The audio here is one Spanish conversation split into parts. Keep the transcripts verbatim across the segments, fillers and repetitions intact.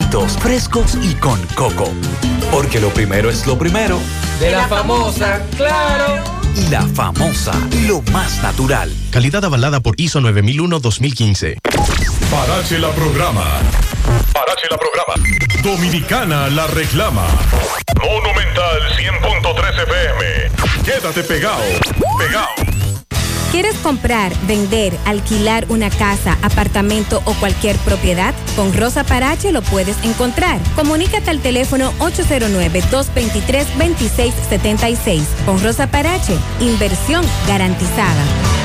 calientitos, frescos y con coco. Porque lo primero es lo primero. De la famosa, claro. Y la famosa, lo más natural. Calidad avalada por I S O nueve mil uno dos mil quince. Parache la programa. Parache la programa. Dominicana la reclama. Monumental cien punto tres F M. Quédate pegado. Pegado. ¿Quieres comprar, vender, alquilar una casa, apartamento o cualquier propiedad? Con Rosa Parache lo puedes encontrar. Comunícate al teléfono ocho cero nueve, dos dos tres, dos seis siete seis. Con Rosa Parache, inversión garantizada.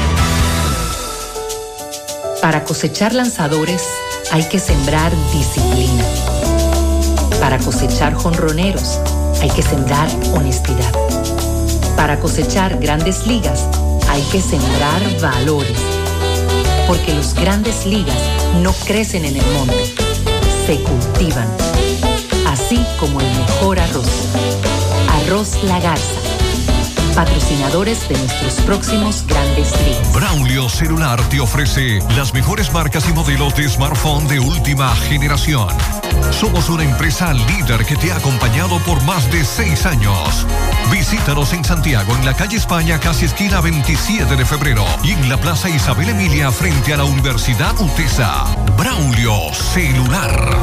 Para cosechar lanzadores hay que sembrar disciplina. Para cosechar jonroneros hay que sembrar honestidad. Para cosechar grandes ligas hay que sembrar valores, porque los grandes ligas no crecen en el monte, se cultivan, así como el mejor arroz. Arroz La Garza, patrocinadores de nuestros próximos grandes ligas. Braulio Celular te ofrece las mejores marcas y modelos de smartphone de última generación. Somos una empresa líder que te ha acompañado por más de seis años. Visítanos en Santiago, en la calle España, casi esquina veintisiete de febrero, y en la Plaza Isabel Emilia, frente a la Universidad UTESA. Braulio Celular.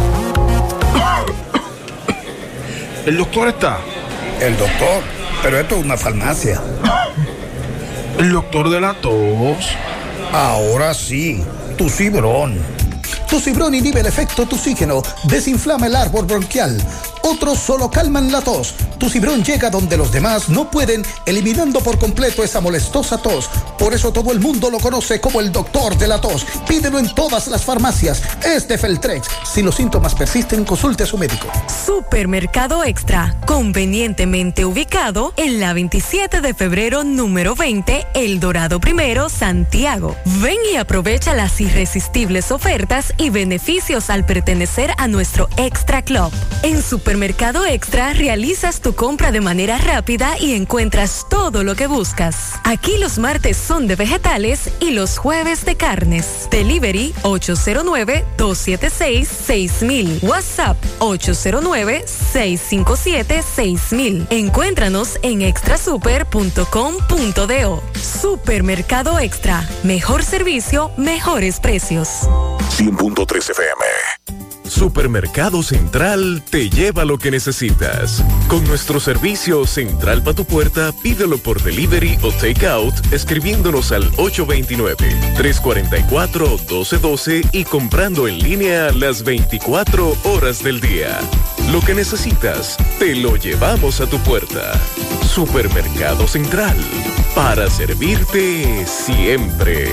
¿El doctor está? El doctor, pero esto es una farmacia. ¿El doctor de la tos? Ahora sí, tu Cibrón. Tu Cibrón inhibe el efecto toxígeno, desinflama el árbol bronquial. Otros solo calman la tos. Tu Cibrón llega donde los demás no pueden, eliminando por completo esa molestosa tos. Por eso todo el mundo lo conoce como el doctor de la tos. Pídelo en todas las farmacias. Es de Feltrex. Si los síntomas persisten, consulte a su médico. Supermercado Extra, convenientemente ubicado en la veintisiete de febrero número veinte, El Dorado Primero, Santiago. Ven y aprovecha las irresistibles ofertas y beneficios al pertenecer a nuestro Extra Club. En Supermercado Extra realizas tu compra de manera rápida y encuentras todo lo que buscas. Aquí los martes son de vegetales y los jueves de carnes. Delivery ocho cero nueve, dos siete seis, seis mil. WhatsApp ocho cero nueve, seis cinco siete, seis mil. Encuéntranos en extrasuper punto com punto do. Supermercado Extra. Mejor servicio, mejores precios. cien punto tres F M. Supermercado Central te lleva lo que necesitas. Con nuestro servicio Central pa' tu puerta, pídelo por delivery o takeout escribiéndonos al ocho dos nueve, tres cuatro cuatro, uno dos uno dos y comprando en línea las veinticuatro horas del día. Lo que necesitas, te lo llevamos a tu puerta. Supermercado Central, para servirte siempre.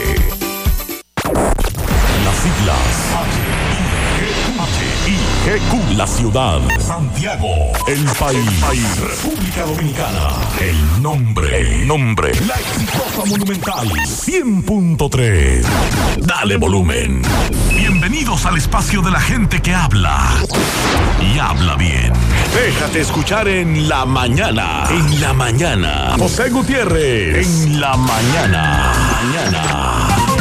Las siglas G Q, la ciudad, Santiago, el país, República Dominicana, el nombre, el nombre, la exitosa Monumental cien punto tres. Dale volumen. Bienvenidos al espacio de la gente que habla y habla bien. Déjate escuchar en la mañana. En la mañana. José Gutiérrez. En la mañana. Mañana.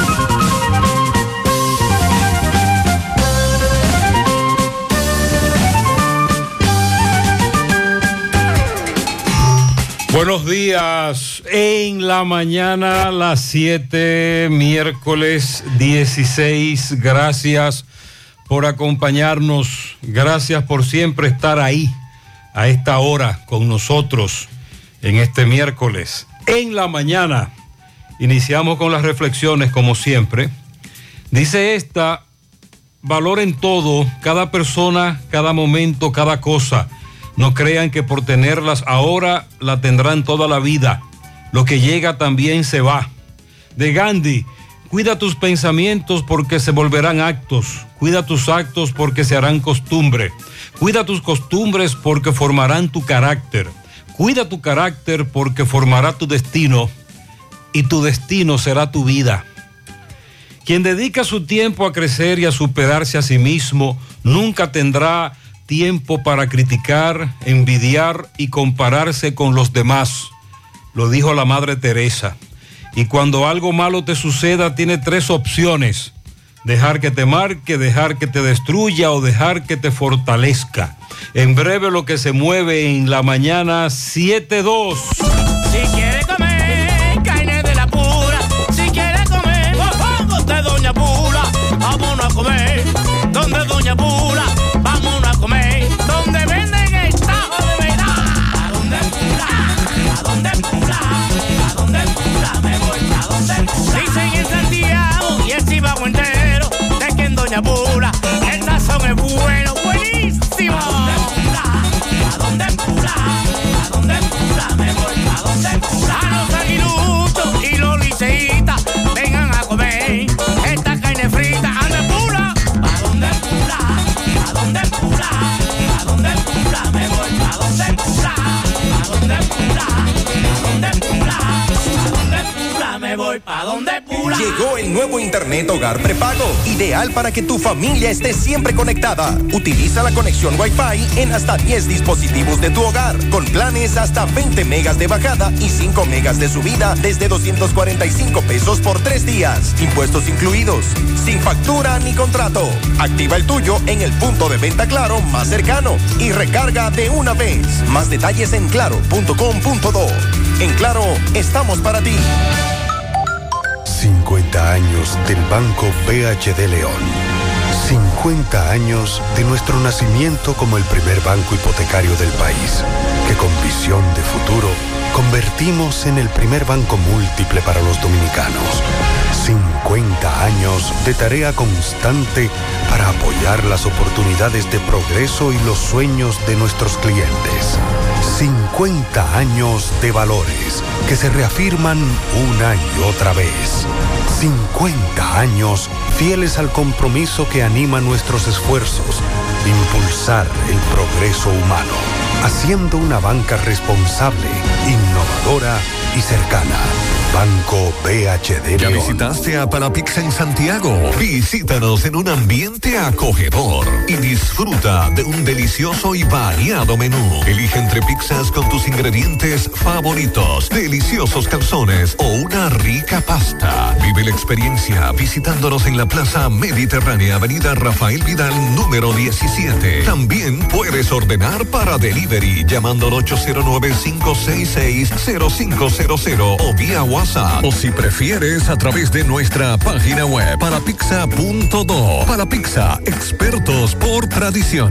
Buenos días, en la mañana, las siete, miércoles dieciséis. Gracias por acompañarnos, gracias por siempre estar ahí, a esta hora, con nosotros, en este miércoles. En la mañana, iniciamos con las reflexiones, como siempre. Dice esta: valoren todo, cada persona, cada momento, cada cosa. No crean que por tenerlas ahora la tendrán toda la vida. Lo que llega también se va. De Gandhi: cuida tus pensamientos porque se volverán actos. Cuida tus actos porque se harán costumbre. Cuida tus costumbres porque formarán tu carácter. Cuida tu carácter porque formará tu destino. Y tu destino será tu vida. Quien dedica su tiempo a crecer y a superarse a sí mismo, nunca tendrá tiempo para criticar, envidiar y compararse con los demás. Lo dijo la Madre Teresa. Y cuando algo malo te suceda, tiene tres opciones: dejar que te marque, dejar que te destruya o dejar que te fortalezca. En breve lo que se mueve en la mañana siete dos. Si quiere comer carne de la pura, si quiere comer mofongo de Doña Pula, vámonos a comer donde Doña Pula, vámonos a comer donde venden el tajo de verdad. ¿A dónde Pula? ¿A dónde Pula? ¿A dónde Pula? Me voy a donde Pula. Dicen en Santiago y el Cibao entero de que en Doña Pula el sazón es bueno, buenísimo. ¿A dónde Pula? ¿A dónde Pula? Me voy a donde Pula. A los aguiluchos y los liceitas vengan a comer esta carne frita. ¿A dónde Pula? ¿A dónde Pula? ¿A dónde Pula? ¿A dónde Pula? Me voy a donde Pula. ¿A dónde Pula? ¿A dónde Pula? ¿A dónde Pula? Me voy pa' donde Pula. Llegó el nuevo Internet Hogar Prepago, ideal para que tu familia esté siempre conectada. Utiliza la conexión Wi-Fi en hasta diez dispositivos de tu hogar, con planes hasta veinte megas de bajada y cinco megas de subida desde doscientos cuarenta y cinco pesos por tres días, impuestos incluidos, sin factura ni contrato. Activa el tuyo en el punto de venta Claro más cercano y recarga de una vez. Más detalles en claro punto com punto do. En Claro, estamos para ti. cincuenta años del Banco B H D León. cincuenta años de nuestro nacimiento como el primer banco hipotecario del país, que con visión de futuro convertimos en el primer banco múltiple para los dominicanos. cincuenta años de tarea constante para apoyar las oportunidades de progreso y los sueños de nuestros clientes. cincuenta años de valores que se reafirman una y otra vez. cincuenta años fieles al compromiso que anima nuestros esfuerzos de impulsar el progreso humano, haciendo una banca responsable, innovadora y cercana. Banco B H D ¿Ya León. visitaste a Palapizza en Santiago? Visítanos en un ambiente acogedor y disfruta de un delicioso y variado menú. Elige entre pizzas con tus ingredientes favoritos, deliciosos calzones o una rica pasta. Vive la experiencia visitándonos en la Plaza Mediterránea, Avenida Rafael Vidal, número diecisiete. También puedes ordenar para delivery llamando al ocho cero nueve, cinco seis seis, cero cinco cero cero o vía WhatsApp, o si prefieres a través de nuestra página web palapizza punto do. Palapizza, expertos por tradición.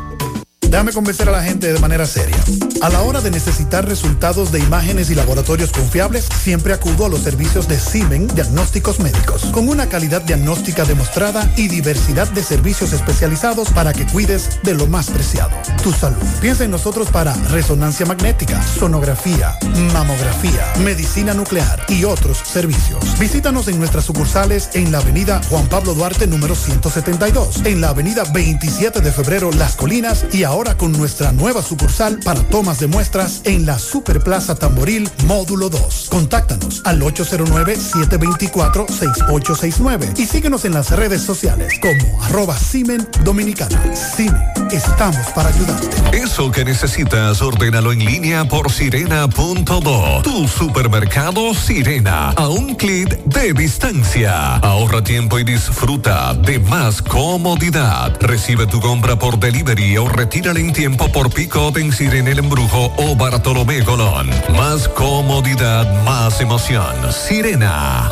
Déjame convencer a la gente de manera seria. A la hora de necesitar resultados de imágenes y laboratorios confiables, siempre acudo a los servicios de Simen Diagnósticos Médicos, con una calidad diagnóstica demostrada y diversidad de servicios especializados para que cuides de lo más preciado, tu salud. Piensa en nosotros para resonancia magnética, sonografía, mamografía, medicina nuclear y otros servicios. Visítanos en nuestras sucursales en la avenida Juan Pablo Duarte número ciento setenta y dos, en la avenida veintisiete de febrero Las Colinas y ahora Ahora con nuestra nueva sucursal para tomas de muestras en la Superplaza Tamboril Módulo dos. Contáctanos al ocho cero nueve, siete dos cuatro, seis ocho seis nueve y síguenos en las redes sociales como arroba Simen Dominicana. Simen, estamos para ayudarte. Eso que necesitas, ordénalo en línea por sirena punto do. Tu supermercado Sirena, a un clic de distancia. Ahorra tiempo y disfruta de más comodidad. Recibe tu compra por delivery o retira en tiempo por pick-up en Sirena El Embrujo o Bartolomé Colón. Más comodidad, más emoción. Sirena.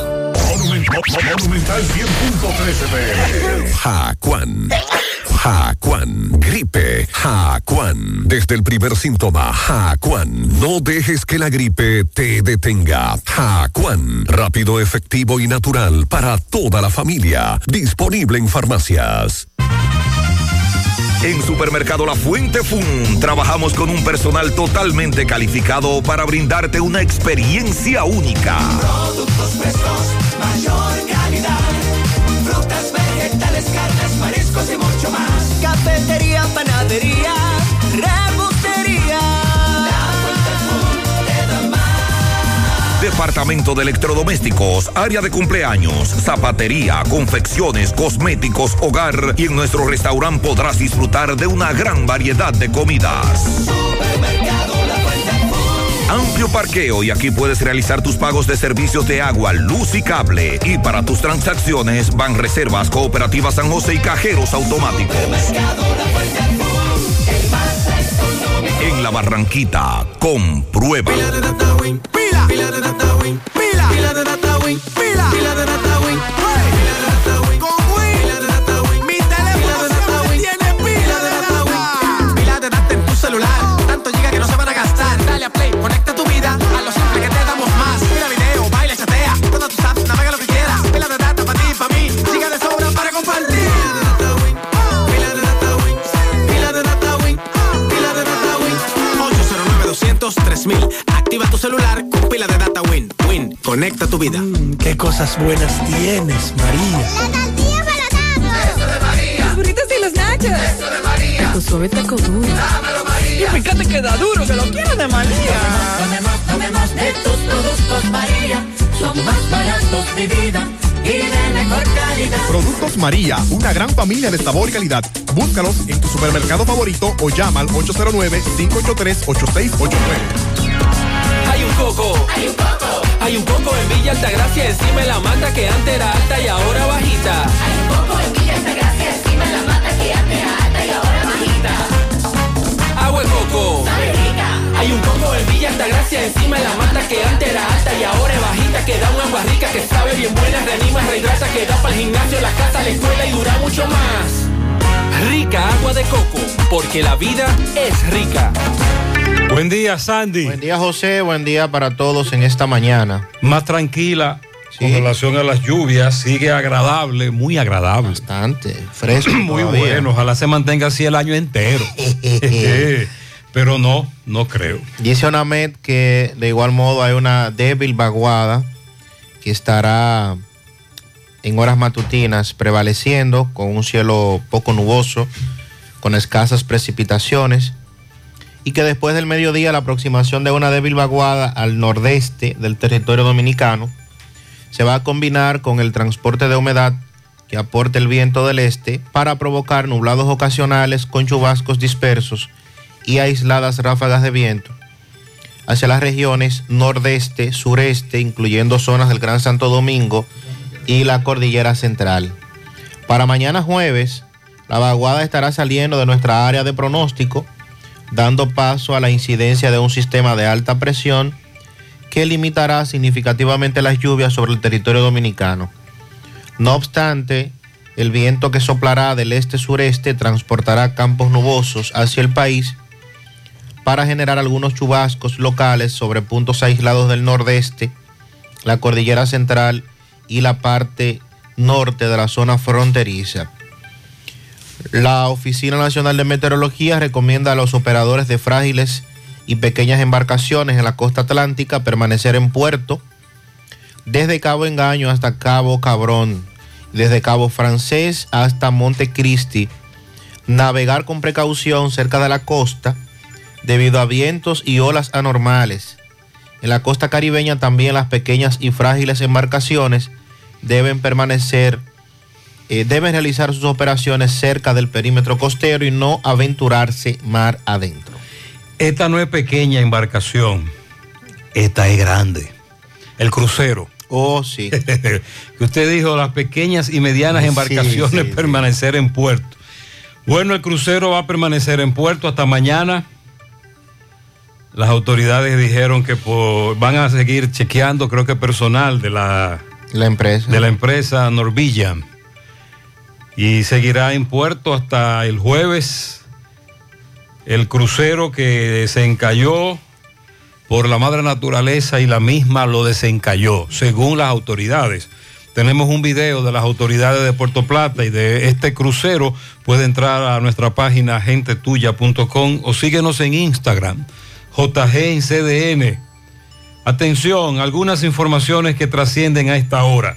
Monumental cien punto tres F M. Jacuán. Jacuán. Gripe. Jacuán. Desde el primer síntoma, Jacuán. No dejes que la gripe te detenga. Jacuán. Rápido, efectivo y natural para toda la familia. Disponible en farmacias. En Supermercado La Fuente Fun trabajamos con un personal totalmente calificado para brindarte una experiencia única. Productos frescos, mayor calidad. Frutas, vegetales, carnes, mariscos y mucho más. Cafetería, panadería, repostería. La Fuente Fun te da más. Departamento de electrodomésticos, área de cumpleaños, zapatería, confecciones, cosméticos, hogar y en nuestro restaurante podrás disfrutar de una gran variedad de comidas. Supermercado La Fuente Fun. amplio parqueo y aquí puedes realizar tus pagos de servicios de agua, luz y cable. Y para tus transacciones, Banreservas, Cooperativa San José y cajeros automáticos. En La Barranquita, comprueba. Pila de data win, pila, pila de data win, pila, pila de data win, pila, pila de data win, pila de data win, con win, pila de data win, mi teléfono siempre tiene pila de data. Pila de data en tu celular, tanto giga que no se van a gastar. Dale a play, conecta tu vida a lo simple que te damos más. Mira video, baila, chatea, todas tus apps, navega lo que quieras. Pila de data para ti, para mí, giga de sobra para compartir. Pila de data win, pila de data win, pila de data win, ocho cero nueve doscientos tres mil. Activa tu celular con pila de data Win. Win, conecta tu vida. Mm, qué cosas buenas tienes, María. La tortilla para Eso de María. Los burritos y los nachos. Eso de María. Tu suave taco duro. Dámelo, María. Y fíjate que da duro, que lo quiero de María. Tomemos, tomemos de tus productos, María. Son más baratos de vida y de mejor calidad. Productos María, una gran familia de sabor y calidad. Búscalos en tu supermercado favorito o llama al ocho cero nueve, cinco ocho tres, ocho seis ocho nueve. Hay un coco, hay un coco, hay un coco en Villa Altagracia, encima de la mata que antes era alta y ahora bajita. Hay un coco en Villa Altagracia, encima de la mata que antes era alta y ahora bajita. Agua de coco, sabe rica. Hay un coco en Villa Altagracia, encima de la mata que antes era alta y ahora es bajita, que da una agua rica, que sabe bien buena, reanima, rehidrata, que da para el gimnasio, la casa, la escuela y dura mucho más. Rica agua de coco, porque la vida es rica. Buen día, Sandy. Buen día, José. Buen día para todos en esta mañana. Más tranquila sí. Con relación a las lluvias. Sigue agradable, muy agradable. Bastante fresco. Muy todavía. bueno. Ojalá se mantenga así el año entero. Pero no, no creo. Dice Onamet que de igual modo hay una débil vaguada que estará en horas matutinas prevaleciendo con un cielo poco nuboso, con escasas precipitaciones. Y que después del mediodía la aproximación de una débil vaguada al nordeste del territorio dominicano se va a combinar con el transporte de humedad que aporta el viento del este para provocar nublados ocasionales con chubascos dispersos y aisladas ráfagas de viento hacia las regiones nordeste, sureste, incluyendo zonas del Gran Santo Domingo y la Cordillera Central. Para mañana jueves, la vaguada estará saliendo de nuestra área de pronóstico, dando paso a la incidencia de un sistema de alta presión que limitará significativamente las lluvias sobre el territorio dominicano. No obstante, el viento que soplará del este-sureste transportará campos nubosos hacia el país para generar algunos chubascos locales sobre puntos aislados del nordeste, la Cordillera Central y la parte norte de la zona fronteriza. La Oficina Nacional de Meteorología recomienda a los operadores de frágiles y pequeñas embarcaciones en la costa atlántica permanecer en puerto desde Cabo Engaño hasta Cabo Cabrón, desde Cabo Francés hasta Montecristi, navegar con precaución cerca de la costa debido a vientos y olas anormales. En la costa caribeña también las pequeñas y frágiles embarcaciones deben permanecer Eh, deben realizar sus operaciones cerca del perímetro costero y no aventurarse mar adentro. Esta no es pequeña embarcación, esta es grande. El crucero. Oh, sí. Que usted dijo, las pequeñas y medianas embarcaciones sí, sí, permanecer sí. en puerto. Bueno, el crucero va a permanecer en puerto hasta mañana. Las autoridades dijeron que por, van a seguir chequeando, creo que personal de la, la empresa. De la empresa Norwegian. Y seguirá en puerto hasta el jueves. El crucero que desencalló por la madre naturaleza y la misma lo desencalló, según las autoridades. Tenemos un video de las autoridades de Puerto Plata y de este crucero. Puede entrar a nuestra página gente tuya punto com o síguenos en Instagram, J G en C D N. Atención, algunas informaciones que trascienden a esta hora.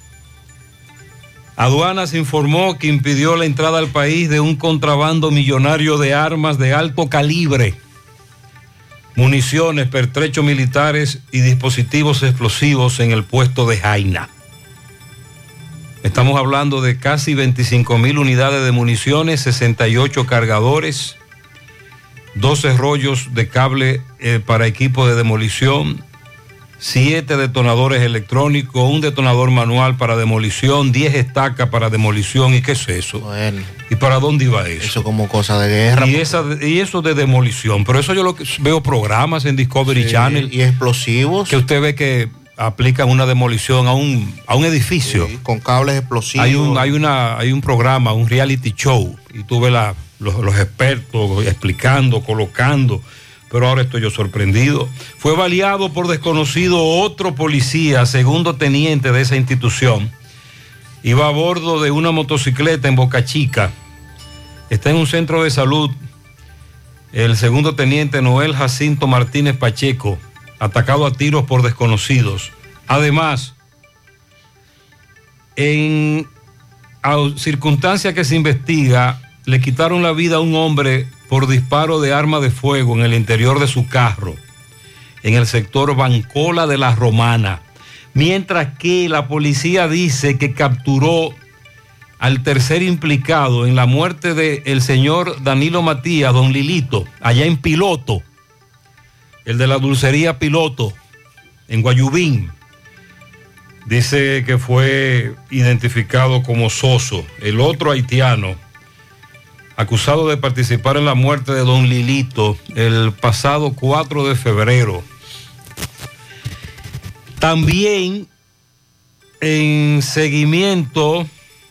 Aduanas informó que impidió la entrada al país de un contrabando millonario de armas de alto calibre, municiones, pertrechos militares y dispositivos explosivos en el puesto de Jaina. Estamos hablando de casi veinticinco mil unidades de municiones, sesenta y ocho cargadores, doce rollos de cable eh, para equipo de demolición, siete detonadores electrónicos, un detonador manual para demolición, diez estacas para demolición. ¿Y qué es eso? Bueno. ¿Y para dónde iba eso? Eso como cosa de guerra. Y, esa, y eso de demolición. Pero eso yo lo que veo programas en Discovery Sí, Channel. Y explosivos. Que usted ve que aplican una demolición a un, a un edificio. Sí, con cables explosivos. Hay un, hay, una, hay un programa, un reality show, y tú ves la, los, los expertos explicando, colocando, pero ahora estoy yo sorprendido. Fue baleado por desconocido otro policía, segundo teniente de esa institución. Iba a bordo de una motocicleta en Boca Chica. Está en un centro de salud el segundo teniente Noel Jacinto Martínez Pacheco, atacado a tiros por desconocidos. Además, en circunstancia que se investiga, le quitaron la vida a un hombre por disparo de arma de fuego en el interior de su carro, en el sector Bancola de la Romana. Mientras que la policía dice que capturó al tercer implicado en la muerte del señor Danilo Matías, don Lilito, allá en Piloto, el de la dulcería Piloto, en Guayubín. Dice que fue identificado como Soso, el otro haitiano, acusado de participar en la muerte de don Lilito el pasado cuatro de febrero. También en seguimiento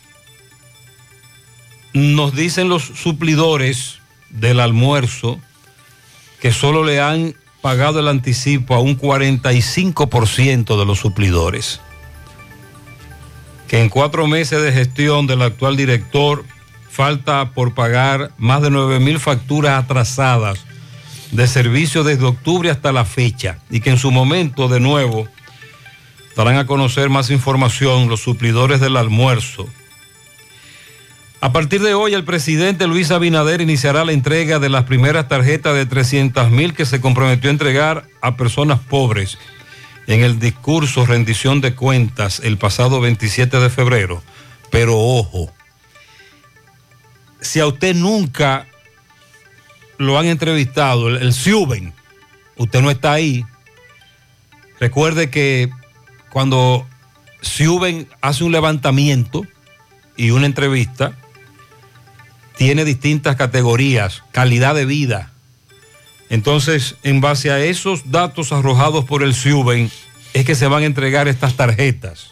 nos dicen los suplidores del almuerzo que solo le han pagado el anticipo a un cuarenta y cinco por ciento de los suplidores. Que en cuatro meses de gestión del actual director falta por pagar más de nueve mil facturas atrasadas de servicio desde octubre hasta la fecha, y que en su momento de nuevo darán a conocer más información los suplidores del almuerzo. A partir de hoy, el presidente Luis Abinader iniciará la entrega de las primeras tarjetas de trescientas mil que se comprometió a entregar a personas pobres en el discurso rendición de cuentas el pasado veintisiete de febrero. Pero ojo, si a usted nunca lo han entrevistado, el, el Siuben, usted no está ahí, recuerde que cuando Siuben hace un levantamiento y una entrevista, tiene distintas categorías, calidad de vida. Entonces, en base a esos datos arrojados por el Siuben, es que se van a entregar estas tarjetas.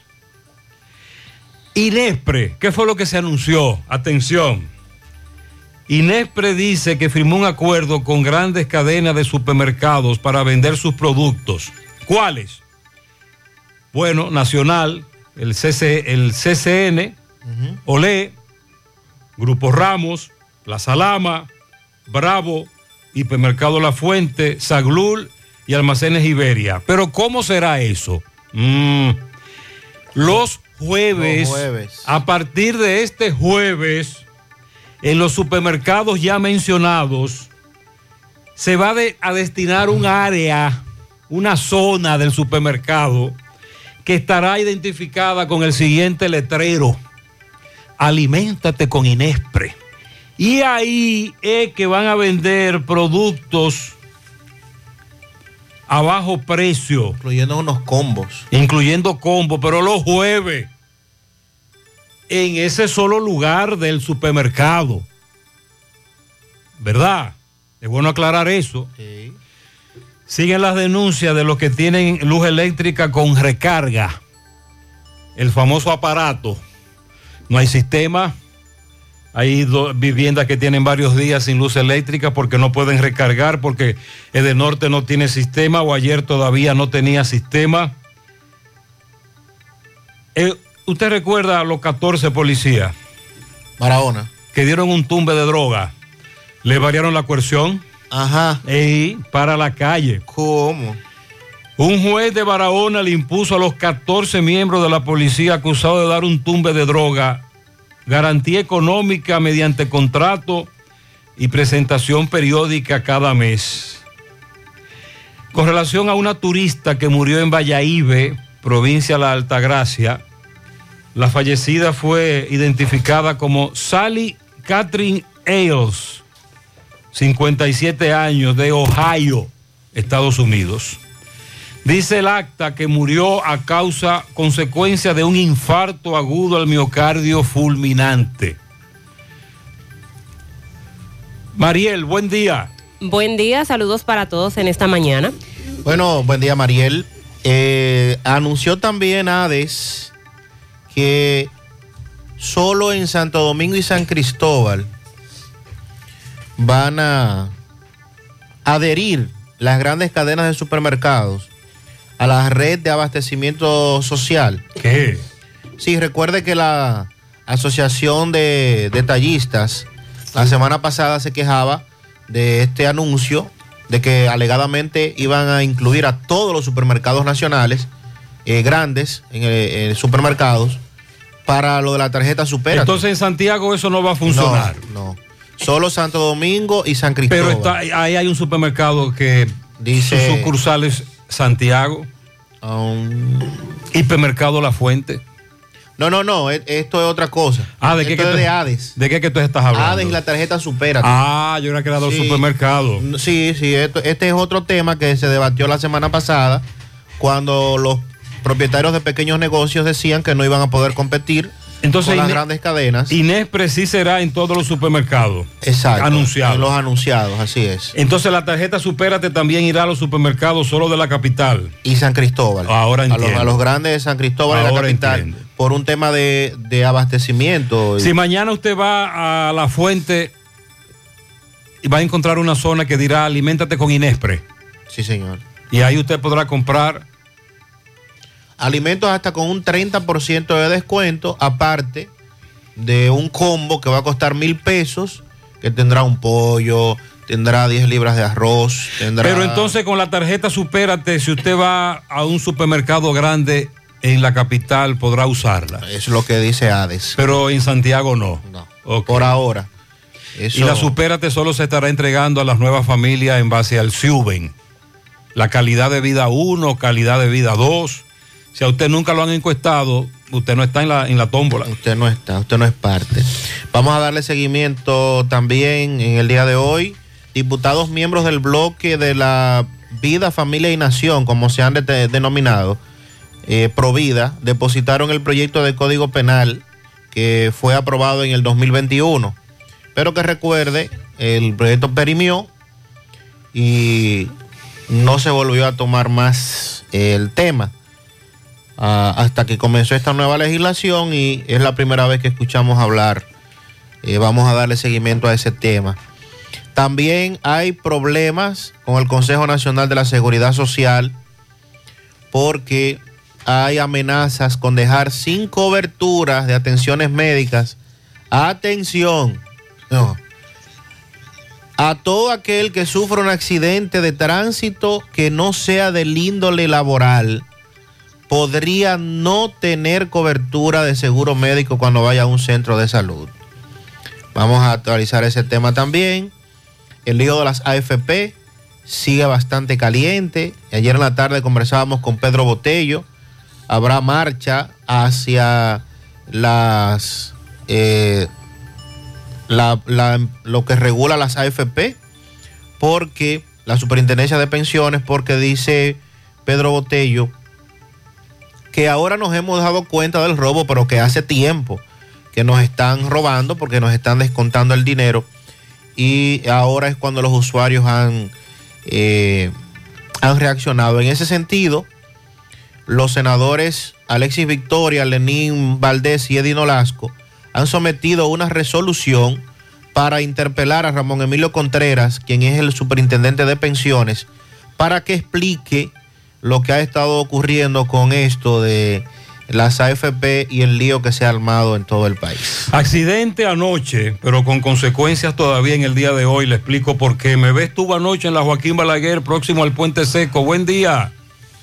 Inespre, ¿qué fue lo que se anunció? Atención. Inespre dice que firmó un acuerdo con grandes cadenas de supermercados para vender sus productos. ¿Cuáles? Bueno, Nacional, el, C C, el C C N, uh-huh. Olé, Grupo Ramos, La Salama, Bravo, Hipermercado La Fuente, Saglul y Almacenes Iberia. Pero ¿cómo será eso? Mm. Los jueves, los jueves, a partir de este jueves, en los supermercados ya mencionados, se va de, a destinar un área, una zona del supermercado que estará identificada con el siguiente letrero: aliméntate con Inespre. Y ahí es que van a vender productos a bajo precio. Incluyendo unos combos. Incluyendo combos, pero los jueves, en ese solo lugar del supermercado. ¿Verdad? Es bueno aclarar eso. Sí. Siguen las denuncias de los que tienen luz eléctrica con recarga. El famoso aparato. No hay sistema. Hay do, viviendas que tienen varios días sin luz eléctrica porque no pueden recargar, porque Edenorte no tiene sistema, o ayer todavía no tenía sistema. Eh, ¿Usted recuerda a los catorce policías? Barahona. Que dieron un tumbe de droga. Le variaron la coerción. Ajá. Y para la calle. ¿Cómo? Un juez de Barahona le impuso a los catorce miembros de la policía acusados de dar un tumbe de droga garantía económica mediante contrato y presentación periódica cada mes. Con relación a una turista que murió en Valladolid, provincia de La Altagracia, la fallecida fue identificada como Sally Catherine Ailes, cincuenta y siete años, de Ohio, Estados Unidos. Dice el acta que murió a causa, consecuencia de un infarto agudo al miocardio fulminante. Mariel, buen día. Buen día, saludos para todos en esta mañana. Bueno, buen día, Mariel. Eh, anunció también ADES que solo en Santo Domingo y San Cristóbal van a adherir las grandes cadenas de supermercados a la red de abastecimiento social. ¿Qué? Sí, recuerde que la Asociación de Detallistas la semana pasada se quejaba de este anuncio de que alegadamente iban a incluir a todos los supermercados nacionales eh, grandes en, el, en supermercados para lo de la tarjeta Supérate. Entonces en Santiago eso no va a funcionar. No, no. Solo Santo Domingo y San Cristóbal. Pero está, ahí hay un supermercado que dice su sucursal es Santiago. Um, Hipermercado La Fuente. No, no, no, esto es otra cosa. Ah, ¿de esto qué que es tú, de ADES. ¿De qué que tú estás hablando? ADES y la tarjeta Supérate. Ah, yo era creador sí, supermercado. Sí, sí, esto, este es otro tema que se debatió la semana pasada cuando los propietarios de pequeños negocios decían que no iban a poder competir. Entonces, con las Inés, grandes cadenas. Inespre sí será en todos los supermercados. Exacto. Anunciados. En los anunciados, así es. Entonces la tarjeta Supérate también irá a los supermercados solo de la capital. Y San Cristóbal. Ahora entiendo. A los, a los grandes de San Cristóbal y la capital. Entiendo. Por un tema de, de abastecimiento. Si mañana usted va a La Fuente y va a encontrar una zona que dirá aliméntate con Inespre. Sí, señor. Y ahí usted podrá comprar alimentos hasta con un treinta por ciento de descuento, aparte de un combo que va a costar mil pesos, que tendrá un pollo, tendrá diez libras de arroz, tendrá... Pero entonces con la tarjeta Supérate, si usted va a un supermercado grande en la capital, podrá usarla. Es lo que dice ADES. Pero en Santiago no. No, okay. Por ahora. Eso... Y la Supérate solo se estará entregando a las nuevas familias en base al SIUBEN. La calidad de vida uno, calidad de vida dos. Si a usted nunca lo han encuestado, usted no está en la, en la tómbola. Usted no está, usted no es parte. Vamos a darle seguimiento también en el día de hoy. Diputados miembros del bloque de la Vida, Familia y Nación, como se han de, denominado, eh, Provida, depositaron el proyecto de Código Penal que fue aprobado en el dos mil veintiuno. Pero que recuerde, el proyecto perimió y no se volvió a tomar más eh, el tema. Uh, hasta que comenzó esta nueva legislación y es la primera vez que escuchamos hablar. Eh, vamos a darle seguimiento a ese tema. También hay problemas con el Consejo Nacional de la Seguridad Social porque hay amenazas con dejar sin coberturas de atenciones médicas. Atención, no, a todo aquel que sufra un accidente de tránsito que no sea del índole laboral, podría no tener cobertura de seguro médico cuando vaya a un centro de salud. Vamos a actualizar ese tema también. El lío de las A F P sigue bastante caliente. Ayer en la tarde conversábamos con Pedro Botello. Habrá marcha hacia las eh, la, la, lo que regula las A F P, porque la Superintendencia de Pensiones, porque dice Pedro Botello que ahora nos hemos dado cuenta del robo, pero que hace tiempo que nos están robando porque nos están descontando el dinero y ahora es cuando los usuarios han, eh, han reaccionado. En ese sentido, los senadores Alexis Victoria, Lenín Valdés y Eddie Nolasco han sometido una resolución para interpelar a Ramón Emilio Contreras, quien es el superintendente de pensiones, para que explique lo que ha estado ocurriendo con esto de las A F P y el lío que se ha armado en todo el país. Accidente anoche, pero con consecuencias todavía en el día de hoy. Le explico por qué. Me ves tú anoche en la Joaquín Balaguer, próximo al Puente Seco. Buen día.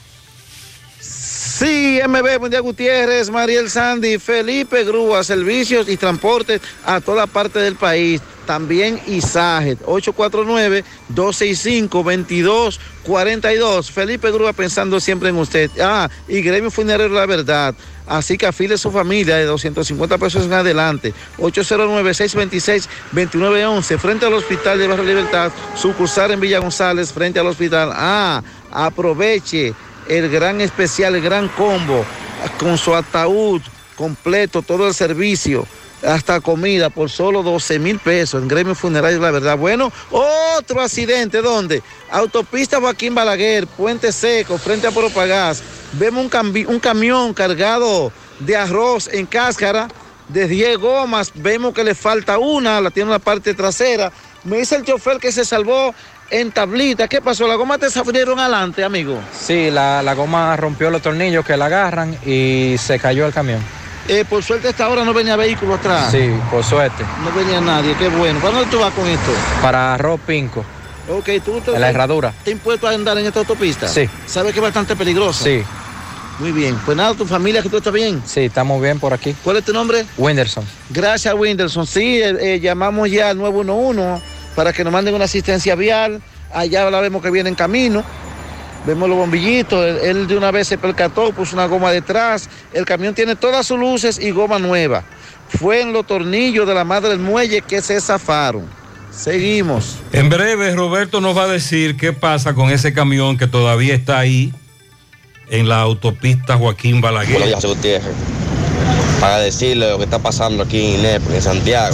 Sí, M B, buen día Gutiérrez, Mariel Sandy, Felipe Grúa, servicios y transportes a toda parte del país. también Isaget, ocho cuatro nueve, dos seis cinco, dos dos cuatro dos. Felipe Grúa pensando siempre en usted. Ah, y Gremio Funerario La Verdad. Así que afile su familia de doscientos cincuenta pesos en adelante. ocho cero nueve, seis dos seis, dos nueve uno uno, frente al Hospital de Barrio Libertad, sucursal en Villa González, frente al hospital. Ah, aproveche el gran especial, el gran combo, con su ataúd completo, todo el servicio, hasta comida, por solo doce mil pesos en Gremio Funerario La Verdad. Bueno, otro accidente, ¿dónde? Autopista Joaquín Balaguer, Puente Seco, frente a Propagás. Vemos un, cambi- un camión cargado de arroz en cáscara, de diez gomas, vemos que le falta una, la tiene en la parte trasera. Me dice el chofer que se salvó en tablita. ¿Qué pasó? ¿La goma te se abrieron adelante, amigo? Sí, la, la goma rompió los tornillos que la agarran y se cayó el camión. Eh, por suerte a esta hora no venía vehículo atrás. Sí, por suerte. No venía nadie, qué bueno. ¿Para dónde tú vas con esto? Para Arroz Pinco. Ok, ¿tú te, en la herradura. ¿Te impuesto a andar en esta autopista? Sí. ¿Sabes que es bastante peligrosa? Sí. Muy bien. Pues nada, ¿tu familia, que tú estás bien? Sí, estamos bien por aquí. ¿Cuál es tu nombre? Wenderson. Gracias, Wenderson. Sí, eh, eh, llamamos ya al nueve uno uno para que nos manden una asistencia vial. Allá la vemos que viene en camino. Vemos los bombillitos. Él, él de una vez se percató, puso una goma detrás. El camión tiene todas sus luces y goma nueva. Fue en los tornillos de la madre del muelle que se zafaron. Seguimos. En breve, Roberto nos va a decir qué pasa con ese camión que todavía está ahí en la autopista Joaquín Balaguer. Buenos días, Gutiérrez. Para decirle lo que está pasando aquí en INEP, en Santiago.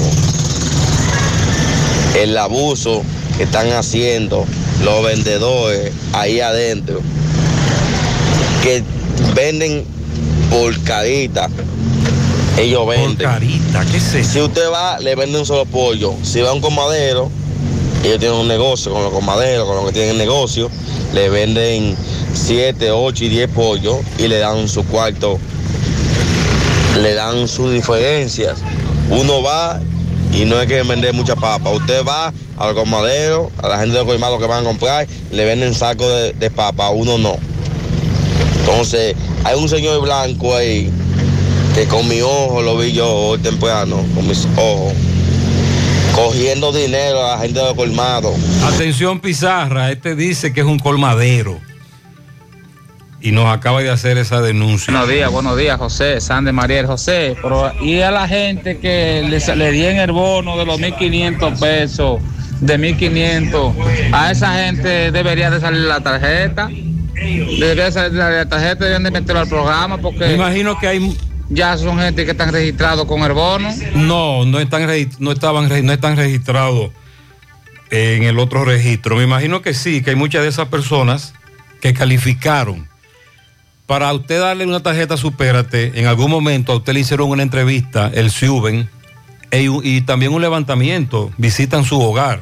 El abuso que están haciendo los vendedores ahí adentro, que venden por carita. Ellos venden. Por carita, ¿qué es eso? Si usted va, le venden un solo pollo. Si va a un comadero, ellos tienen un negocio con los comaderos, con los que tienen negocio, le venden siete, ocho y diez pollos y le dan su cuarto, le dan sus diferencias. Uno va y no hay que vender mucha papa. Usted va a los comaderos, a la gente de los colmados que van a comprar, le venden sacos de, de papa, uno no. Entonces, hay un señor blanco ahí que con mi ojo lo vi yo hoy temprano, con mis ojos, cogiendo dinero a la gente de los colmados. Atención, Pizarra, este dice que es un colmadero y nos acaba de hacer esa denuncia. Buenos días, buenos días, José, Sande Mariel, José. Pero, y a la gente que le, le dieron el bono de los mil quinientos pesos, de mil quinientos, a esa gente debería de salir la tarjeta, debería de salir la tarjeta, deberían de meterlo al programa, porque me imagino que hay... Ya son gente que están registrados con el bono. No, no están, no estaban, no están registrados en el otro registro. Me imagino que sí, que hay muchas de esas personas que calificaron. Para usted darle una tarjeta Supérate, en algún momento a usted le hicieron una entrevista, el SIUBEN, y, y también un levantamiento, visitan su hogar.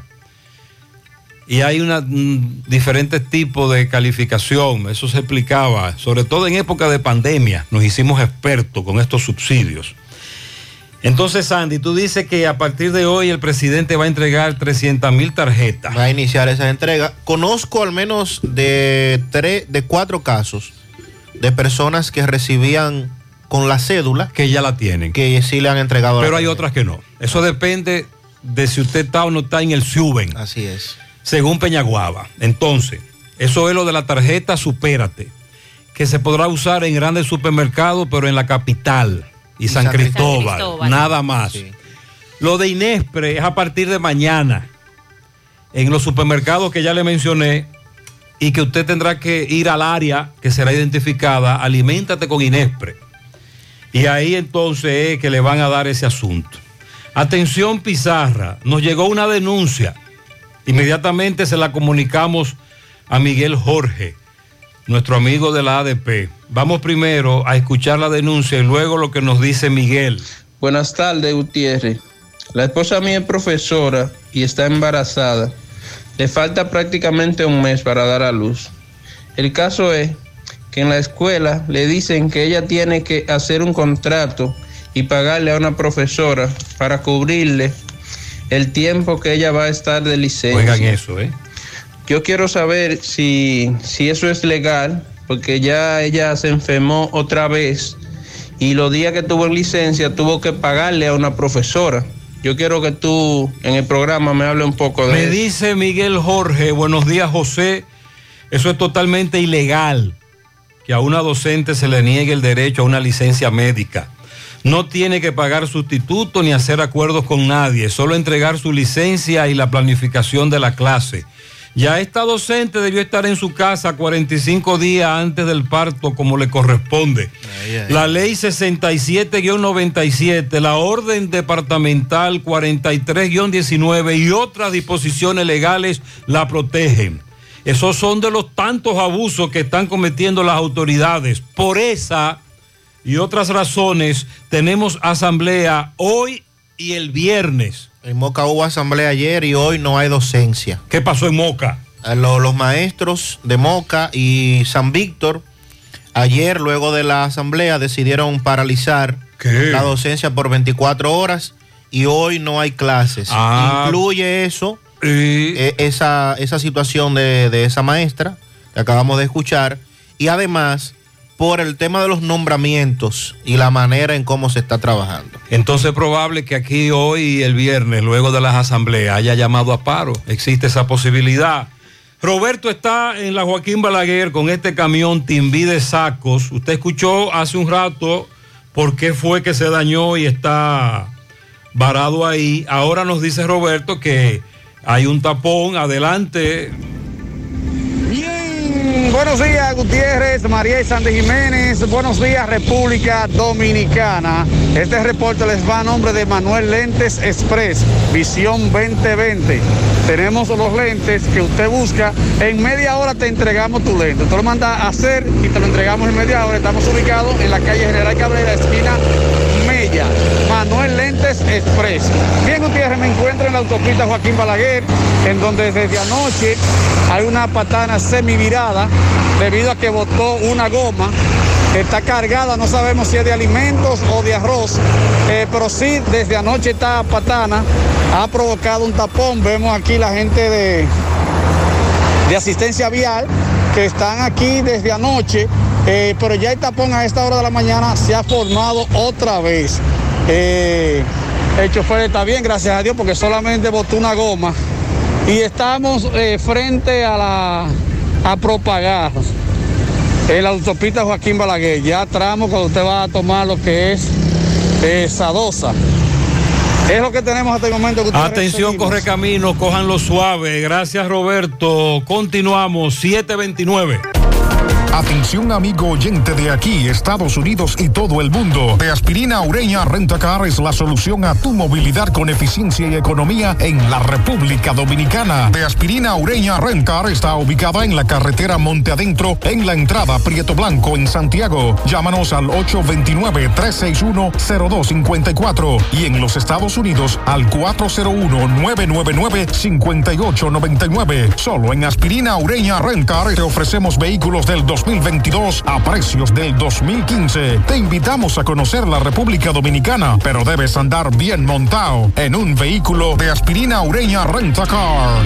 Y hay una, mm, diferentes tipos de calificación, eso se explicaba, sobre todo en época de pandemia, nos hicimos expertos con estos subsidios. Entonces, Sandy, tú dices que a partir de hoy el presidente va a entregar trescientas mil tarjetas. Va a iniciar esa entrega. Conozco al menos de, tres, de cuatro casos de personas que recibían con la cédula. Que ya la tienen. Que sí le han entregado. Pero hay otras que no. Eso depende de si usted está o no está en el SIUBEN. Así es. Según Peñaguaba. Entonces, eso es lo de la tarjeta Supérate, que se podrá usar en grandes supermercados, pero en la capital y, y San, San, Cristóbal, San Cristóbal, nada más. Sí. Lo de Inespre es a partir de mañana, en los supermercados que ya le mencioné, y que usted tendrá que ir al área que será identificada, aliméntate con Inespre. Y ahí entonces es que le van a dar ese asunto. Atención, Pizarra, nos llegó una denuncia. Inmediatamente se la comunicamos a Miguel Jorge, nuestro amigo de la A D P. Vamos primero a escuchar la denuncia y luego lo que nos dice Miguel. Buenas tardes, Gutiérrez. La esposa mía es profesora y está embarazada. Le falta prácticamente un mes para dar a luz. El caso es que en la escuela le dicen que ella tiene que hacer un contrato y pagarle a una profesora para cubrirle el tiempo que ella va a estar de licencia. Oigan eso, ¿eh? Yo quiero saber si, si eso es legal, porque ya ella se enfermó otra vez y los días que tuvo en licencia tuvo que pagarle a una profesora. yo quiero que tú en el programa me hable un poco de Me eso. dice Miguel Jorge, buenos días José, eso es totalmente ilegal, que a una docente se le niegue el derecho a una licencia médica. No tiene que pagar sustituto ni hacer acuerdos con nadie, solo entregar su licencia y la planificación de la clase. Ya esta docente debió estar en su casa cuarenta y cinco días antes del parto como le corresponde. Ay, ay. La ley sesenta y siete guión noventa y siete, la orden departamental cuarenta y tres guión diecinueve y otras disposiciones legales la protegen. Esos son de los tantos abusos que están cometiendo las autoridades. Por esa y otras razones tenemos asamblea hoy y el viernes. En Moca hubo asamblea ayer y hoy no hay docencia. ¿Qué pasó en Moca? Los, los maestros de Moca y San Víctor ayer, luego de la asamblea, decidieron paralizar ¿Qué? la docencia por veinticuatro horas y hoy no hay clases. Ah, Incluye eso, y... eh, esa, esa situación de, de esa maestra que acabamos de escuchar, y además por el tema de los nombramientos y la manera en cómo se está trabajando. Entonces es probable que aquí hoy y el viernes, luego de las asambleas, haya llamado a paro. Existe esa posibilidad. Roberto está en la Joaquín Balaguer con este camión Timbí de sacos. Usted escuchó hace un rato por qué fue que se dañó y está varado ahí. Ahora nos dice Roberto que hay un tapón. Adelante. Buenos días, Gutiérrez, María y Sandy Jiménez. Buenos días, República Dominicana. Este reporte les va a nombre de Manuel Lentes Express, Visión veinte veinte. Tenemos los lentes que usted busca. En media hora te entregamos tu lente. Tú lo mandas a hacer y te lo entregamos en media hora. Estamos ubicados en la calle General Cabrera, esquina Mella. Manuel Lentes Express. Bien, Gutiérrez, me encuentro en la autopista Joaquín Balaguer, en donde desde anoche hay una patana semivirada debido a que botó una goma. Está cargada, no sabemos si es de alimentos o de arroz, eh, pero sí, desde anoche esta patana ha provocado un tapón. Vemos aquí la gente de, de asistencia vial que están aquí desde anoche, eh, pero ya el tapón a esta hora de la mañana se ha formado otra vez. Eh, el chofer está bien, gracias a Dios, porque solamente botó una goma. Y estamos eh, frente a la a propagar en la autopista Joaquín Balaguer, ya tramo cuando usted va a tomar lo que es eh, Sadosa. Es lo que tenemos hasta el momento. Que Atención, corre camino, cójanlo suave. Gracias, Roberto. Continuamos, siete veintinueve. Atención, amigo oyente de aquí, Estados Unidos y todo el mundo. De Aspirina Ureña Rentacar es la solución a tu movilidad con eficiencia y economía en la República Dominicana. De Aspirina Ureña Rentacar está ubicada en la carretera Monte Adentro, en la entrada Prieto Blanco, en Santiago. Llámanos al ocho dos nueve, tres seis uno, cero dos cinco cuatro y en los Estados Unidos al cuatro cero uno, nueve nueve nueve, cinco ocho nueve nueve. Solo en Aspirina Ureña Rentacar te ofrecemos vehículos del dos mil veintidós a precios del dos mil quince. Te invitamos a conocer la República Dominicana, pero debes andar bien montado en un vehículo de Aspirina Ureña Rentacar.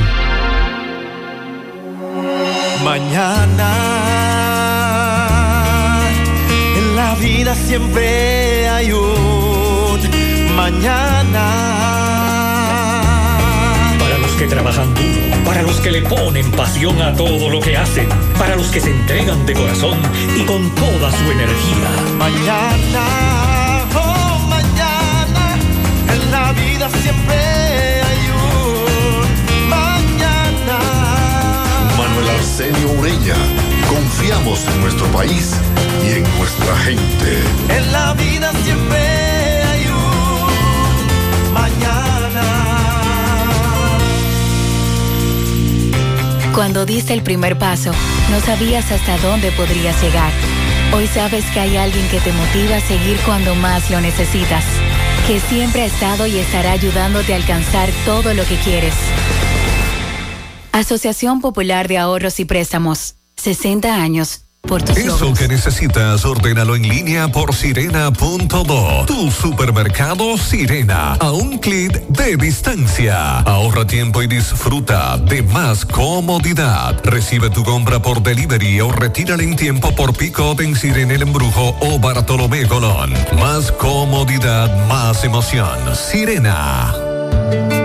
Mañana en la vida siempre hay un mañana. Para los que trabajan duro, para los que le ponen pasión a todo lo que hacen, para los que se entregan de corazón y con toda su energía. Mañana, oh mañana, en la vida siempre hay un mañana. Manuel Arsenio Ureña, confiamos en nuestro país y en nuestra gente. En la vida siempre hay un mañana. Cuando diste el primer paso, no sabías hasta dónde podrías llegar. Hoy sabes que hay alguien que te motiva a seguir cuando más lo necesitas, que siempre ha estado y estará ayudándote a alcanzar todo lo que quieres. Asociación Popular de Ahorros y Préstamos, sesenta años. Por tus Eso logros. que necesitas, ordénalo en línea por sirena punto do. Tu supermercado Sirena, a un clic de distancia. Ahorra tiempo y disfruta de más comodidad. Recibe tu compra por delivery o retírala en tiempo por pick-up en Sirena El Embrujo o Bartolomé Colón. Más comodidad, más emoción. Sirena.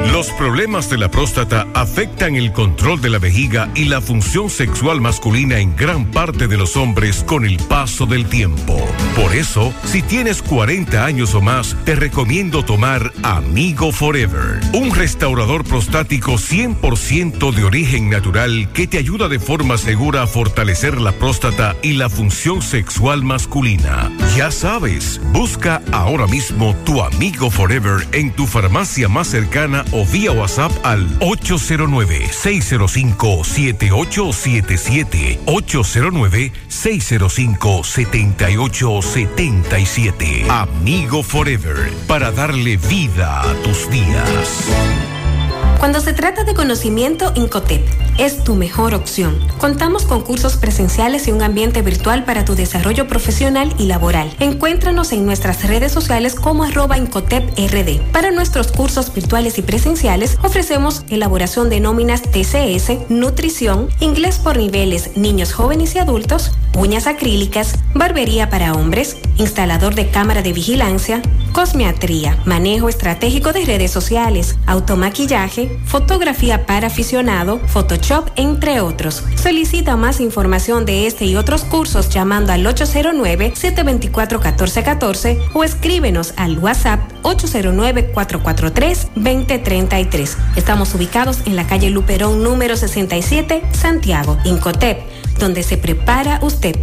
Los problemas de la próstata afectan el control de la vejiga y la función sexual masculina en gran parte de los hombres con el paso del tiempo. Por eso, si tienes cuarenta años o más, te recomiendo tomar Amigo Forever, un restaurador prostático cien por ciento de origen natural que te ayuda de forma segura a fortalecer la próstata y la función sexual masculina. Ya sabes, busca ahora mismo tu Amigo Forever en tu farmacia más cercana o vía WhatsApp al ocho cero nueve, seis cero cinco, siete ocho siete siete, ocho cero nueve, seis cero cinco, siete ocho siete siete. Amigo Forever, para darle vida a tus días. Cuando se trata de conocimiento, Incotep es tu mejor opción. Contamos con cursos presenciales y un ambiente virtual para tu desarrollo profesional y laboral. Encuéntranos en nuestras redes sociales como arroba Incotep R D. Para nuestros cursos virtuales y presenciales ofrecemos elaboración de nóminas T C S, nutrición, inglés por niveles niños, jóvenes y adultos, uñas acrílicas, barbería para hombres, instalador de cámara de vigilancia, cosmiatría, manejo estratégico de redes sociales, automaquillaje, fotografía para aficionado, Photoshop, entre otros. Solicita más información de este y otros cursos llamando al ocho cero nueve, siete dos cuatro, uno cuatro uno cuatro o escríbenos al WhatsApp ocho cero nueve, cuatro cuatro tres, dos cero tres tres. Estamos ubicados en la calle Luperón número sesenta y siete, Santiago. Incotep, donde se prepara usted.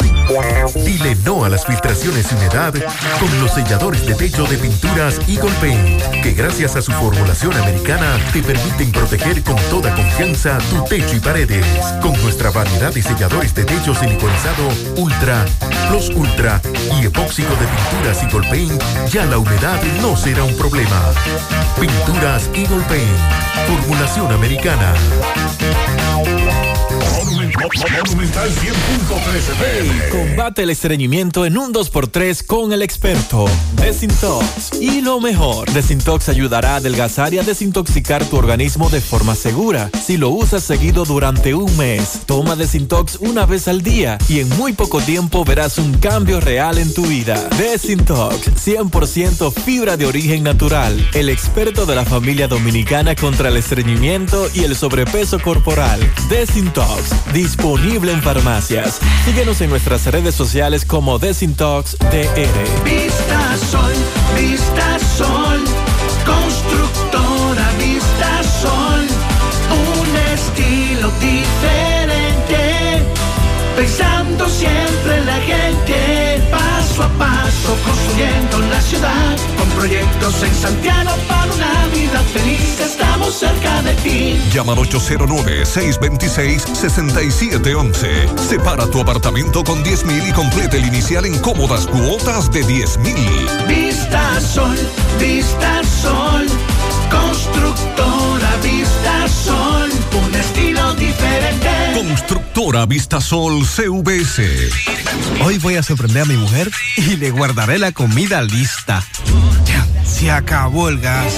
Dile no a las filtraciones y humedad con los selladores de techo de Pinturas Eagle Paint, que gracias a su formulación americana te permiten proteger con toda confianza tu techo y paredes. Con nuestra variedad de selladores de techo siliconizado Ultra, Plus Ultra y epóxico de Pinturas Eagle Paint, ya la humedad no será un problema. Pinturas Eagle Paint, formulación americana. Monumental cien punto tres F M. Combate el estreñimiento en un dos por tres con el experto Desintox. Y lo mejor, Desintox ayudará a adelgazar y a desintoxicar tu organismo de forma segura. Si lo usas seguido durante un mes, toma Desintox una vez al día y en muy poco tiempo verás un cambio real en tu vida. Desintox, cien por ciento fibra de origen natural. El experto de la familia dominicana contra el estreñimiento y el sobrepeso corporal. Desintox, disponible en farmacias. Síguenos en nuestras redes sociales como Desintox D R. Vista Sol, Vista Sol, constructora Vista Sol, un estilo diferente, pensando siempre en la gente, paso a paso construyendo la ciudad, con proyectos en Santiago para una vida feliz, estamos cerca de ti. Llama al ocho cero nueve, seis dos seis, seis siete uno uno. Separa tu apartamento con diez mil y completa el inicial en cómodas cuotas de diez mil. Vista Sol, Vista Sol, constructora Vista Sol, un estilo diferente. Constructora Vista Sol C V S. Hoy voy a sorprender a mi mujer y le guardaré la comida lista. Ya, se acabó el gas.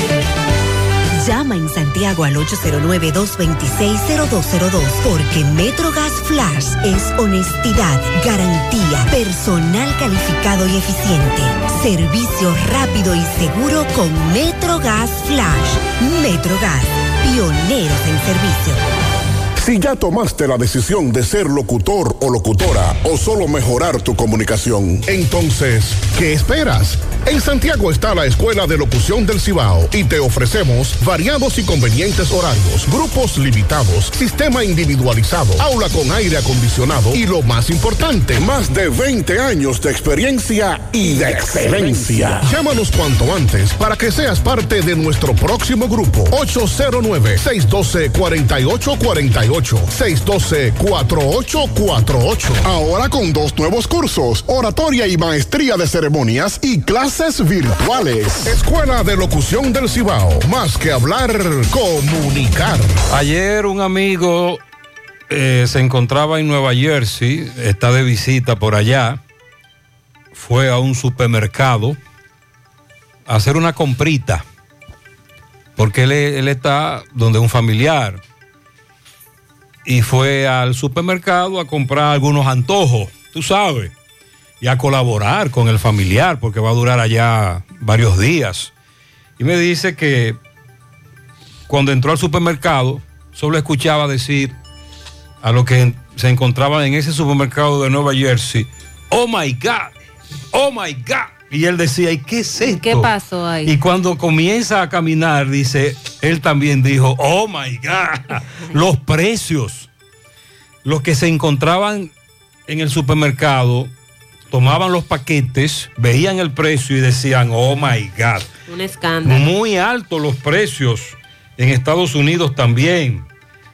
Llama en Santiago al ocho cero nueve, dos dos seis, cero dos cero dos, porque Metrogas Flash es honestidad, garantía, personal calificado y eficiente, servicio rápido y seguro con Metrogas Flash. Metrogas, pioneros en servicio. Si ya tomaste la decisión de ser locutor o locutora o solo mejorar tu comunicación, entonces, ¿qué esperas? En Santiago está la Escuela de Locución del Cibao y te ofrecemos variados y convenientes horarios, grupos limitados, sistema individualizado, aula con aire acondicionado y lo más importante, más de veinte años de experiencia y de excelencia. Llámanos cuanto antes para que seas parte de nuestro próximo grupo. ocho cero nueve, seis uno dos, cuatro ocho cuatro ocho, seis uno dos, cuatro ocho cuatro ocho. Ahora con dos nuevos cursos, oratoria y maestría de ceremonias y clases virtuales. Escuela de Locución del Cibao. Más que hablar, comunicar. Ayer un amigo eh, se encontraba en Nueva Jersey, está de visita por allá, fue a un supermercado a hacer una comprita, porque él, él está donde un familiar, y fue al supermercado a comprar algunos antojos, tú sabes, y a colaborar con el familiar, porque va a durar allá varios días. Y me dice que cuando entró al supermercado, solo escuchaba decir a los que se encontraban en ese supermercado de Nueva Jersey, oh my God, oh my God. Y él decía, ¿y qué es esto? ¿Qué pasó ahí? Y cuando comienza a caminar, dice, él también dijo, oh my God, los precios. Los que se encontraban en el supermercado tomaban los paquetes, veían el precio y decían, oh my God. Un escándalo. Muy altos los precios en Estados Unidos también.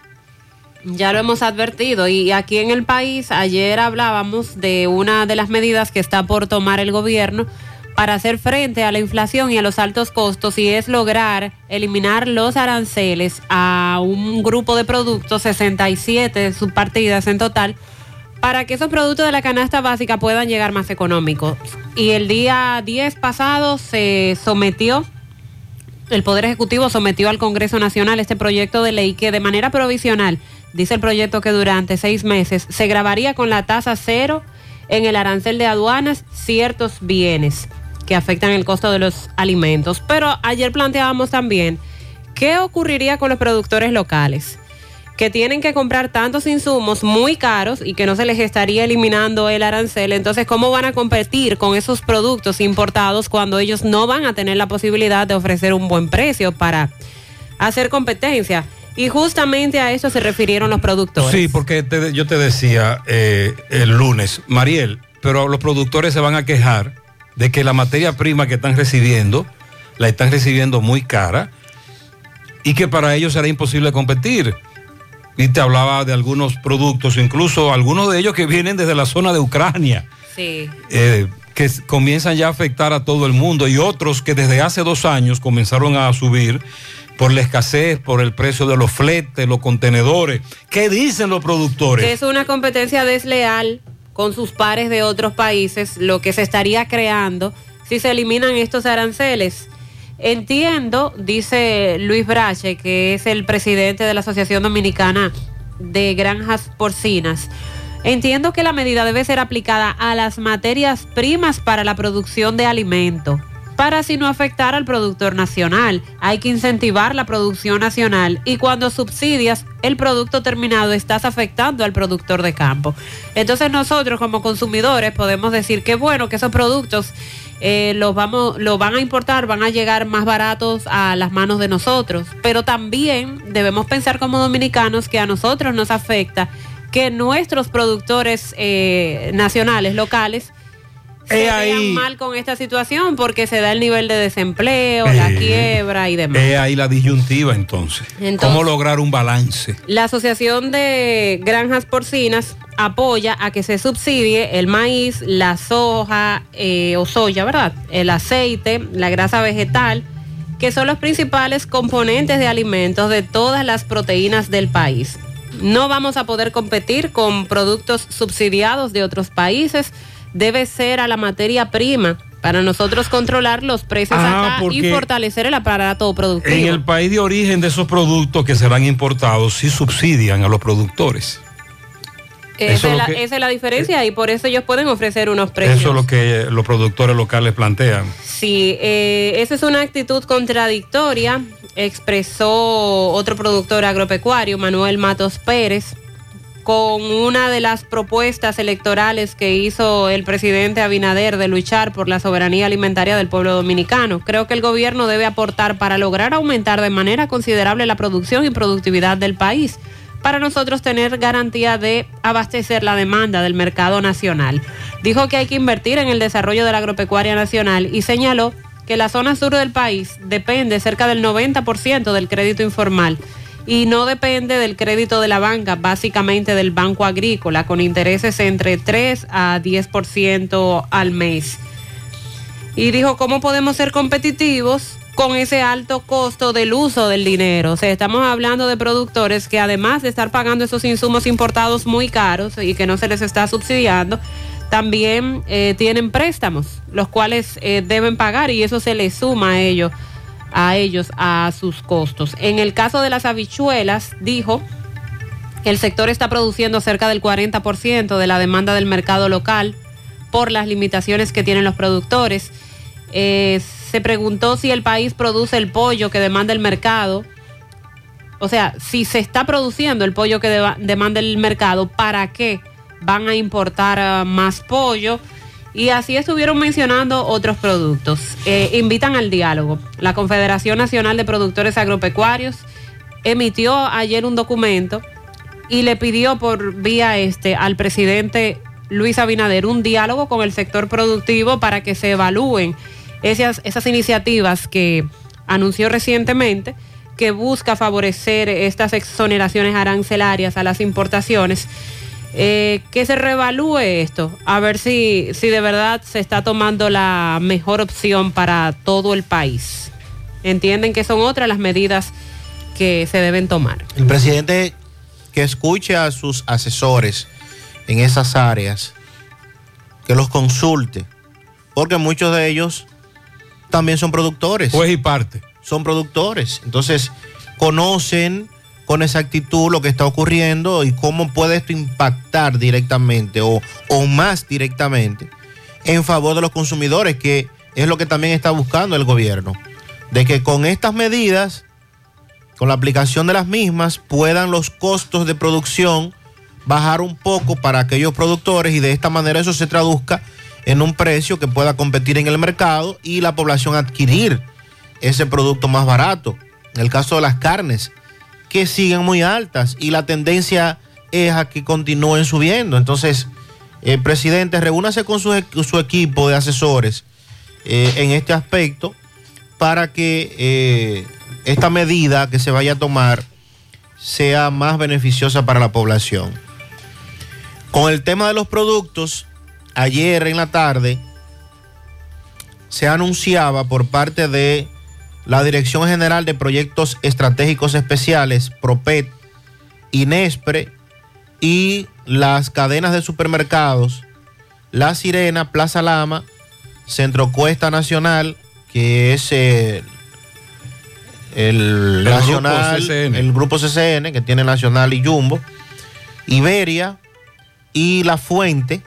Ya lo hemos advertido y aquí en el país ayer hablábamos de una de las medidas que está por tomar el gobierno para hacer frente a la inflación y a los altos costos, y es lograr eliminar los aranceles a un grupo de productos, sesenta y siete subpartidas en total, para que esos productos de la canasta básica puedan llegar más económicos. Y el día diez pasado se sometió, el Poder Ejecutivo sometió al Congreso Nacional este proyecto de ley que de manera provisional, dice el proyecto que durante seis meses se gravaría con la tasa cero en el arancel de aduanas ciertos bienes que afectan el costo de los alimentos. Pero ayer planteábamos también, ¿qué ocurriría con los productores locales que tienen que comprar tantos insumos muy caros y que no se les estaría eliminando el arancel? Entonces, ¿cómo van a competir con esos productos importados cuando ellos no van a tener la posibilidad de ofrecer un buen precio para hacer competencia? Y justamente a eso se refirieron los productores. Sí, porque te, yo te decía eh, el lunes, Mariel, pero los productores se van a quejar de que la materia prima que están recibiendo, la están recibiendo muy cara y que para ellos será imposible competir. Y te hablaba de algunos productos, incluso algunos de ellos que vienen desde la zona de Ucrania, sí. eh, que comienzan ya a afectar a todo el mundo, y otros que desde hace dos años comenzaron a subir por la escasez, por el precio de los fletes, los contenedores. ¿Qué dicen los productores? Que es una competencia desleal con sus pares de otros países, lo que se estaría creando si se eliminan estos aranceles. Entiendo, dice Luis Brache, que es el presidente de la Asociación Dominicana de Granjas Porcinas, entiendo que la medida debe ser aplicada a las materias primas para la producción de alimento, para así no afectar al productor nacional. Hay que incentivar la producción nacional, y cuando subsidias el producto terminado estás afectando al productor de campo. Entonces nosotros como consumidores podemos decir que bueno, que esos productos eh, los vamos, los van a importar, van a llegar más baratos a las manos de nosotros, pero también debemos pensar como dominicanos que a nosotros nos afecta que nuestros productores eh, nacionales, locales, se vean mal con esta situación porque se da el nivel de desempleo, eh, la quiebra y demás. Es ahí la disyuntiva entonces. entonces. ¿Cómo lograr un balance? La Asociación de Granjas Porcinas apoya a que se subsidie el maíz, la soja eh, o soya, ¿verdad? El aceite, la grasa vegetal, que son los principales componentes de alimentos de todas las proteínas del país. No vamos a poder competir con productos subsidiados de otros países. Debe ser a la materia prima para nosotros controlar los precios ah, acá y fortalecer el aparato productivo. En el país de origen de esos productos que serán importados, sí subsidian a los productores. Esa es, la, que, esa es la diferencia, y por eso ellos pueden ofrecer unos precios. Eso es lo que los productores locales plantean. Sí, eh, esa es una actitud contradictoria, expresó otro productor agropecuario, Manuel Matos Pérez, con una de las propuestas electorales que hizo el presidente Abinader de luchar por la soberanía alimentaria del pueblo dominicano. Creo que el gobierno debe aportar para lograr aumentar de manera considerable la producción y productividad del país, para nosotros tener garantía de abastecer la demanda del mercado nacional. Dijo que hay que invertir en el desarrollo de la agropecuaria nacional y señaló que la zona sur del país depende cerca del noventa por ciento del crédito informal y no depende del crédito de la banca, básicamente del Banco Agrícola, con intereses entre tres a diez por ciento al mes. Y dijo, ¿cómo podemos ser competitivos con ese alto costo del uso del dinero? O sea, estamos hablando de productores que además de estar pagando esos insumos importados muy caros y que no se les está subsidiando, también eh, tienen préstamos, los cuales eh, deben pagar, y eso se les suma a ellos. a ellos, a sus costos. En el caso de las habichuelas, dijo, el sector está produciendo cerca del cuarenta por ciento de la demanda del mercado local por las limitaciones que tienen los productores. Eh, se preguntó si el país produce el pollo que demanda el mercado O sea, si se está produciendo el pollo que deba, demanda el mercado, ¿para qué van a importar uh, más pollo? Y así estuvieron mencionando otros productos. Eh, invitan al diálogo. La Confederación Nacional de Productores Agropecuarios emitió ayer un documento y le pidió por vía este al presidente Luis Abinader un diálogo con el sector productivo para que se evalúen esas, esas iniciativas que anunció recientemente, que busca favorecer estas exoneraciones arancelarias a las importaciones. Eh, que se reevalúe esto, a ver si, si de verdad se está tomando la mejor opción para todo el país. Entienden que son otras las medidas que se deben tomar. El presidente que escuche a sus asesores en esas áreas, que los consulte, porque muchos de ellos también son productores. Pues y parte. Son productores, entonces conocen con exactitud lo que está ocurriendo y cómo puede esto impactar directamente o, o más directamente en favor de los consumidores, que es lo que también está buscando el gobierno, de que con estas medidas, con la aplicación de las mismas, puedan los costos de producción bajar un poco para aquellos productores y de esta manera eso se traduzca en un precio que pueda competir en el mercado y la población adquirir ese producto más barato. En el caso de las carnes, que siguen muy altas y la tendencia es a que continúen subiendo. Entonces, eh, presidente, reúnase con su, su equipo de asesores eh, en este aspecto para que eh, esta medida que se vaya a tomar sea más beneficiosa para la población. Con el tema de los productos, ayer en la tarde se anunciaba por parte de la Dirección General de Proyectos Estratégicos Especiales, PROPET, INESPRE y las cadenas de supermercados La Sirena, Plaza Lama, Centro Cuesta Nacional, que es eh, el, el Nacional, grupo C C N. El grupo C C N, que tiene Nacional y Jumbo, Iberia y La Fuente,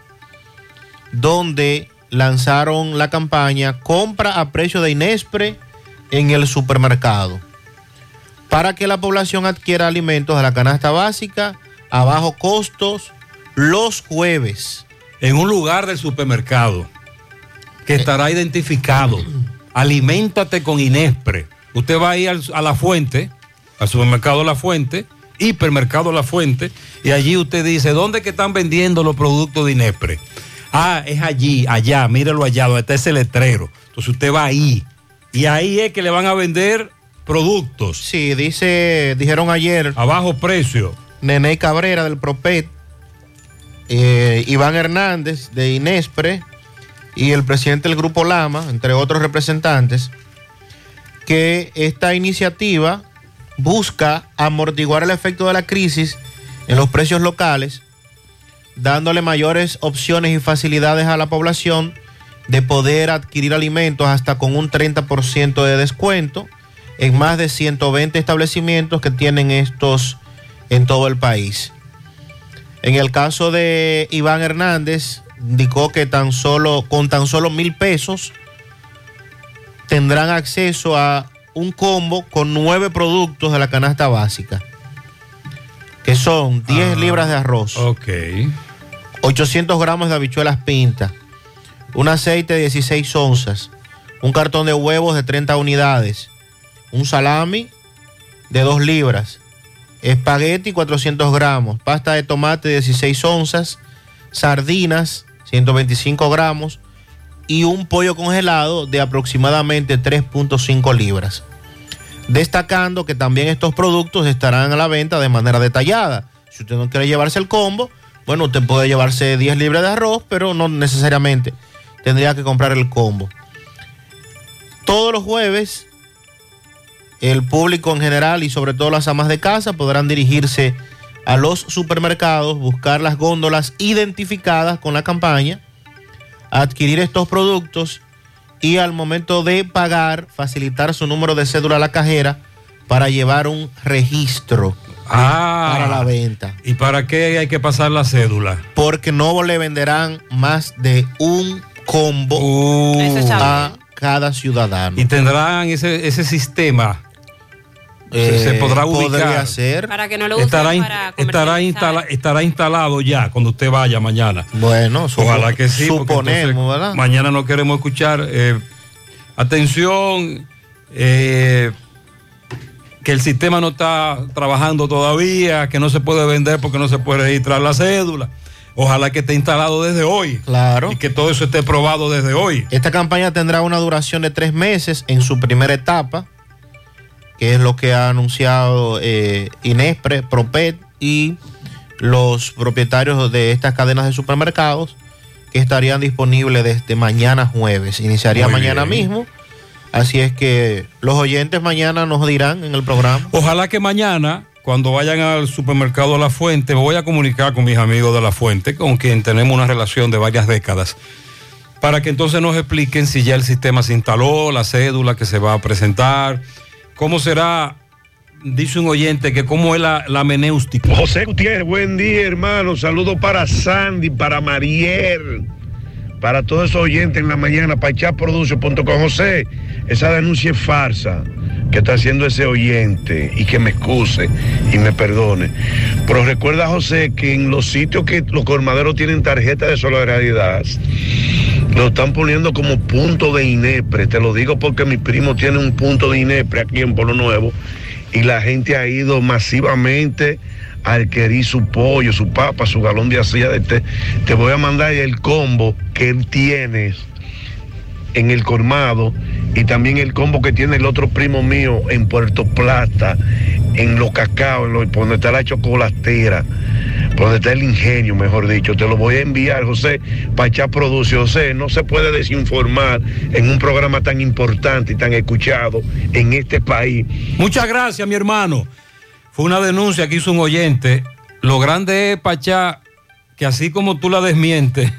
donde lanzaron la campaña Compra a precio de INESPRE en el supermercado, para que la población adquiera alimentos de la canasta básica a bajo costos los jueves. En un lugar del supermercado que estará identificado. Aliméntate con INESPRE. Usted va a ir al, a La Fuente, al supermercado La Fuente, hipermercado La Fuente, y allí usted dice, ¿dónde que están vendiendo los productos de INESPRE? Ah, es allí, allá, mírelo allá, donde está ese letrero. Entonces usted va ahí. Y ahí es que le van a vender productos. Sí, dice, dijeron ayer. A bajo precio. Nene Cabrera del PROPET, eh, Iván Hernández de INESPRE y el presidente del Grupo Lama, entre otros representantes, que esta iniciativa busca amortiguar el efecto de la crisis en los precios locales, dándole mayores opciones y facilidades a la población de poder adquirir alimentos hasta con un treinta por ciento de descuento en más de ciento veinte establecimientos que tienen estos en todo el país. En el caso de Iván Hernández, indicó que tan solo, con tan solo mil pesos tendrán acceso a un combo con nueve productos de la canasta básica, que son diez ah, libras de arroz, okay, ochocientos gramos de habichuelas pintas, un aceite de dieciséis onzas, un cartón de huevos de treinta unidades, un salami de dos libras, espagueti cuatrocientos gramos, pasta de tomate de dieciséis onzas, sardinas ciento veinticinco gramos y un pollo congelado de aproximadamente tres punto cinco libras. Destacando que también estos productos estarán a la venta de manera detallada. Si usted no quiere llevarse el combo, bueno, usted puede llevarse diez libras de arroz, pero no necesariamente tendría que comprar el combo. Todos los jueves, el público en general y sobre todo las amas de casa podrán dirigirse a los supermercados, buscar las góndolas identificadas con la campaña, adquirir estos productos y al momento de pagar, facilitar su número de cédula a la cajera para llevar un registro ah, para la venta. ¿Y para qué hay que pasar la cédula? Porque no le venderán más de un combo uh, a cada ciudadano. Y tendrán ese, ese sistema se, se podrá ubicar. Podría ser. Para que no lo usen estará, in- para estará, instala- estará instalado ya cuando usted vaya mañana. Bueno, ojalá que sí. porque suponemos, entonces ¿verdad? Mañana no queremos escuchar. eh, atención, eh, que el sistema no está trabajando todavía, que no se puede vender porque no se puede registrar la cédula. Ojalá que esté instalado desde hoy. Claro. Y que todo eso esté probado desde hoy. Esta campaña tendrá una duración de tres meses en su primera etapa, que es lo que ha anunciado eh, Inespre, Propet y los propietarios de estas cadenas de supermercados, que estarían disponibles desde mañana jueves. Iniciaría Muy mañana bien. mismo. Así es que los oyentes mañana nos dirán en el programa. Ojalá que mañana, cuando vayan al supermercado La Fuente, me voy a comunicar con mis amigos de La Fuente, con quien tenemos una relación de varias décadas, para que entonces nos expliquen si ya el sistema se instaló, la cédula que se va a presentar, cómo será, dice un oyente, que cómo es la, la menéustica. José Gutiérrez, buen día, hermano. Saludos para Sandy, para Mariel, para todos esos oyentes en la mañana, para echarproduce punto com. José, esa denuncia es farsa que está haciendo ese oyente, y que me excuse y me perdone. Pero recuerda, José, que en los sitios que los colmaderos tienen tarjeta de solidaridad, lo están poniendo como punto de Inepre. Te lo digo porque mi primo tiene un punto de Inepre aquí en Polo Nuevo, y la gente ha ido masivamente a adquirir su pollo, su papa, su galón de acilla de té. Te voy a mandar el combo que él tiene en el colmado, y también el combo que tiene el otro primo mío en Puerto Plata, en los cacao, en lo, por donde está la chocolatera, por donde está el ingenio, mejor dicho. Te lo voy a enviar, José, para echar produce. José, no se puede desinformar en un programa tan importante y tan escuchado en este país. Muchas gracias, mi hermano. Fue una denuncia que hizo un oyente. Lo grande es, Pachá, que así como tú la desmientes,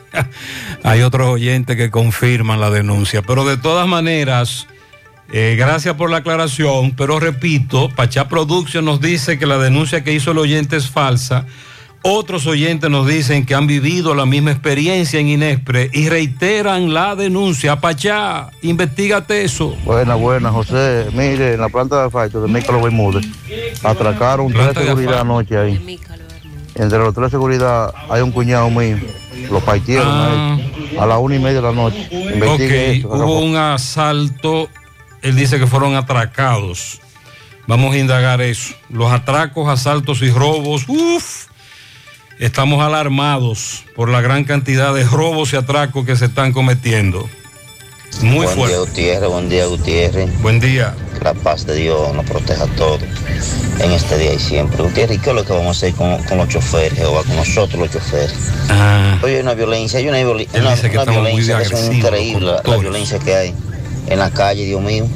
hay otros oyentes que confirman la denuncia. Pero de todas maneras, eh, gracias por la aclaración. Pero repito, Pachá Production nos dice que la denuncia que hizo el oyente es falsa. Otros oyentes nos dicen que han vivido la misma experiencia en Inespre y reiteran la denuncia. Pachá, investigate eso. Buena, buena, José. Mire, en la planta de asfalto de Mícalo Bermúdez atracaron tres Planta de seguridad asfalto. anoche ahí. Entre los tres seguridad hay un cuñado mío. Lo partieron Ah. ahí a las una y media de la noche. Investigue Ok, eso. hubo un asalto, él dice que fueron atracados. Vamos a indagar eso. Los atracos, asaltos y robos, uff, estamos alarmados por la gran cantidad de robos y atracos que se están cometiendo. Muy buen fuerte. día, Gutiérrez, buen día, Gutiérrez. Buen día. Que la paz de Dios nos proteja a todos en este día y siempre. Gutiérrez, ¿y qué es lo que vamos a hacer con, con los choferes, Jehová, con nosotros los choferes? Ah. Oye, hay una violencia, hay una, viol- Él una, dice que una estamos muy violencia que es agresivos, increíble, la, la violencia que hay en la calle, Dios mío.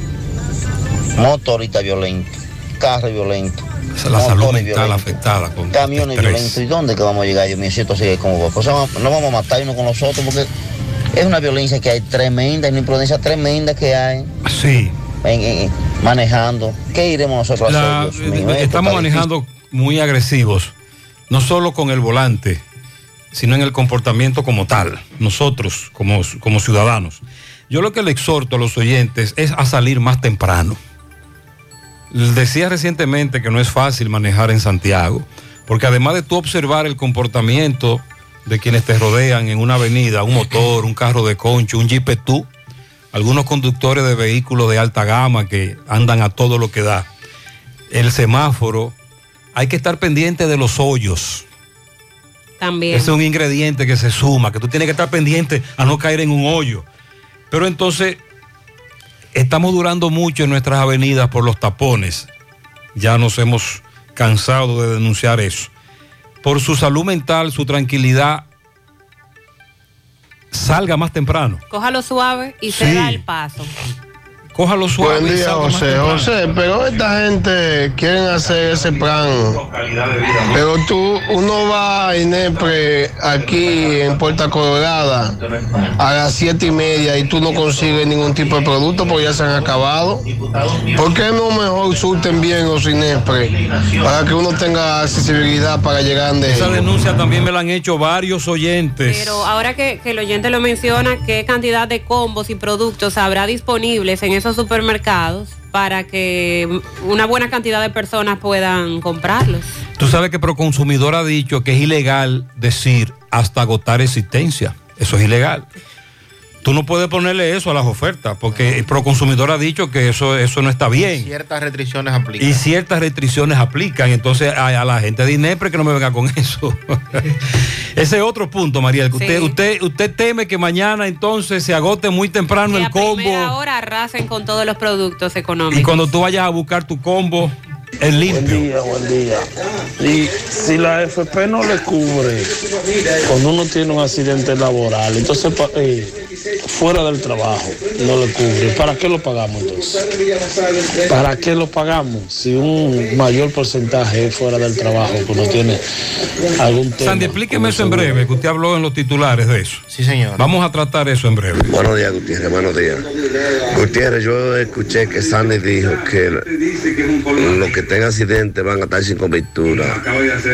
Motorista violento, carro violento. Esa es la salud motores mental violentos, afectada con camiones estrés. violentos. ¿Y dónde que vamos a llegar, Dios mío, si esto sigue como va? Pues vamos- no vamos a matar uno con los otros porque es una violencia que hay tremenda, es una imprudencia tremenda que hay. Sí. En, en- en- manejando. ¿Qué iremos nosotros a La- hacer, Dios mío? Esto estamos está manejando muy agresivos, no solo con el volante, sino en el comportamiento como tal, nosotros como, como ciudadanos. Yo lo que le exhorto a los oyentes es a salir más temprano. Decía recientemente que no es fácil manejar en Santiago, porque además de tú observar el comportamiento de quienes te rodean en una avenida, un motor, un carro de concho, un jipetú, algunos conductores de vehículos de alta gama que andan a todo lo que da, el semáforo, hay que estar pendiente de los hoyos. También. Ese es un ingrediente que se suma, que tú tienes que estar pendiente a no caer en un hoyo. Pero entonces, estamos durando mucho en nuestras avenidas por los tapones. Ya nos hemos cansado de denunciar eso. Por su salud mental, su tranquilidad, salga más temprano. Cójalo suave y Sí. se da el paso. Cójalo suave. Buen y día, salga más José. temprano. José, pero esta gente quieren hacer ese plan. Pero tú, uno va a Inepre aquí en Puerta Colorada a las siete y media y tú no consigues ningún tipo de producto porque ya se han acabado. ¿Por qué no mejor surten bien los Inepre para que uno tenga accesibilidad para llegar de Esa ellos? denuncia también me la han hecho varios oyentes. Pero ahora que, que el oyente lo menciona, ¿qué cantidad de combos y productos habrá disponibles en esos supermercados? para que una buena cantidad de personas puedan comprarlos. Tú sabes que Proconsumidor ha dicho que es ilegal decir hasta agotar existencia. Eso es ilegal. Tú no puedes ponerle eso a las ofertas, porque el Proconsumidor ha dicho que eso, eso no está bien. Ciertas restricciones aplican. Y ciertas restricciones aplican. Entonces, a, a la gente de INEPRE que no me venga con eso. Ese es otro punto, María. Que usted, Sí. usted, usted teme que mañana entonces se agote muy temprano Que el a combo. primera hora arrasen con todos los productos económicos. Y cuando tú vayas a buscar tu combo, es limpio. Buen día, buen día. Y si la F P no le cubre cuando uno tiene un accidente laboral, entonces pa- eh, fuera del trabajo no le cubre, ¿para qué lo pagamos entonces? ¿Para qué lo pagamos si un mayor porcentaje es fuera del trabajo que uno tiene algún tema? Sandy, explíqueme eso en breve, que usted habló en los titulares de eso. Sí, señor. Vamos a tratar eso en breve. Buenos días, Gutiérrez, buenos días. Gutiérrez, yo escuché que Sandy dijo que los que tengan accidente van a estar sin cobertura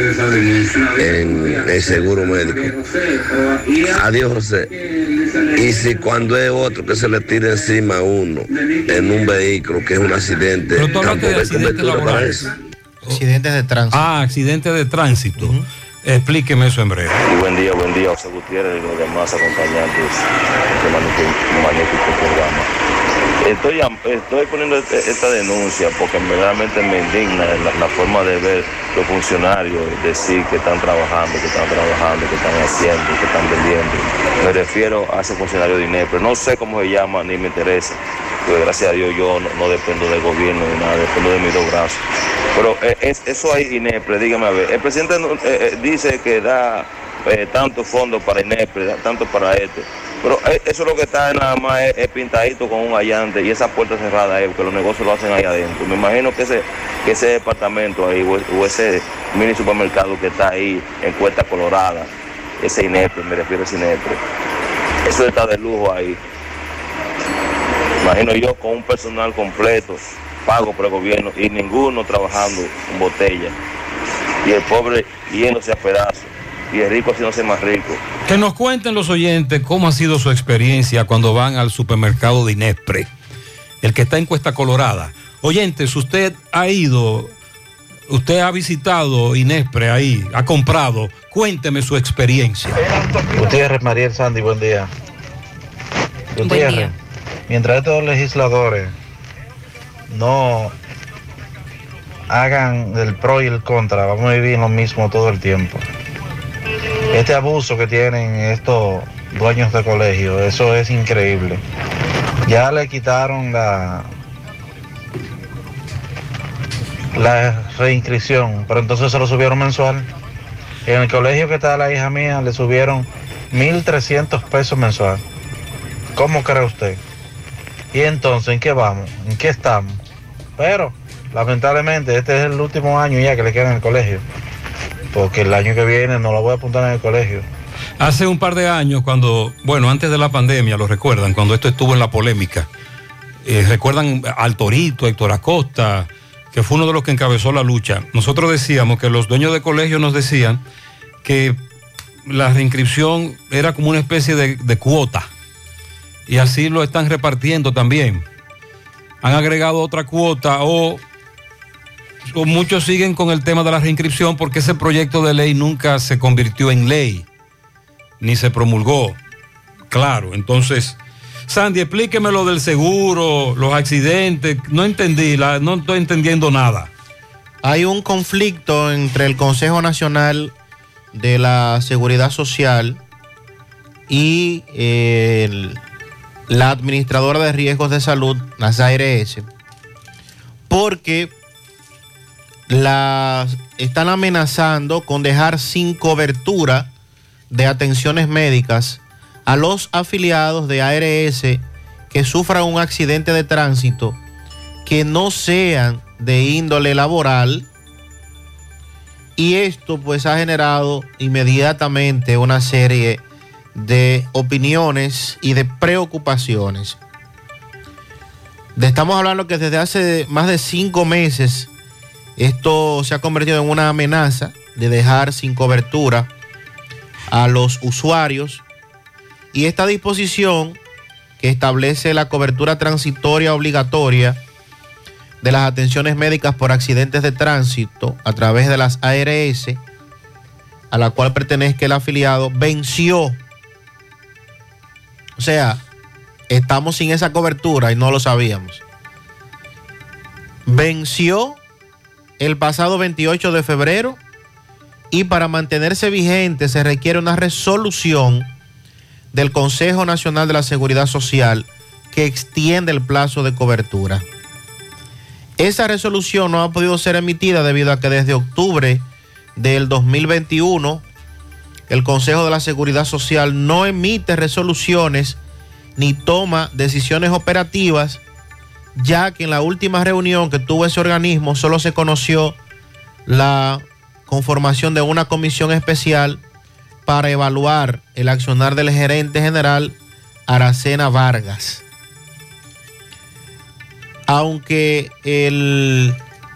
en el seguro médico. Adiós, José. Y si cuando es otro que se le tire encima a uno en un vehículo que es un accidente, Pero tú hablaste de tampoco hay accidentes cobertura para laborales. eso. Accidentes de tránsito. Ah, accidentes de tránsito. Explíqueme eso en breve. Y buen día, buen día, José Gutiérrez y los demás acompañantes de magnífico, magnífico programa. Estoy, am- estoy poniendo este- esta denuncia porque verdaderamente me indigna la, la forma de ver los funcionarios decir que están trabajando, que están trabajando, que están haciendo, que están vendiendo. Me refiero a ese funcionario de INEPRE. No sé cómo se llama ni me interesa, porque gracias a Dios yo no, no dependo del gobierno ni nada, dependo de mis dos brazos. Pero eh, es, eso hay INEPRE, dígame a ver. El presidente no- eh, eh, dice que da eh, tanto fondo para INEPRE, da tanto para este. Pero eh, eso es lo que está nada más es, es pintadito con un allante y esa puerta cerrada ahí, porque los negocios lo hacen ahí adentro. Me imagino que ese, que ese departamento ahí o, o ese mini supermercado que está ahí en Cuesta Colorada, ese INEPRE, me refiero a ese INEPRE. Eso está de lujo ahí. Imagino yo con un personal completo, pago por el gobierno y ninguno trabajando en botella. Y el pobre yéndose a pedazos y el rico haciéndose más rico. Que nos cuenten los oyentes cómo ha sido su experiencia cuando van al supermercado de INEPRE, el que está en Cuesta Colorada. Oyentes, usted ha ido, usted ha visitado INEPRE ahí, ha comprado, cuénteme su experiencia. Gutiérrez, Mariel, Sandy, buen día. Gutiérrez, día. mientras estos legisladores no hagan el pro y el contra, vamos a vivir lo mismo todo el tiempo. Este abuso que tienen estos dueños de colegio, eso es increíble. Ya le quitaron la la reinscripción, pero entonces se lo subieron mensual. En el colegio que está la hija mía le subieron mil trescientos pesos mensual. ¿Cómo cree usted? Y entonces, ¿en qué vamos? ¿En qué estamos? Pero, lamentablemente, este es el último año ya que le queda en el colegio. Porque el año que viene no lo voy a apuntar en el colegio. Hace un par de años, cuando, bueno, antes de la pandemia, lo recuerdan, cuando esto estuvo en la polémica, eh, recuerdan al Torito, Héctor Acosta, que fue uno de los que encabezó la lucha. Nosotros decíamos que los dueños de colegio nos decían que la reinscripción era como una especie de, de cuota, y así lo están repartiendo también. Han agregado otra cuota o... o muchos siguen con el tema de la reinscripción porque ese proyecto de ley nunca se convirtió en ley, ni se promulgó. Claro, entonces, Sandy, explíqueme lo del seguro, los accidentes. No entendí, la, no estoy entendiendo nada. Hay un conflicto entre el Consejo Nacional de la Seguridad Social y eh, el- la Administradora de Riesgos de Salud, las A R S, porque las están amenazando con dejar sin cobertura de atenciones médicas a los afiliados de A R S que sufran un accidente de tránsito que no sean de índole laboral, y esto pues ha generado inmediatamente una serie de opiniones y de preocupaciones. De- Estamos hablando que desde hace más de cinco meses esto se ha convertido en una amenaza de dejar sin cobertura a los usuarios, y esta disposición que establece la cobertura transitoria obligatoria de las atenciones médicas por accidentes de tránsito a través de las A R S, a la cual pertenezca el afiliado, venció. O sea, estamos sin esa cobertura y no lo sabíamos. Venció el pasado veintiocho de febrero y para mantenerse vigente se requiere una resolución del Consejo Nacional de la Seguridad Social que extiende el plazo de cobertura. Esa resolución no ha podido ser emitida debido a que desde octubre del dos mil veintiuno el Consejo de la Seguridad Social no emite resoluciones ni toma decisiones operativas, ya que en la última reunión que tuvo ese organismo solo se conoció la conformación de una comisión especial para evaluar el accionar del gerente general Aracena Vargas. Aunque el,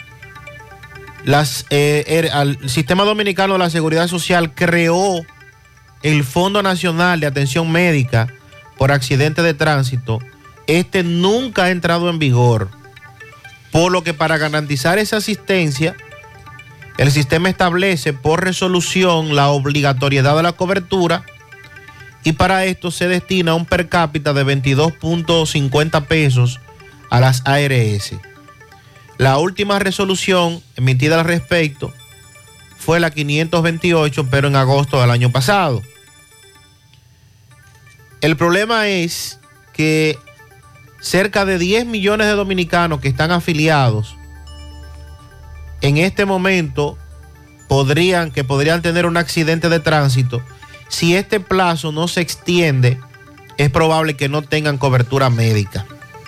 las, eh, el, el Sistema Dominicano de la Seguridad Social creó el Fondo Nacional de Atención Médica por Accidente de Tránsito, este nunca ha entrado en vigor, por lo que para garantizar esa asistencia, el sistema establece por resolución la obligatoriedad de la cobertura y para esto se destina un per cápita de veintidós punto cincuenta pesos a las A R S. La última resolución emitida al respecto fue la quinientos veintiocho, pero en agosto del año pasado. El problema es que cerca de diez millones de dominicanos que están afiliados en este momento podrían, que podrían tener un accidente de tránsito. Si este plazo no se extiende, es probable que no tengan cobertura médica.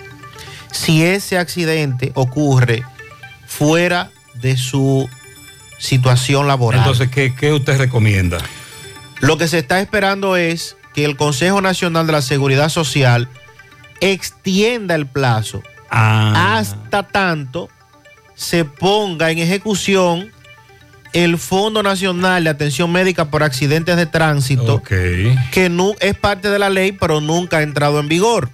Si ese accidente ocurre fuera de su situación laboral. Entonces, ¿qué, qué usted recomienda? Lo que se está esperando es que el Consejo Nacional de la Seguridad Social extienda el plazo ah. hasta tanto se ponga en ejecución el Fondo Nacional de Atención Médica por Accidentes de Tránsito, okay. que no, es parte de la ley, pero nunca ha entrado en vigor.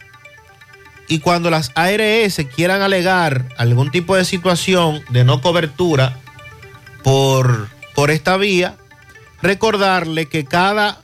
Y cuando las A R S quieran alegar algún tipo de situación de no cobertura por, por esta vía, recordarle que cada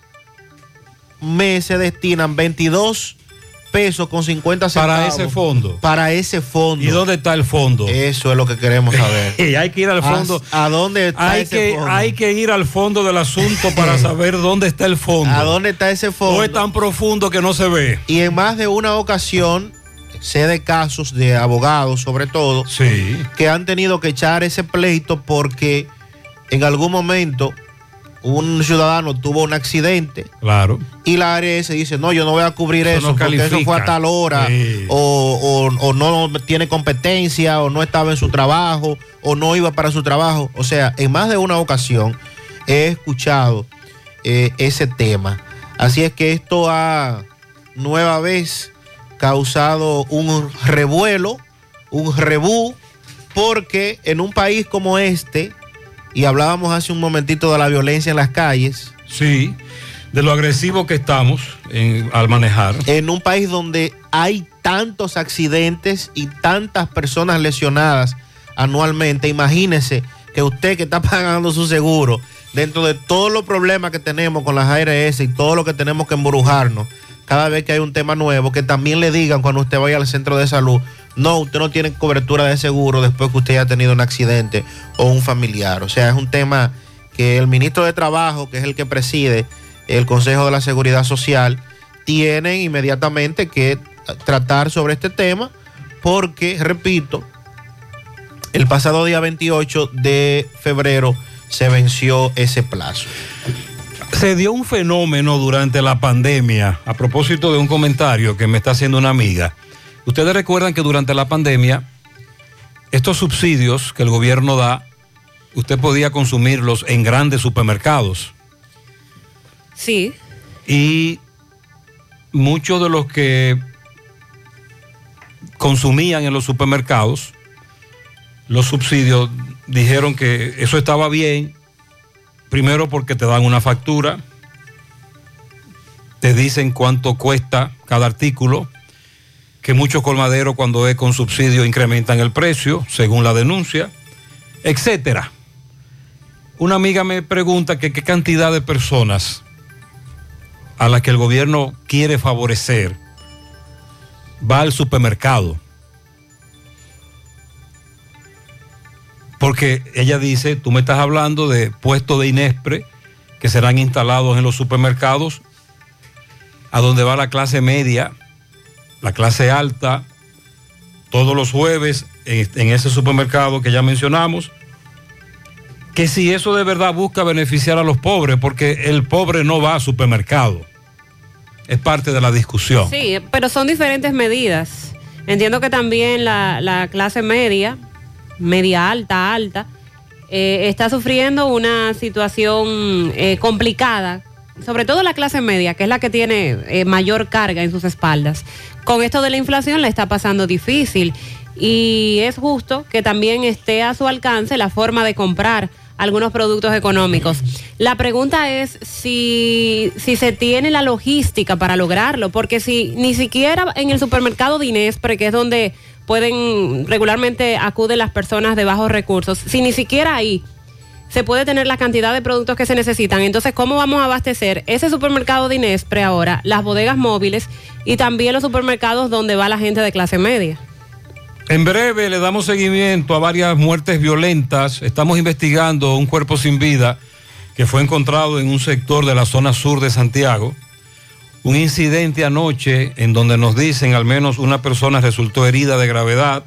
mes se destinan veintidós pesos con cincuenta centavos. Para ese fondo. Para ese fondo. ¿Y dónde está el fondo? Eso es lo que queremos saber. Y hay que ir al fondo. ¿A, a dónde está hay ese que, fondo? Hay que ir al fondo del asunto para saber dónde está el fondo. ¿A dónde está ese fondo? O es tan profundo que no se ve. Y en más de una ocasión, sé de casos de abogados, sobre todo, sí. que han tenido que echar ese pleito porque en algún momento un ciudadano tuvo un accidente. Claro. Y la A R S dice, no, yo no voy a cubrir eso, eso no porque califica. eso fue a tal hora, sí. o, o, o no tiene competencia, o no estaba en su trabajo, o no iba para su trabajo. O sea, en más de una ocasión he escuchado eh, ese tema. Así es que esto ha nueva vez causado un revuelo, un rebú, porque en un país como este, y hablábamos hace un momentito de la violencia en las calles. Sí, de lo agresivo que estamos en, al manejar. En un país donde hay tantos accidentes y tantas personas lesionadas anualmente, imagínese que usted que está pagando su seguro, dentro de todos los problemas que tenemos con las A R S y todo lo que tenemos que embrujarnos, cada vez que hay un tema nuevo, que también le digan cuando usted vaya al centro de salud, no, usted no tiene cobertura de seguro después que usted haya tenido un accidente o un familiar. O sea, es un tema que el ministro de Trabajo, que es el que preside el Consejo de la Seguridad Social, tiene inmediatamente que tratar sobre este tema porque, repito, el pasado día veintiocho de febrero se venció ese plazo. Se dio un fenómeno durante la pandemia, a propósito de un comentario que me está haciendo una amiga. Ustedes recuerdan que durante la pandemia, estos subsidios que el gobierno da, usted podía consumirlos en grandes supermercados. Sí. Y muchos de los que consumían en los supermercados, los subsidios, dijeron que eso estaba bien. Primero porque te dan una factura, te dicen cuánto cuesta cada artículo, que que muchos colmaderos cuando es con subsidio incrementan el precio, según la denuncia, etcétera. Una amiga me pregunta que qué cantidad de personas a las que el gobierno quiere favorecer va al supermercado. Porque ella dice, tú me estás hablando de puestos de Inespre que serán instalados en los supermercados, a donde va la clase media, la clase alta, todos los jueves en, en ese supermercado que ya mencionamos, que si eso de verdad busca beneficiar a los pobres, porque el pobre no va al supermercado. Es parte de la discusión. Sí, pero son diferentes medidas. Entiendo que también la, la clase media, media alta, alta, eh, está sufriendo una situación eh, complicada, sobre todo la clase media, que es la que tiene eh, mayor carga en sus espaldas. Con esto de la inflación le está pasando difícil y es justo que también esté a su alcance la forma de comprar algunos productos económicos. La pregunta es si, si se tiene la logística para lograrlo, porque si ni siquiera en el supermercado de Inespre, que es donde pueden regularmente acuden las personas de bajos recursos, si ni siquiera ahí se puede tener la cantidad de productos que se necesitan, entonces ¿cómo vamos a abastecer ese supermercado de Inespre ahora, las bodegas móviles y también los supermercados donde va la gente de clase media? En breve le damos seguimiento a varias muertes violentas. Estamos investigando un cuerpo sin vida que fue encontrado en un sector de la zona sur de Santiago. Un incidente anoche en donde nos dicen al menos una persona resultó herida de gravedad.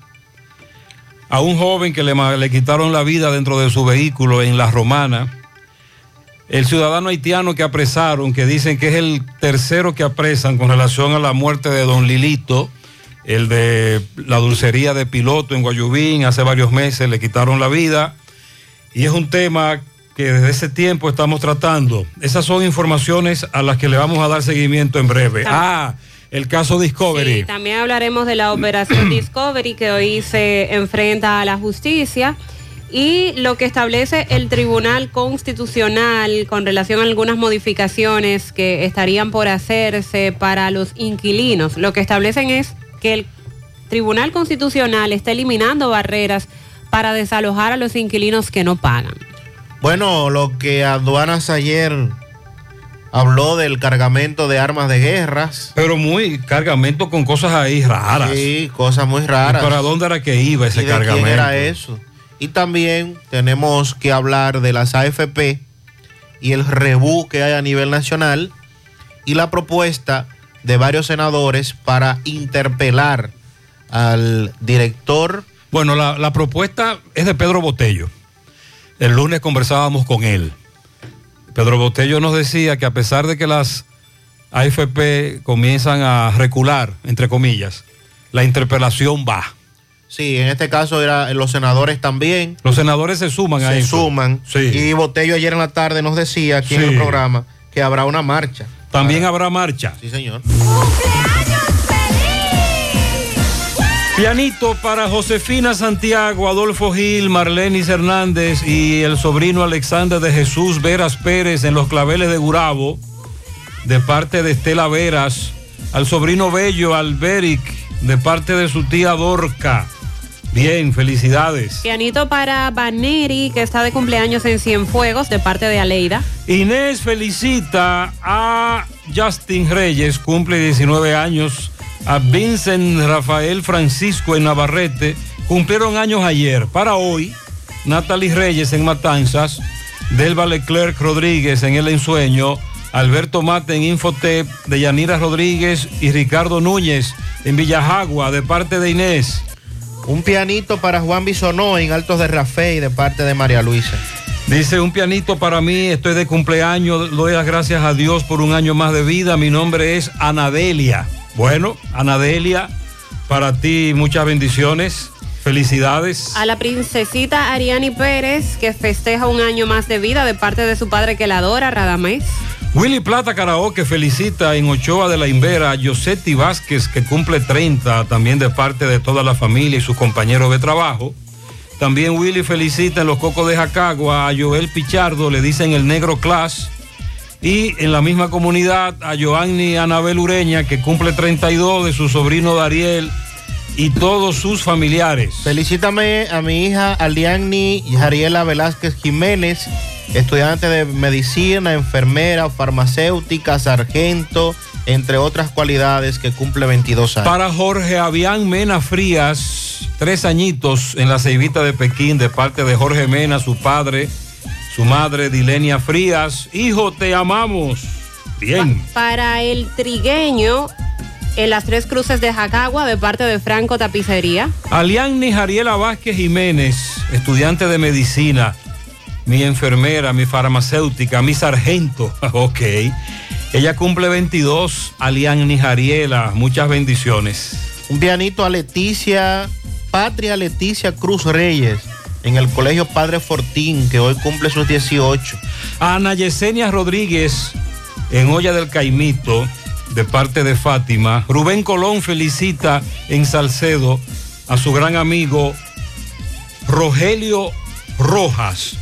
A un joven que le, le quitaron la vida dentro de su vehículo en La Romana. El ciudadano haitiano que apresaron, que dicen que es el tercero que apresan con relación a la muerte de don Lilito, el de la dulcería de Piloto en Guayubín, hace varios meses le quitaron la vida. Y es un tema que desde ese tiempo estamos tratando. Esas son informaciones a las que le vamos a dar seguimiento en breve. Ah, el caso Discovery. Sí, también hablaremos de la operación Discovery que hoy se enfrenta a la justicia y lo que establece el Tribunal Constitucional con relación a algunas modificaciones que estarían por hacerse para los inquilinos. Lo que establecen es que el Tribunal Constitucional está eliminando barreras para desalojar a los inquilinos que no pagan. Bueno, lo que Aduanas ayer habló del cargamento de armas de guerras. Pero muy cargamento con cosas ahí raras. Sí, cosas muy raras. ¿Y para dónde era que iba ese ¿Y de cargamento? quién era eso? Y también tenemos que hablar de las A F P y el rebú que hay a nivel nacional y la propuesta de varios senadores para interpelar al director. Bueno, la, la propuesta es de Pedro Botello. El lunes conversábamos con él. Pedro Botello nos decía que a pesar de que las A F P comienzan a recular, entre comillas, la interpelación va. Sí, en este caso era los senadores también. Los senadores se suman a se eso. Se suman. Sí. Y Botello ayer en la tarde nos decía aquí sí. en el programa que habrá una marcha. También para... habrá marcha. Sí, señor. Pianito para Josefina Santiago, Adolfo Gil, Marlenis Hernández y el sobrino Alexander de Jesús Veras Pérez en Los Claveles de Gurabo, de parte de Estela Veras, al sobrino Bello Alberic, de parte de su tía Dorca. Bien, felicidades. Pianito para Baneri, que está de cumpleaños en Cienfuegos, de parte de Aleida. Inés felicita a Justin Reyes, cumple diecinueve años. A Vincent Rafael Francisco en Navarrete, cumplieron años ayer. Para hoy, Natalie Reyes en Matanzas, Delva Leclerc Rodríguez en El Ensueño, Alberto Mate en Infotep, Deyanira Rodríguez y Ricardo Núñez en Villajagua, de parte de Inés. Un pianito para Juan Bisonó en Altos de Rafey, de parte de María Luisa. Dice, un pianito para mí, estoy de cumpleaños, doy las gracias a Dios por un año más de vida. Mi nombre es Anadelia. Bueno, Anadelia, para ti muchas bendiciones, felicidades. A la princesita Ariani Pérez, que festeja un año más de vida de parte de su padre que la adora, Radamés. Willy Plata Karaoke felicita en Ochoa de la Invera a Yosetti Vázquez, que cumple treinta, también de parte de toda la familia y sus compañeros de trabajo. También Willy felicita en Los Cocos de Jacagua a Joel Pichardo, le dicen el Negro Class. Y en la misma comunidad a Joanny Anabel Ureña, que cumple treinta y dos, de su sobrino Dariel y todos sus familiares. Felicítame a mi hija Aliani Jariela Velázquez Jiménez, estudiante de medicina, enfermera, farmacéutica, sargento, entre otras cualidades, que cumple veintidós años. Para Jorge Avián Mena Frías, tres añitos en la Ceibita de Pekín, de parte de Jorge Mena, su padre, su madre Dilenia Frías. Hijo, te amamos. Bien. Pa- para el trigueño, en las Tres Cruces de Jacagua, de parte de Franco Tapicería. Aliani Jariela Vázquez Jiménez, estudiante de medicina, mi enfermera, mi farmacéutica, mi sargento. Ok. Ella cumple veintidós, Aliani Jariela, muchas bendiciones. Un pianito a Leticia, Patria Leticia Cruz Reyes, en el Colegio Padre Fortín, que hoy cumple sus dieciocho. Ana Yesenia Rodríguez, en Olla del Caimito, de parte de Fátima. Rubén Colón felicita en Salcedo a su gran amigo Rogelio Rojas.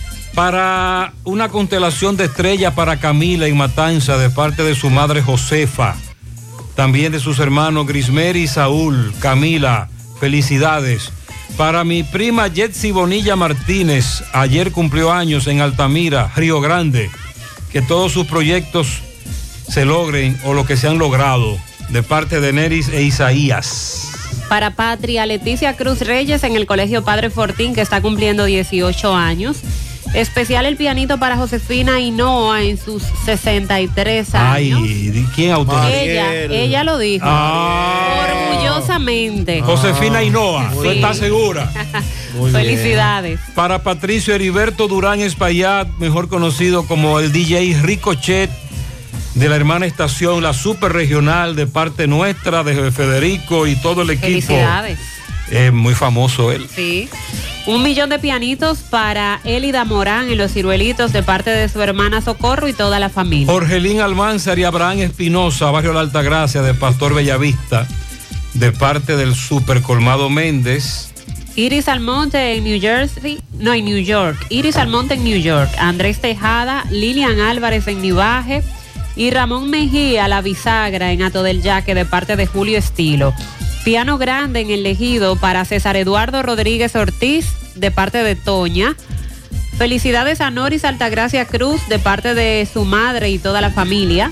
Para una constelación de estrellas para Camila en Matanza, de parte de su madre Josefa. También de sus hermanos Grismeri y Saúl. Camila, felicidades. Para mi prima Jetsi Bonilla Martínez, ayer cumplió años en Altamira, Río Grande. Que todos sus proyectos se logren o lo que se han logrado, de parte de Neris e Isaías. Para Patria Leticia Cruz Reyes, en el Colegio Padre Fortín, que está cumpliendo dieciocho años. Especial el pianito para Josefina Hinoa en sus sesenta y tres años. Ay, ¿quién autorizó? Ella, ella lo dijo. Ah. Orgullosamente. Josefina Hinoa, ¿tú Sí. estás segura? Muy Felicidades. Bien. Para Patricio Heriberto Durán Espaillat, mejor conocido como el D J Ricochet, de la hermana estación, la super regional, de parte nuestra, de Federico y todo el equipo. Felicidades. Eh, muy famoso él. Sí. Un millón de pianitos para Elida Morán en Los Ciruelitos, de parte de su hermana Socorro y toda la familia. Jorgelín Almanzar y Abraham Espinosa, barrio La Altagracia, de Pastor Bellavista, de parte del super Colmado Méndez. Iris Almonte en New Jersey, no, en New York. Iris Almonte en New York. Andrés Tejada, Lilian Álvarez en Nivaje y Ramón Mejía, la bisagra en Ato del Yaque, de parte de Julio Estilo. Piano grande en el Ejido para César Eduardo Rodríguez Ortiz, de parte de Toña. Felicidades a Noris Altagracia Cruz, de parte de su madre y toda la familia.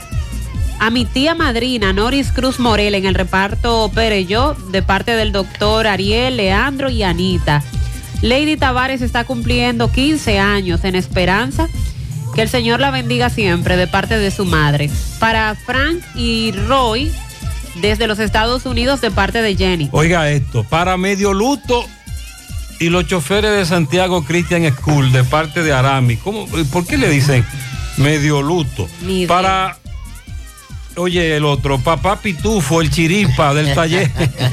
A mi tía madrina, Noris Cruz Morel, en el reparto Pereyó, de parte del doctor Ariel, Leandro y Anita. Lady Tavares está cumpliendo quince años en Esperanza. Que el Señor la bendiga siempre, de parte de su madre. Para Frank y Roy, desde los Estados Unidos, de parte de Jenny. Oiga esto, para Medio Luto y los choferes de Santiago Christian School, de parte de Arami. ¿Cómo, ¿Por qué le dicen Medio Luto? Ni Para, oye, el otro, Papá Pitufo, el chiripa del taller.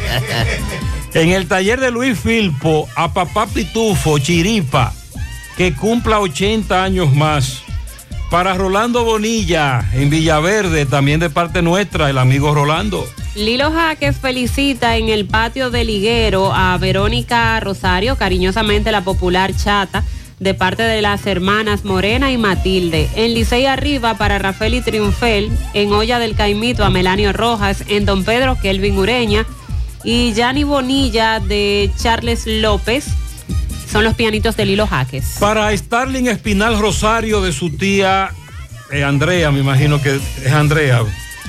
En el taller de Luis Filpo, a Papá Pitufo, chiripa, que cumpla ochenta años más. Para Rolando Bonilla, en Villaverde, también de parte nuestra, el amigo Rolando. Lilo Jaques felicita en el patio del Higuero a Verónica Rosario, cariñosamente la popular Chata, de parte de las hermanas Morena y Matilde. En Licey Arriba para Rafael y Triunfel, en Olla del Caimito a Melanio Rojas, en Don Pedro Kelvin Ureña y Yanni Bonilla de Charles López. Son los pianitos de Lilo Jaques. Para Starling Espinal Rosario, de su tía eh, Andrea, me imagino que es Andrea.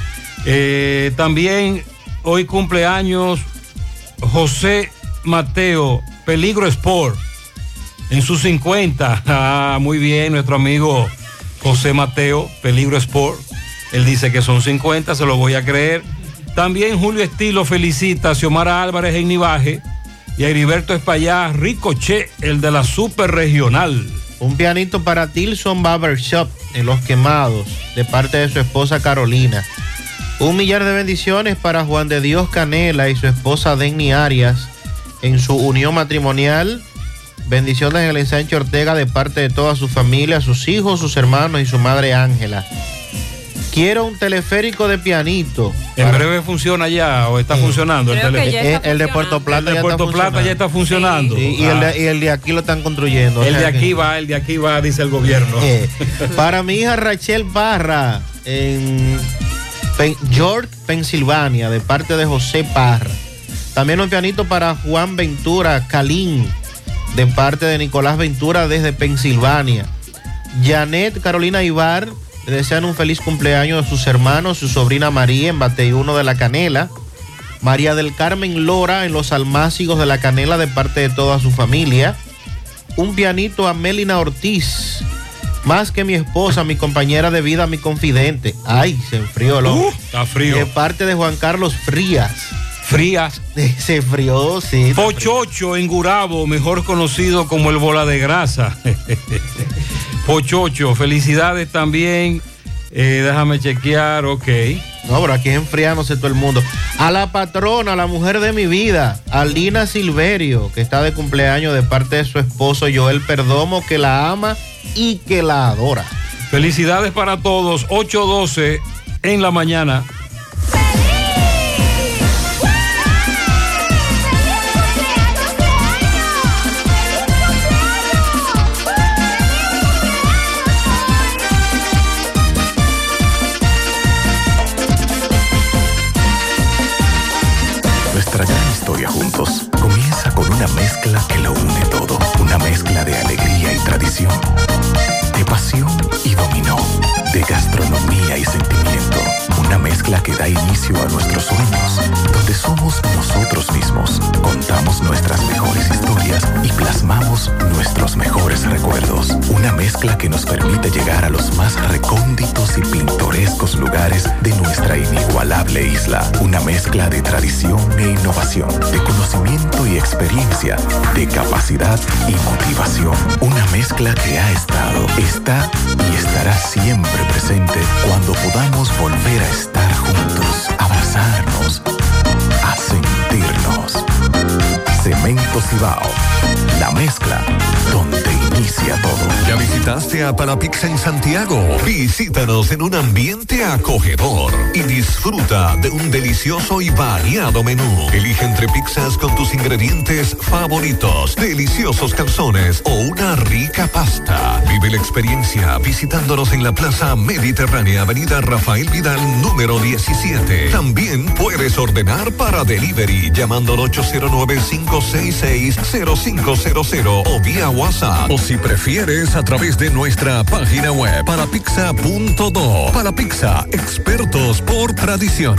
Eh, también hoy cumpleaños José Mateo, Peligro Sport, en sus cincuenta. Ah, muy bien, nuestro amigo José Mateo, Peligro Sport. Él dice que son cincuenta, se lo voy a creer. También Julio Estilo felicita a Xiomara Álvarez en Nivaje y a Heriberto Espaillat Ricochet, el de la super regional. Un pianito para Tilson Barbershop en Los Quemados, de parte de su esposa Carolina. Un millar de bendiciones para Juan de Dios Canela y su esposa Denny Arias en su unión matrimonial. Bendiciones en el ensanche Ortega de parte de toda su familia, sus hijos, sus hermanos y su madre Ángela. Quiero un teleférico de pianito. En para... breve funciona ya o está sí. funcionando. Creo el, tele... ya está el, el de Puerto Plata, el de Puerto ya, Plata está ya está funcionando. Sí. Y, ah. y, el de, y el de aquí lo están construyendo. El o sea de aquí que... va, el de aquí va, dice el gobierno. Eh. Para mi hija Rachel Parra en Pen... York, Pensilvania, de parte de José Parra. También un pianito para Juan Ventura Calín, de parte de Nicolás Ventura desde Pensilvania. Janet Carolina Ibar le desean un feliz cumpleaños a sus hermanos, su sobrina María en Bateyuno de la Canela. María del Carmen Lora en Los Almácigos de la Canela, de parte de toda su familia. Un pianito a Melina Ortiz, más que mi esposa, mi compañera de vida, mi confidente. Ay, se enfrió el hombre. Uh, está frío. De parte de Juan Carlos Frías. Frías. Se enfrió, sí. Pochocho en Gurabo, mejor conocido como el bola de grasa. Pochocho, felicidades también. Eh, déjame chequear, ok. No, pero aquí es enfriándose todo el mundo. A la patrona, la mujer de mi vida, Alina Silverio, que está de cumpleaños de parte de su esposo Joel Perdomo, que la ama y que la adora. Felicidades para todos, ocho doce en la mañana. Nuestra gran historia juntos comienza con una mezcla que lo une todo. Una mezcla de alegría y tradición, de pasión y dominó, de gastronomía y sentimiento. Una mezcla que da inicio a nuestros sueños, donde somos nosotros mismos, contamos nuestras mejores historias y plasmamos nuestros mejores recuerdos. Una mezcla que nos permite llegar a los más recónditos y pintorescos lugares de nuestra inigualable isla. Una mezcla de tradición e innovación, de conocimiento y experiencia, de capacidad y motivación. Una mezcla que ha estado, está y estará siempre presente cuando podamos volver a estar juntos, abrazarnos, a sentirnos. Cemento Cibao, la mezcla donde inicia todo. ¿Ya visitaste a Parapizza en Santiago? Visítanos en un ambiente acogedor y disfruta de un delicioso y variado menú. Elige entre pizzas con tus ingredientes favoritos, deliciosos calzones o una rica pasta. Vive la experiencia visitándonos en la Plaza Mediterránea, Avenida Rafael Vidal, número diecisiete. También puedes ordenar para delivery llamando al ocho cero nueve, cinco seis seis, cero cinco cero cero o vía WhatsApp. O si prefieres, a través de nuestra página web parapizza punto do. Parapizza, expertos por tradición.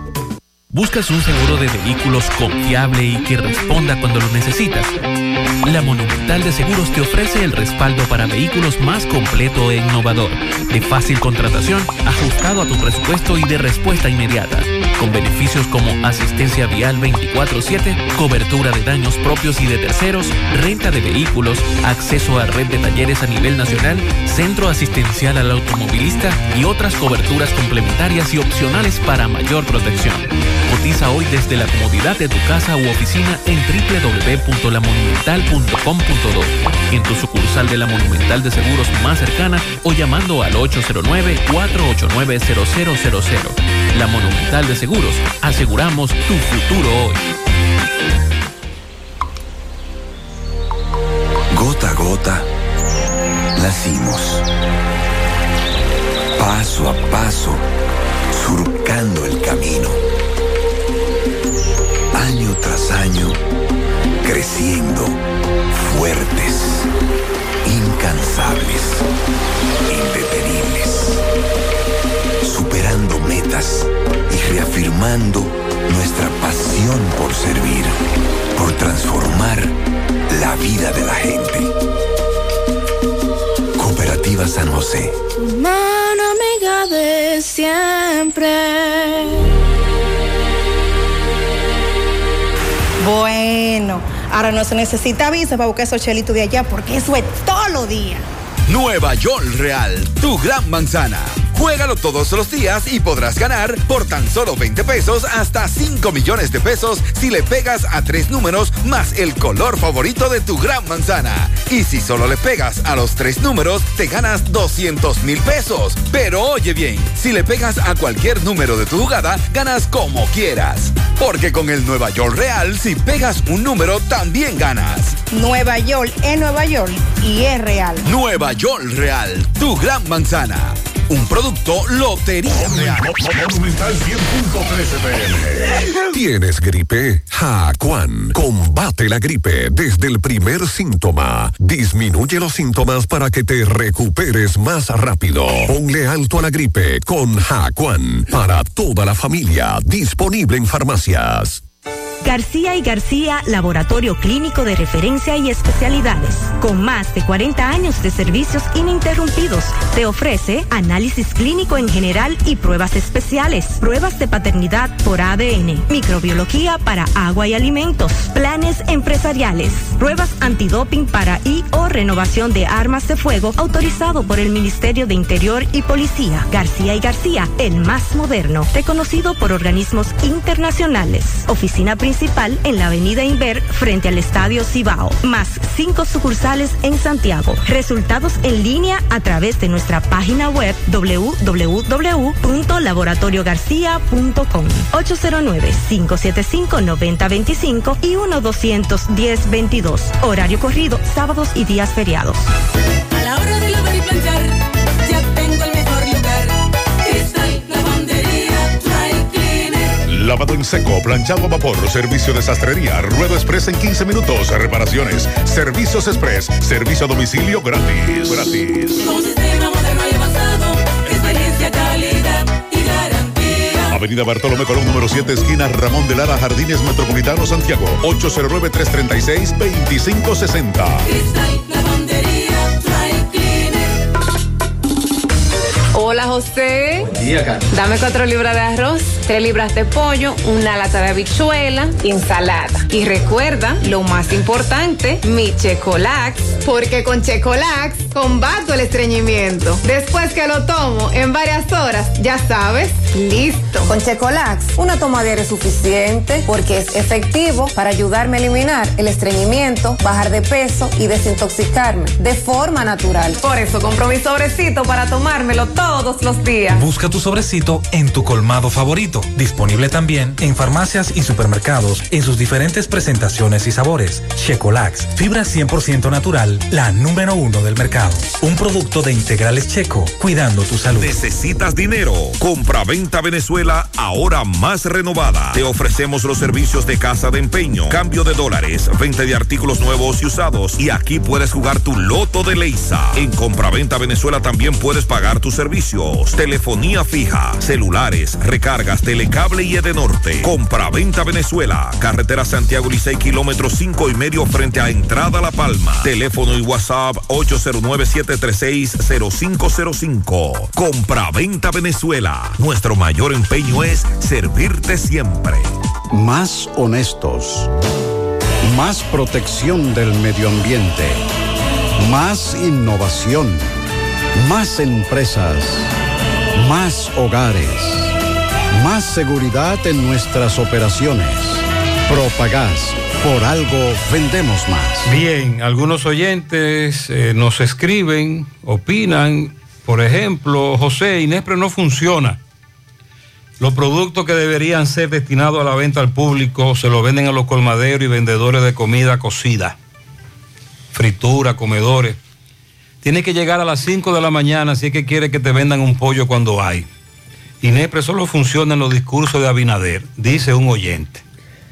¿Buscas un seguro de vehículos confiable y que responda cuando lo necesitas? La Monumental de Seguros te ofrece el respaldo para vehículos más completo e innovador, de fácil contratación, ajustado a tu presupuesto y de respuesta inmediata, con beneficios como asistencia vial veinticuatro siete, cobertura de daños propios y de terceros, renta de vehículos, acceso a red de talleres a nivel nacional, centro asistencial al automovilista y otras coberturas complementarias y opcionales para mayor protección. Cotiza hoy desde la comodidad de tu casa u oficina en doble u doble u doble u punto la monumental punto com punto do, en tu sucursal de la Monumental de Seguros más cercana o llamando al ocho cero nueve, cuatro ocho nueve, cero cero cero cero. La Monumental de Seguros, aseguramos tu futuro hoy. Gota a gota, nacimos. Paso a paso, surcando el camino. Año tras año, creciendo, fuertes, incansables, indetenibles, superando metas y reafirmando nuestra pasión por servir, por transformar la vida de la gente. Cooperativa San José. Mano amiga de siempre. Bueno, ahora no se necesita visa para buscar esos chelitos de allá, porque eso es todos los días. Nueva York Real, tu gran manzana. Juégalo todos los días y podrás ganar por tan solo veinte pesos hasta cinco millones de pesos si le pegas a tres números más el color favorito de tu gran manzana. Y si solo le pegas a los tres números, te ganas doscientos mil pesos. Pero oye bien, si le pegas a cualquier número de tu jugada, ganas como quieras. Porque con el Nueva York Real, si pegas un número, también ganas. Nueva York es Nueva York y es real. Nueva York Real, tu gran manzana. un producto Lotería Real. Monumental cien punto trece P M. ¿Tienes gripe? Jacuan combate la gripe desde el primer síntoma. Disminuye los síntomas para que te recuperes más rápido. Ponle alto a la gripe con Jacuan para toda la familia. Disponible en farmacias. García y García, laboratorio clínico de referencia y especialidades. Con más de cuarenta años de servicios ininterrumpidos, te ofrece análisis clínico en general y pruebas especiales, pruebas de paternidad por A D N, microbiología para agua y alimentos, planes empresariales, pruebas antidoping para y o renovación de armas de fuego autorizado por el Ministerio de Interior y Policía. García y García, el más moderno, reconocido por organismos internacionales. Oficina principal en la avenida Inver frente al Estadio Cibao, más cinco sucursales en Santiago. Resultados en línea a través de nuestra página web doble u doble u doble u punto laboratorio garcía punto com, ocho cero nueve, cinco siete cinco, nueve cero dos cinco y uno dos uno cero, veintidós. Horario corrido, sábados y días feriados. A la hora de lavar y planchar, ya tengo el mejor lugar. Cristal Lavandería Dry Cleaner. Lavado en seco, planchado a vapor, servicio de sastrería, ruedo express en quince minutos, reparaciones, servicios express, servicio a domicilio gratis. Gratis. Con sistema moderno y avanzado, experiencia, calidad y garantía. Avenida Bartolomé Colón, número siete, esquina Ramón de Lara, Jardines Metropolitano, Santiago. ocho cero nueve, tres tres seis, dos cinco seis cero. Cristal Lavandería Dry Cleaner. Hola, José. Buen día, Carlos. Dame cuatro libras de arroz, tres libras de pollo, una lata de habichuela, ensalada. Y recuerda, lo más importante, mi Checolax, porque con Checolax combato el estreñimiento. Después que lo tomo en varias horas, ya sabes, listo. Con Checolax, una toma diaria es suficiente porque es efectivo para ayudarme a eliminar el estreñimiento, bajar de peso y desintoxicarme de forma natural. Por eso compro mi sobrecito para tomármelo todos los días. Busca tu sobrecito en tu colmado favorito. Disponible también en farmacias y supermercados en sus diferentes presentaciones y sabores. Checolax, fibra cien por ciento natural, la número uno del mercado. Un producto de Integrales Checo, cuidando tu salud. ¿Necesitas dinero? Compra-venta Venezuela, ahora más renovada. Te ofrecemos los servicios de casa de empeño, cambio de dólares, venta de artículos nuevos y usados. Y aquí puedes jugar tu loto de Leisa. En Compra-venta Venezuela también puedes pagar tus servicios. Telefonía fija, celulares, recargas, telecable y Edenorte. Compra-venta Venezuela, carretera Santiago Licey, kilómetro cinco y medio frente a Entrada La Palma. Teléfono y WhatsApp ocho cero nueve, siete tres seis, cero cinco cero cinco. Compra-venta Venezuela. Nuestro mayor empeño es servirte siempre. Más honestos. Más protección del medio ambiente. Más innovación. Más empresas. Más hogares. Más seguridad en nuestras operaciones. Propagás. Por algo vendemos más. Bien, algunos oyentes eh, nos escriben, opinan. Por ejemplo, José, Inespre no funciona. Los productos que deberían ser destinados a la venta al público se los venden a los colmaderos y vendedores de comida cocida, fritura, comedores. Tiene que llegar a las cinco de la mañana si es que quiere que te vendan un pollo cuando hay. Inespre solo funciona en los discursos de Abinader, dice un oyente.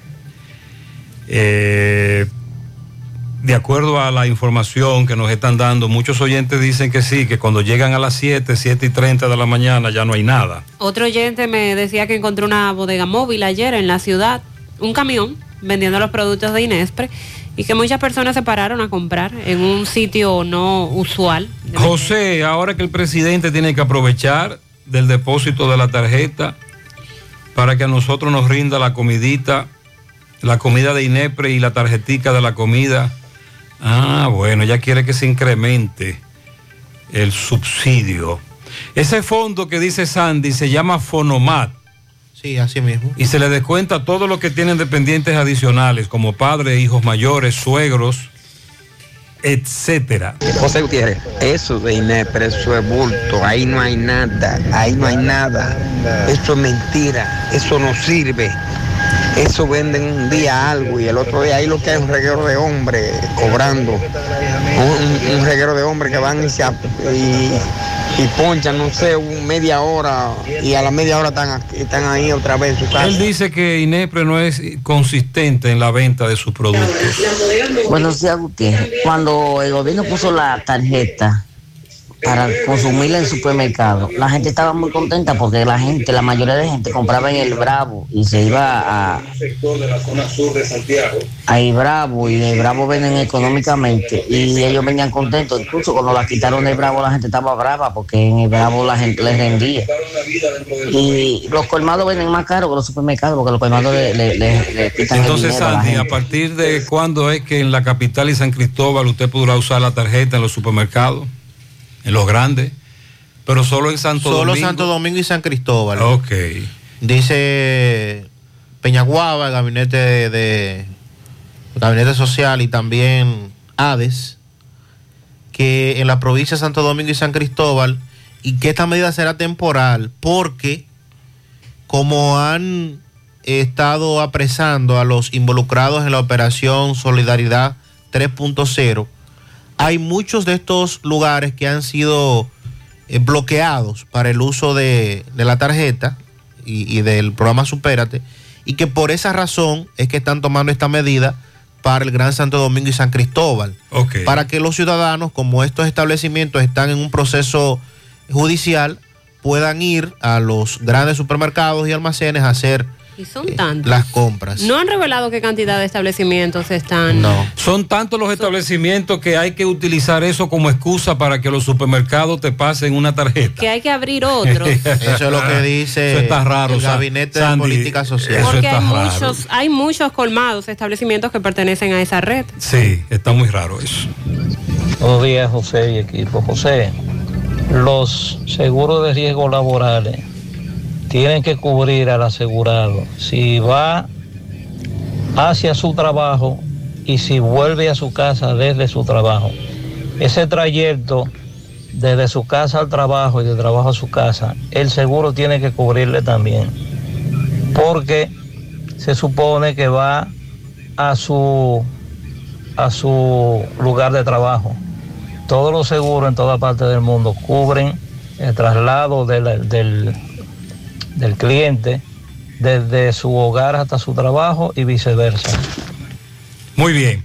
Eh, de acuerdo a la información que nos están dando, muchos oyentes dicen que sí, que cuando llegan a las siete, siete y treinta de la mañana ya no hay nada. Otro oyente me decía que encontró una bodega móvil ayer en la ciudad, un camión vendiendo los productos de Inespre, y que muchas personas se pararon a comprar en un sitio no usual. José, ahora que el presidente tiene que aprovechar del depósito de la tarjeta para que a nosotros nos rinda la comidita, la comida de Inespre y la tarjetica de la comida. Ah, bueno, ya quiere que se incremente el subsidio. Ese fondo que dice Sandy se llama Fonomat. Sí, así mismo. Y se le descuenta a todos los que tienen dependientes adicionales, como padres, hijos mayores, suegros, etcétera. José Gutiérrez, eso de Inespre, eso es bulto, ahí no hay nada, ahí no hay nada. Eso es mentira, eso no sirve. Eso venden un día algo y el otro día ahí lo que hay es un reguero de hombres cobrando. Un, un reguero de hombres que van y, se, y, y ponchan, no sé, un media hora y a la media hora están, están ahí otra vez en su casa. Él dice que Inepre no es consistente en la venta de sus productos. Buenos días, Gutiérrez. Cuando el gobierno puso la tarjeta para consumirla en el supermercado, la gente estaba muy contenta porque la gente, la mayoría de gente compraba en el Bravo y se iba a ahí Bravo, y el Bravo venden económicamente y ellos venían contentos. Incluso cuando la quitaron del Bravo la gente estaba brava porque en el Bravo la gente les rendía. Y los colmados venden más caro que los supermercados porque los colmados le, le, le, le quitan Entonces, el dinero a la Sandy, gente. ¿a partir de cuándo es que en la capital y San Cristóbal usted podrá usar la tarjeta en los supermercados? En los grandes, pero solo en Santo Solo Domingo. Santo Domingo y San Cristóbal. Ok. Dice Peñaguaba, el gabinete de, de gabinete social, y también Hades, que en la provincia de Santo Domingo y San Cristóbal, y que esta medida será temporal, porque como han estado apresando a los involucrados en la operación Solidaridad tres punto cero, hay muchos de estos lugares que han sido eh, bloqueados para el uso de, de la tarjeta y, y del programa Supérate, y que por esa razón es que están tomando esta medida para el Gran Santo Domingo y San Cristóbal. Okay. Para que los ciudadanos, como estos establecimientos están en un proceso judicial, puedan ir a los grandes supermercados y almacenes a hacer Y son tantos. las compras. No han revelado qué cantidad de establecimientos están. No. Son tantos los establecimientos que hay que utilizar eso como excusa para que los supermercados te pasen una tarjeta. Que hay que abrir otros. Eso es lo que dice Eso está raro, el Sa- Gabinete Sandy, de Política Social. eso Porque está hay raro. muchos, hay muchos colmados, establecimientos que pertenecen a esa red. Sí, está muy raro eso. Buenos días, José y equipo. José, los seguros de riesgos laborales tienen que cubrir al asegurado si va hacia su trabajo y si vuelve a su casa desde su trabajo. Ese trayecto desde su casa al trabajo y de trabajo a su casa, el seguro tiene que cubrirle también, porque se supone que va a su, a su lugar de trabajo. Todos los seguros en toda parte del mundo cubren el traslado del, del, del cliente desde su hogar hasta su trabajo y viceversa. Muy bien.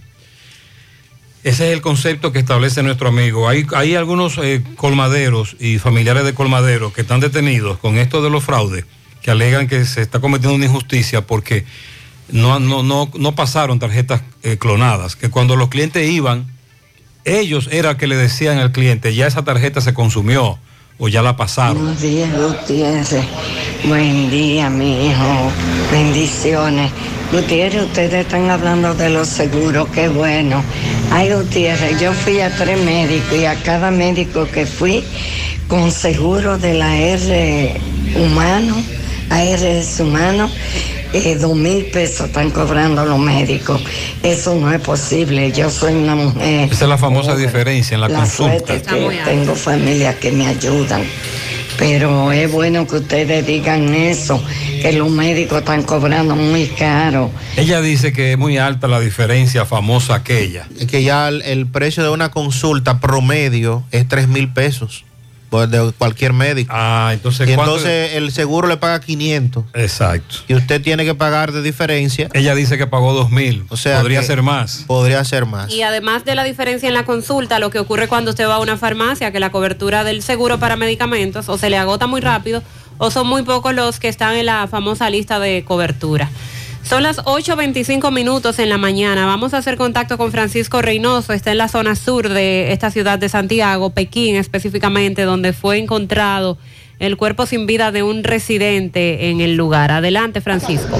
Ese es el concepto que establece nuestro amigo. Hay, hay algunos eh, colmaderos y familiares de colmaderos que están detenidos con esto de los fraudes, que alegan que se está cometiendo una injusticia porque no, no, no, no pasaron tarjetas eh, clonadas, que cuando los clientes iban, ellos era que le decían al cliente, ya esa tarjeta se consumió o ya la pasaron. Buenos días, Gutiérrez. Buen día, mi hijo. Bendiciones. Gutiérrez, ustedes están hablando de los seguros, qué bueno. Ay, Gutiérrez, yo fui a tres médicos y a cada médico que fui con seguro de la R humano, A R S humano, eh, dos mil pesos están cobrando los médicos. Eso no es posible. Yo soy una mujer. Esa es la famosa joven. diferencia en la, La consulta. suerte que tengo familias que me ayudan. Pero es bueno que ustedes digan eso, que los médicos están cobrando muy caro. Ella dice que es muy alta la diferencia famosa aquella. Es que ya el, el precio de una consulta promedio es tres mil pesos pues, de cualquier médico. Ah, entonces, y ¿cuánto entonces el seguro le paga quinientos. Exacto. Y usted tiene que pagar de diferencia. Ella dice que pagó dos mil. O sea, podría que ser más. Podría ser más. Y además de la diferencia en la consulta, lo que ocurre cuando usted va a una farmacia, que la cobertura del seguro para medicamentos o se le agota muy rápido o son muy pocos los que están en la famosa lista de cobertura. Son las ocho veinticinco minutos en la mañana. Vamos a hacer contacto con Francisco Reynoso. Está en la zona sur de esta ciudad de Santiago, Pekín específicamente, donde fue encontrado el cuerpo sin vida de un residente en el lugar. Adelante, Francisco.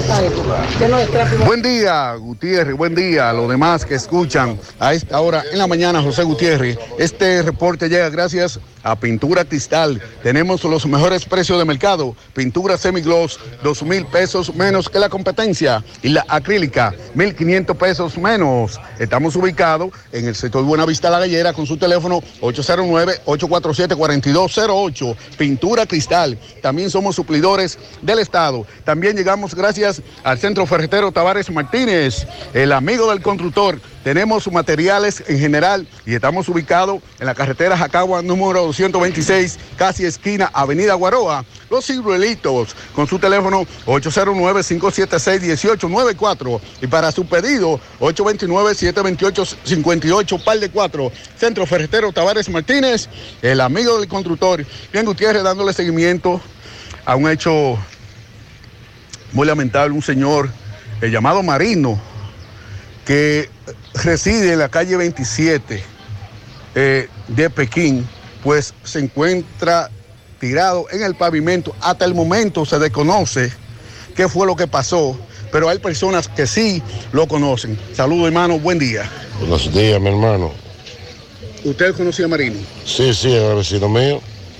Buen día, Gutiérrez, buen día a los demás que escuchan a esta hora en la mañana, José Gutiérrez. Este reporte llega gracias a Pintura Cristal. Tenemos los mejores precios de mercado. Pintura semigloss, dos mil pesos menos que la competencia. Y la acrílica, mil quinientos pesos menos. Estamos ubicados en el sector Buenavista La Gallera con su teléfono ocho cero nueve, ocho cuatro siete, cuatro dos cero ocho. Pintura Cristal. Cristal. También somos suplidores del Estado. También llegamos gracias al Centro Ferretero Tavares Martínez, el amigo del constructor. Tenemos materiales en general y estamos ubicados en la carretera Jacagua número doscientos veintiséis, casi esquina Avenida Guaroa. Los Ciruelitos, con su teléfono ocho cero nueve, cinco siete seis, uno ocho nueve cuatro y para su pedido ocho dos nueve, siete dos ocho, cinco ocho, par de cuatro. Centro Ferretero Tavares Martínez, el amigo del constructor. Bien, Gutiérrez, dándole seguimiento a un hecho muy lamentable. Un señor eh, llamado Marino, que reside en la calle veintisiete eh, de Pekín, pues se encuentra tirado en el pavimento. Hasta el momento se desconoce qué fue lo que pasó, pero hay personas que sí lo conocen. Saludos, hermano, buen día. Buenos días, mi hermano. ¿Usted conocía a Marino? Sí, sí, era vecino mío.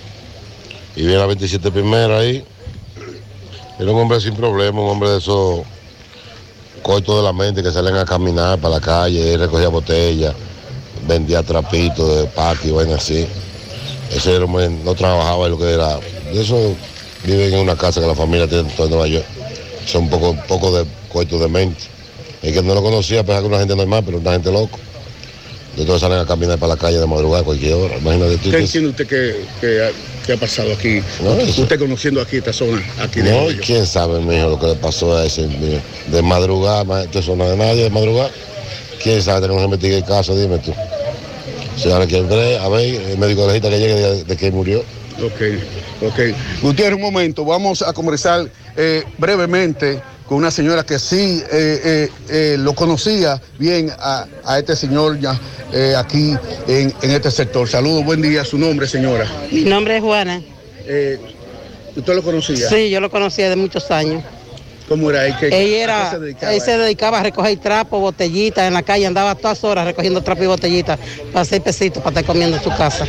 Y vi la veintisiete primera ahí. Era un hombre sin problema, un hombre de esos cortos de la mente que salen a caminar para la calle, recogía botellas, vendía trapitos de patio, vaina así. Ese hombre no trabajaba en lo que era. De eso viven en una casa que la familia tiene en Nueva York. Son un poco, poco de cortos de mente. El que no lo conocía pensaba que una gente normal, pero una gente loco. De todos salen a caminar para la calle de madrugada a cualquier hora. Imagínate tú. ¿Qué entiende usted que, que, que ha pasado aquí? No, usted conociendo aquí esta zona. Aquí de no, quién sabe, mijo, lo que le pasó a ese mijo. De madrugada, esto es zona de nadie, de madrugada. ¿Quién sabe? Tenemos que investigar el caso, dime tú. Si ahora quieren ver, a ver, el médico legista que llegue de, de que murió. Ok, ok. Gutiérrez, un momento, vamos a conversar eh, brevemente con una señora que sí eh, eh, eh, lo conocía bien a, a este señor ya eh, aquí en, en este sector. Saludos, buen día. ¿Su nombre, señora? Mi nombre es Juana. Eh, ¿Usted lo conocía? Sí, yo lo conocía de muchos años. ¿Cómo era? ¿Qué, Ella era, se dedicaba, él se dedicaba a recoger trapos, botellitas en la calle, andaba todas horas recogiendo trapos y botellitas para seis pesitos para estar comiendo en su casa.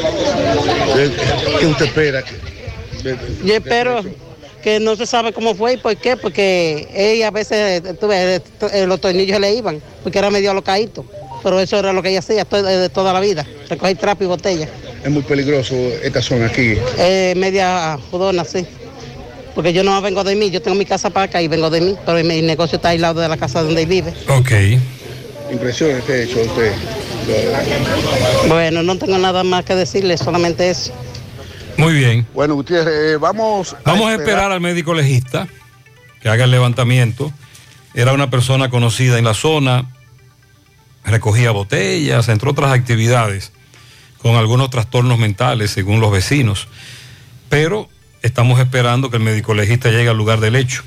¿Qué usted espera? Yo espero que no se sabe cómo fue y por qué, porque ella a veces, tuve, los tornillos le iban, porque era medio locadito, pero eso era lo que ella hacía de toda la vida, recoger trapos y botellas. Es muy peligroso esta zona aquí. Eh, media judona, sí. Porque yo no vengo de mí, yo tengo mi casa para acá y vengo de mí, pero mi negocio está al lado de la casa donde él vive. Ok. ¿Impresiones que ha hecho usted? Bueno, no tengo nada más que decirle, solamente eso. Muy bien. Bueno, Gutiérrez, eh, vamos... A vamos a esperar. a esperar al médico legista que haga el levantamiento. Era una persona conocida en la zona, recogía botellas, entre otras actividades, con algunos trastornos mentales, según los vecinos. Pero estamos esperando que el médico legista llegue al lugar del hecho.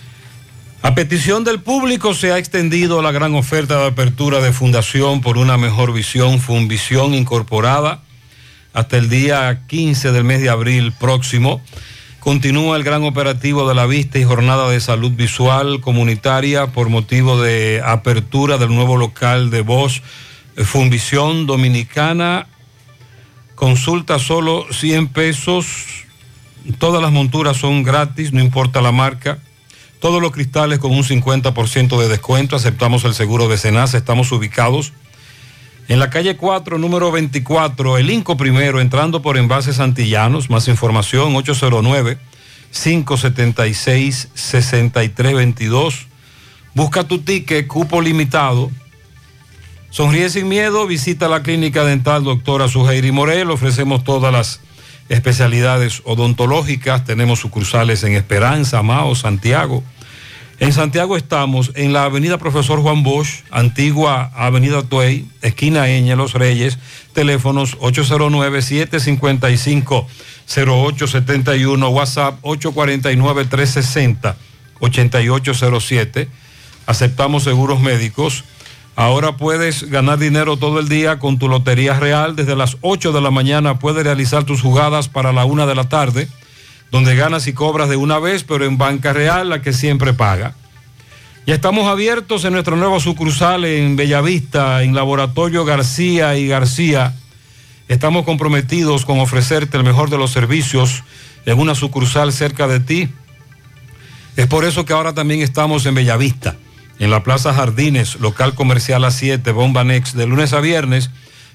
A petición del público se ha extendido la gran oferta de apertura de Fundación por una mejor visión, Funvisión incorporada, hasta el día quince del mes de abril próximo. Continúa el gran operativo de la vista y jornada de salud visual comunitaria por motivo de apertura del nuevo local de voz Funvisión Dominicana. Consulta solo cien pesos. Todas las monturas son gratis, no importa la marca. Todos los cristales con un cincuenta por ciento de descuento. Aceptamos el seguro de Senasa. Estamos ubicados en la calle cuatro, número veinticuatro, el Inco Primero, entrando por Envases Antillanos. Más información, ocho cero nueve, cinco siete seis, seis tres dos dos. Busca tu ticket, cupo limitado. Sonríe sin miedo, visita la clínica dental doctora Suheiri Morel. Ofrecemos todas las especialidades odontológicas. Tenemos sucursales en Esperanza, Mao, Santiago. En Santiago estamos en la avenida Profesor Juan Bosch, antigua avenida Tuey, esquina Eña, Los Reyes, teléfonos ocho cero nueve, siete cinco cinco, cero ocho siete uno, WhatsApp ocho cuatro nueve, tres seis cero, ocho ocho cero siete. Aceptamos seguros médicos. Ahora puedes ganar dinero todo el día con tu Lotería Real. Desde las ocho de la mañana puedes realizar tus jugadas para la una de la tarde, donde ganas y cobras de una vez, pero en Banca Real, la que siempre paga. Ya estamos abiertos en nuestra nueva sucursal en Bellavista, en Laboratorio García y García. Estamos comprometidos con ofrecerte el mejor de los servicios en una sucursal cerca de ti. Es por eso que ahora también estamos en Bellavista, en la Plaza Jardines, local comercial A siete, Bomba Next, de lunes a viernes,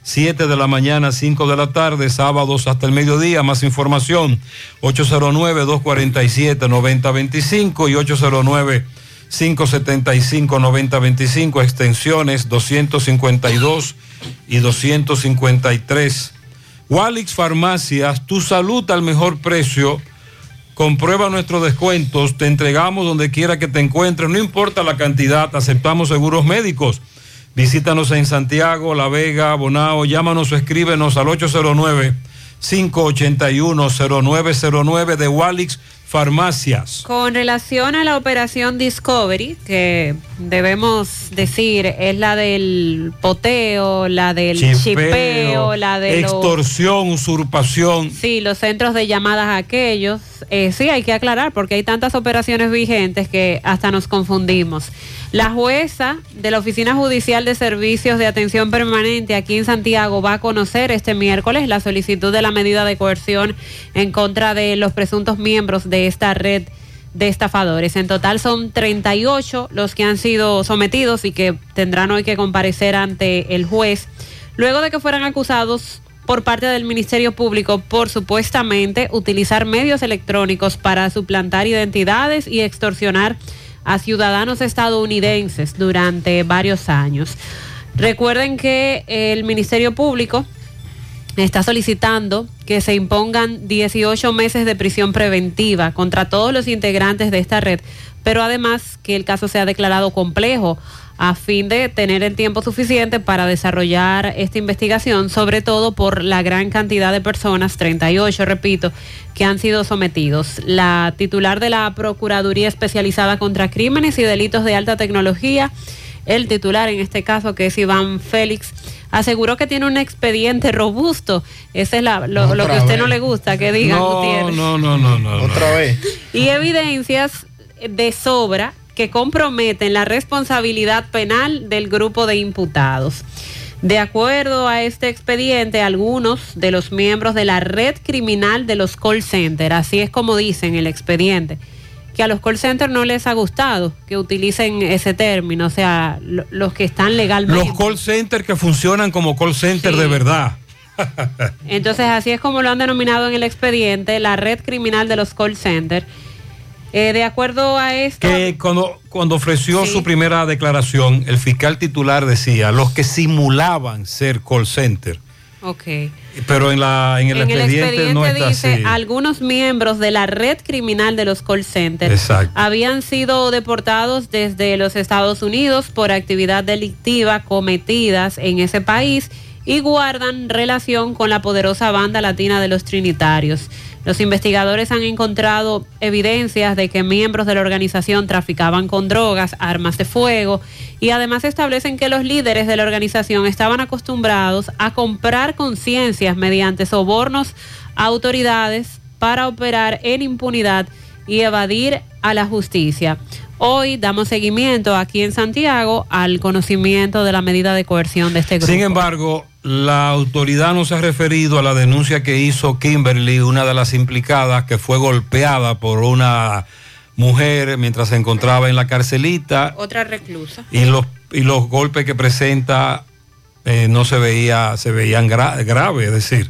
siete de la mañana, cinco de la tarde, sábados hasta el mediodía. Más información, ocho cero nueve, dos cuatro siete, nueve cero dos cinco y ocho cero nueve, cinco siete cinco, nueve cero dos cinco, extensiones doscientos cincuenta y dos y doscientos cincuenta y tres. Walix Farmacias, tu salud al mejor precio. Comprueba nuestros descuentos, te entregamos donde quiera que te encuentres, no importa la cantidad, aceptamos seguros médicos. Visítanos en Santiago, La Vega, Bonao, llámanos o escríbenos al ocho cero nueve, cinco ocho uno, cero nueve cero nueve de Walix Farmacias. Con relación a la operación Discovery, que debemos decir es la del poteo, la del chipeo, chipeo la de extorsión, los, usurpación. Sí, los centros de llamadas aquellos. Eh, sí, hay que aclarar porque hay tantas operaciones vigentes que hasta nos confundimos. La jueza de la Oficina Judicial de Servicios de Atención Permanente aquí en Santiago va a conocer este miércoles la solicitud de la medida de coerción en contra de los presuntos miembros de esta red de estafadores. En total son treinta y ocho los que han sido sometidos y que tendrán hoy que comparecer ante el juez, luego de que fueran acusados por parte del Ministerio Público por supuestamente utilizar medios electrónicos para suplantar identidades y extorsionar a ciudadanos estadounidenses durante varios años. Recuerden que el Ministerio Público está solicitando que se impongan dieciocho meses de prisión preventiva contra todos los integrantes de esta red, pero además que el caso sea declarado complejo a fin de tener el tiempo suficiente para desarrollar esta investigación, sobre todo por la gran cantidad de personas, treinta y ocho, repito, que han sido sometidos. La titular de la Procuraduría Especializada contra Crímenes y Delitos de Alta Tecnología, el titular en este caso, que es Iván Félix, aseguró que tiene un expediente robusto. Ese es la, lo, lo que a usted vez. no le gusta que diga no, Gutiérrez. No, no, no, no. Otra no. vez. Y evidencias de sobra que comprometen la responsabilidad penal del grupo de imputados. De acuerdo a este expediente, algunos de los miembros de la red criminal de los call centers, así es como dicen el expediente, que a los call centers no les ha gustado que utilicen ese término, o sea, lo, los que están legalmente. Los call centers que funcionan como call centers sí. de verdad. Entonces, así es como lo han denominado en el expediente, la red criminal de los call centers. Eh, de acuerdo a esto... Que cuando, cuando ofreció sí. su primera declaración, el fiscal titular decía, los que simulaban ser call center. Ok. Pero en, la, en, el, en expediente el expediente no está dice, así. Algunos miembros de la red criminal de los call centers Exacto. habían sido deportados desde los Estados Unidos por actividad delictiva cometidas en ese país y guardan relación con la poderosa banda latina de los Trinitarios. Los investigadores han encontrado evidencias de que miembros de la organización traficaban con drogas, armas de fuego y además establecen que los líderes de la organización estaban acostumbrados a comprar conciencias mediante sobornos a autoridades para operar en impunidad y evadir a la justicia. Hoy damos seguimiento aquí en Santiago al conocimiento de la medida de coerción de este grupo. Sin embargo, la autoridad no se ha referido a la denuncia que hizo Kimberly, una de las implicadas que fue golpeada por una mujer mientras se encontraba en la carcelita. Otra reclusa. Y los, y los golpes que presenta eh, no se veía, se veían gra- graves, es decir,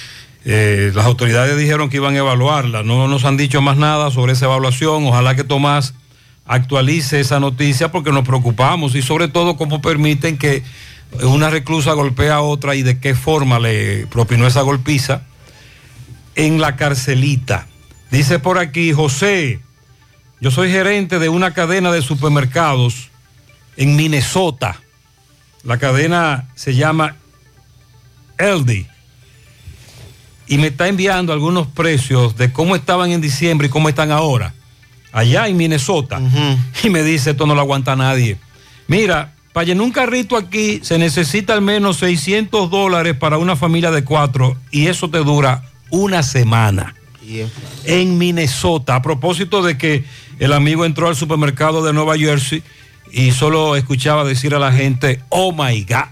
eh, las autoridades dijeron que iban a evaluarla, no nos han dicho más nada sobre esa evaluación. Ojalá que Tomás actualice esa noticia porque nos preocupamos y sobre todo cómo permiten que una reclusa golpea a otra y de qué forma le propinó esa golpiza en la carcelita. Dice por aquí, José, yo soy gerente de una cadena de supermercados en Minnesota. La cadena se llama Aldi y me está enviando algunos precios de cómo estaban en diciembre y cómo están ahora allá en Minnesota. Uh-huh. Y me dice, esto no lo aguanta nadie. Mira, para llenar un carrito aquí se necesita al menos seiscientos dólares para una familia de cuatro y eso te dura una semana. Yeah. En Minnesota. A propósito de que el amigo entró al supermercado de Nueva Jersey y solo escuchaba decir a la gente, oh my God.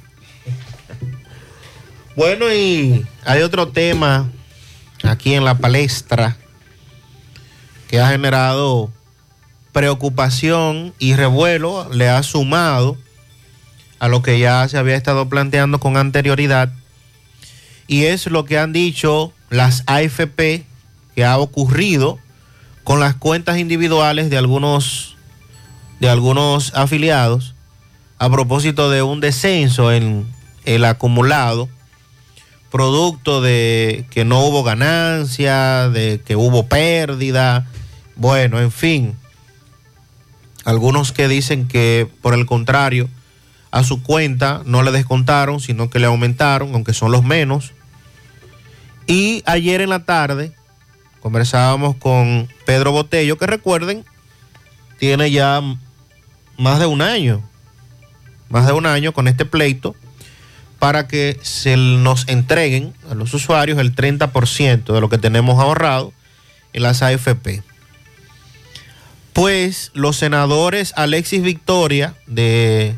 Bueno, y hay otro tema aquí en la palestra que ha generado preocupación y revuelo, le ha sumado a lo que ya se había estado planteando con anterioridad, y es lo que han dicho las A F P que ha ocurrido con las cuentas individuales de algunos, de algunos afiliados a propósito de un descenso en el acumulado, producto de que no hubo ganancia, de que hubo pérdida, bueno, en fin. Algunos que dicen que, por el contrario, a su cuenta no le descontaron, sino que le aumentaron, aunque son los menos. Y ayer en la tarde conversábamos con Pedro Botello, que recuerden, tiene ya más de un año, más de un año con este pleito, para que se nos entreguen a los usuarios el treinta por ciento de lo que tenemos ahorrado en las A F P. Pues los senadores Alexis Victoria, de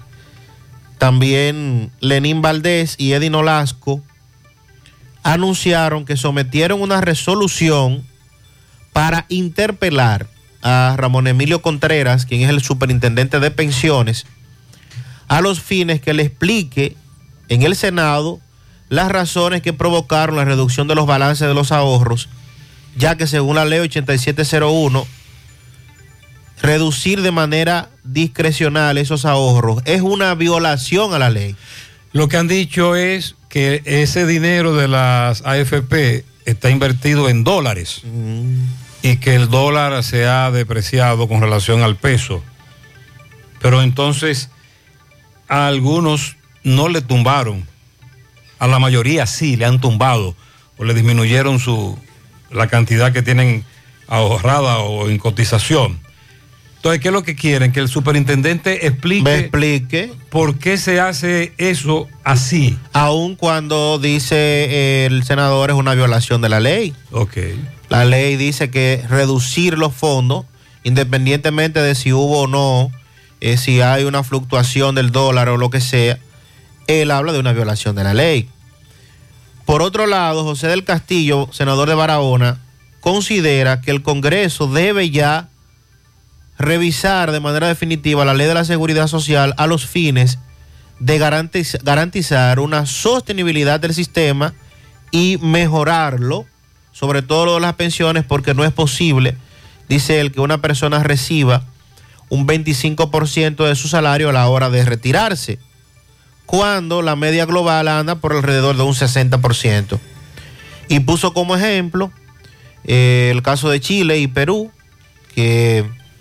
también Lenín Valdés y Eddie Nolasco, anunciaron que sometieron una resolución para interpelar a Ramón Emilio Contreras, quien es el superintendente de pensiones, a los fines que le explique en el Senado las razones que provocaron la reducción de los balances de los ahorros, ya que según la ley ochenta y siete cero uno, reducir de manera discrecional esos ahorros es una violación a la ley. Lo que han dicho es que ese dinero de las A F P está invertido en dólares mm. y que el dólar se ha depreciado con relación al peso. Pero entonces a algunos no le tumbaron, a la mayoría sí le han tumbado o le disminuyeron su, la cantidad que tienen ahorrada o en cotización. Entonces, ¿qué es lo que quieren? Que el superintendente explique, Me explique por qué se hace eso así. Aun cuando dice el senador es una violación de la ley. Ok. La ley dice que reducir los fondos, independientemente de si hubo o no, eh, si hay una fluctuación del dólar o lo que sea, él habla de una violación de la ley. Por otro lado, José del Castillo, senador de Barahona, considera que el Congreso debe ya revisar de manera definitiva la ley de la seguridad social a los fines de garantiz- garantizar una sostenibilidad del sistema y mejorarlo, sobre todo lo de las pensiones, porque no es posible, dice él, que una persona reciba un veinticinco por ciento de su salario a la hora de retirarse, cuando la media global anda por alrededor de un sesenta por ciento. Y puso como ejemplo eh, el caso de Chile y Perú, que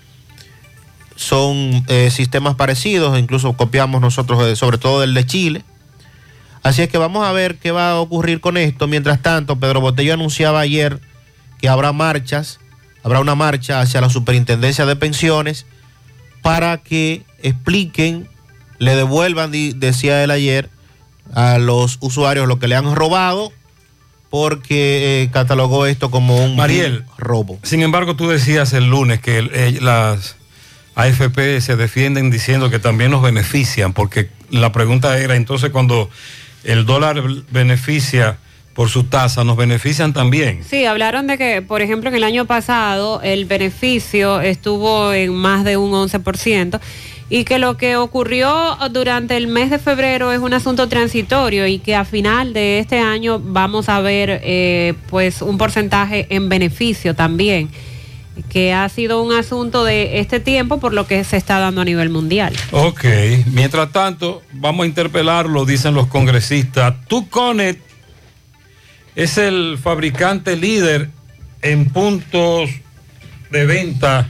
son eh, sistemas parecidos, incluso copiamos nosotros eh, sobre todo del de Chile. Así es que vamos a ver qué va a ocurrir con esto. Mientras tanto, Pedro Botello anunciaba ayer que habrá marchas, habrá una marcha hacia la Superintendencia de Pensiones para que expliquen, le devuelvan, decía él ayer, a los usuarios lo que le han robado, porque eh, catalogó esto como un Mariel, robo. Sin embargo, tú decías el lunes que el, eh, las A F P se defienden diciendo que también nos benefician, porque la pregunta era, entonces cuando el dólar beneficia por su tasa, ¿nos benefician también? Sí, hablaron de que, por ejemplo, en el año pasado el beneficio estuvo en más de un once por ciento y que lo que ocurrió durante el mes de febrero es un asunto transitorio y que a final de este año vamos a ver eh, pues un porcentaje en beneficio también, que ha sido un asunto de este tiempo por lo que se está dando a nivel mundial. Ok, mientras tanto, vamos a interpelarlo, dicen los congresistas. Tuconet es el fabricante líder en puntos de venta.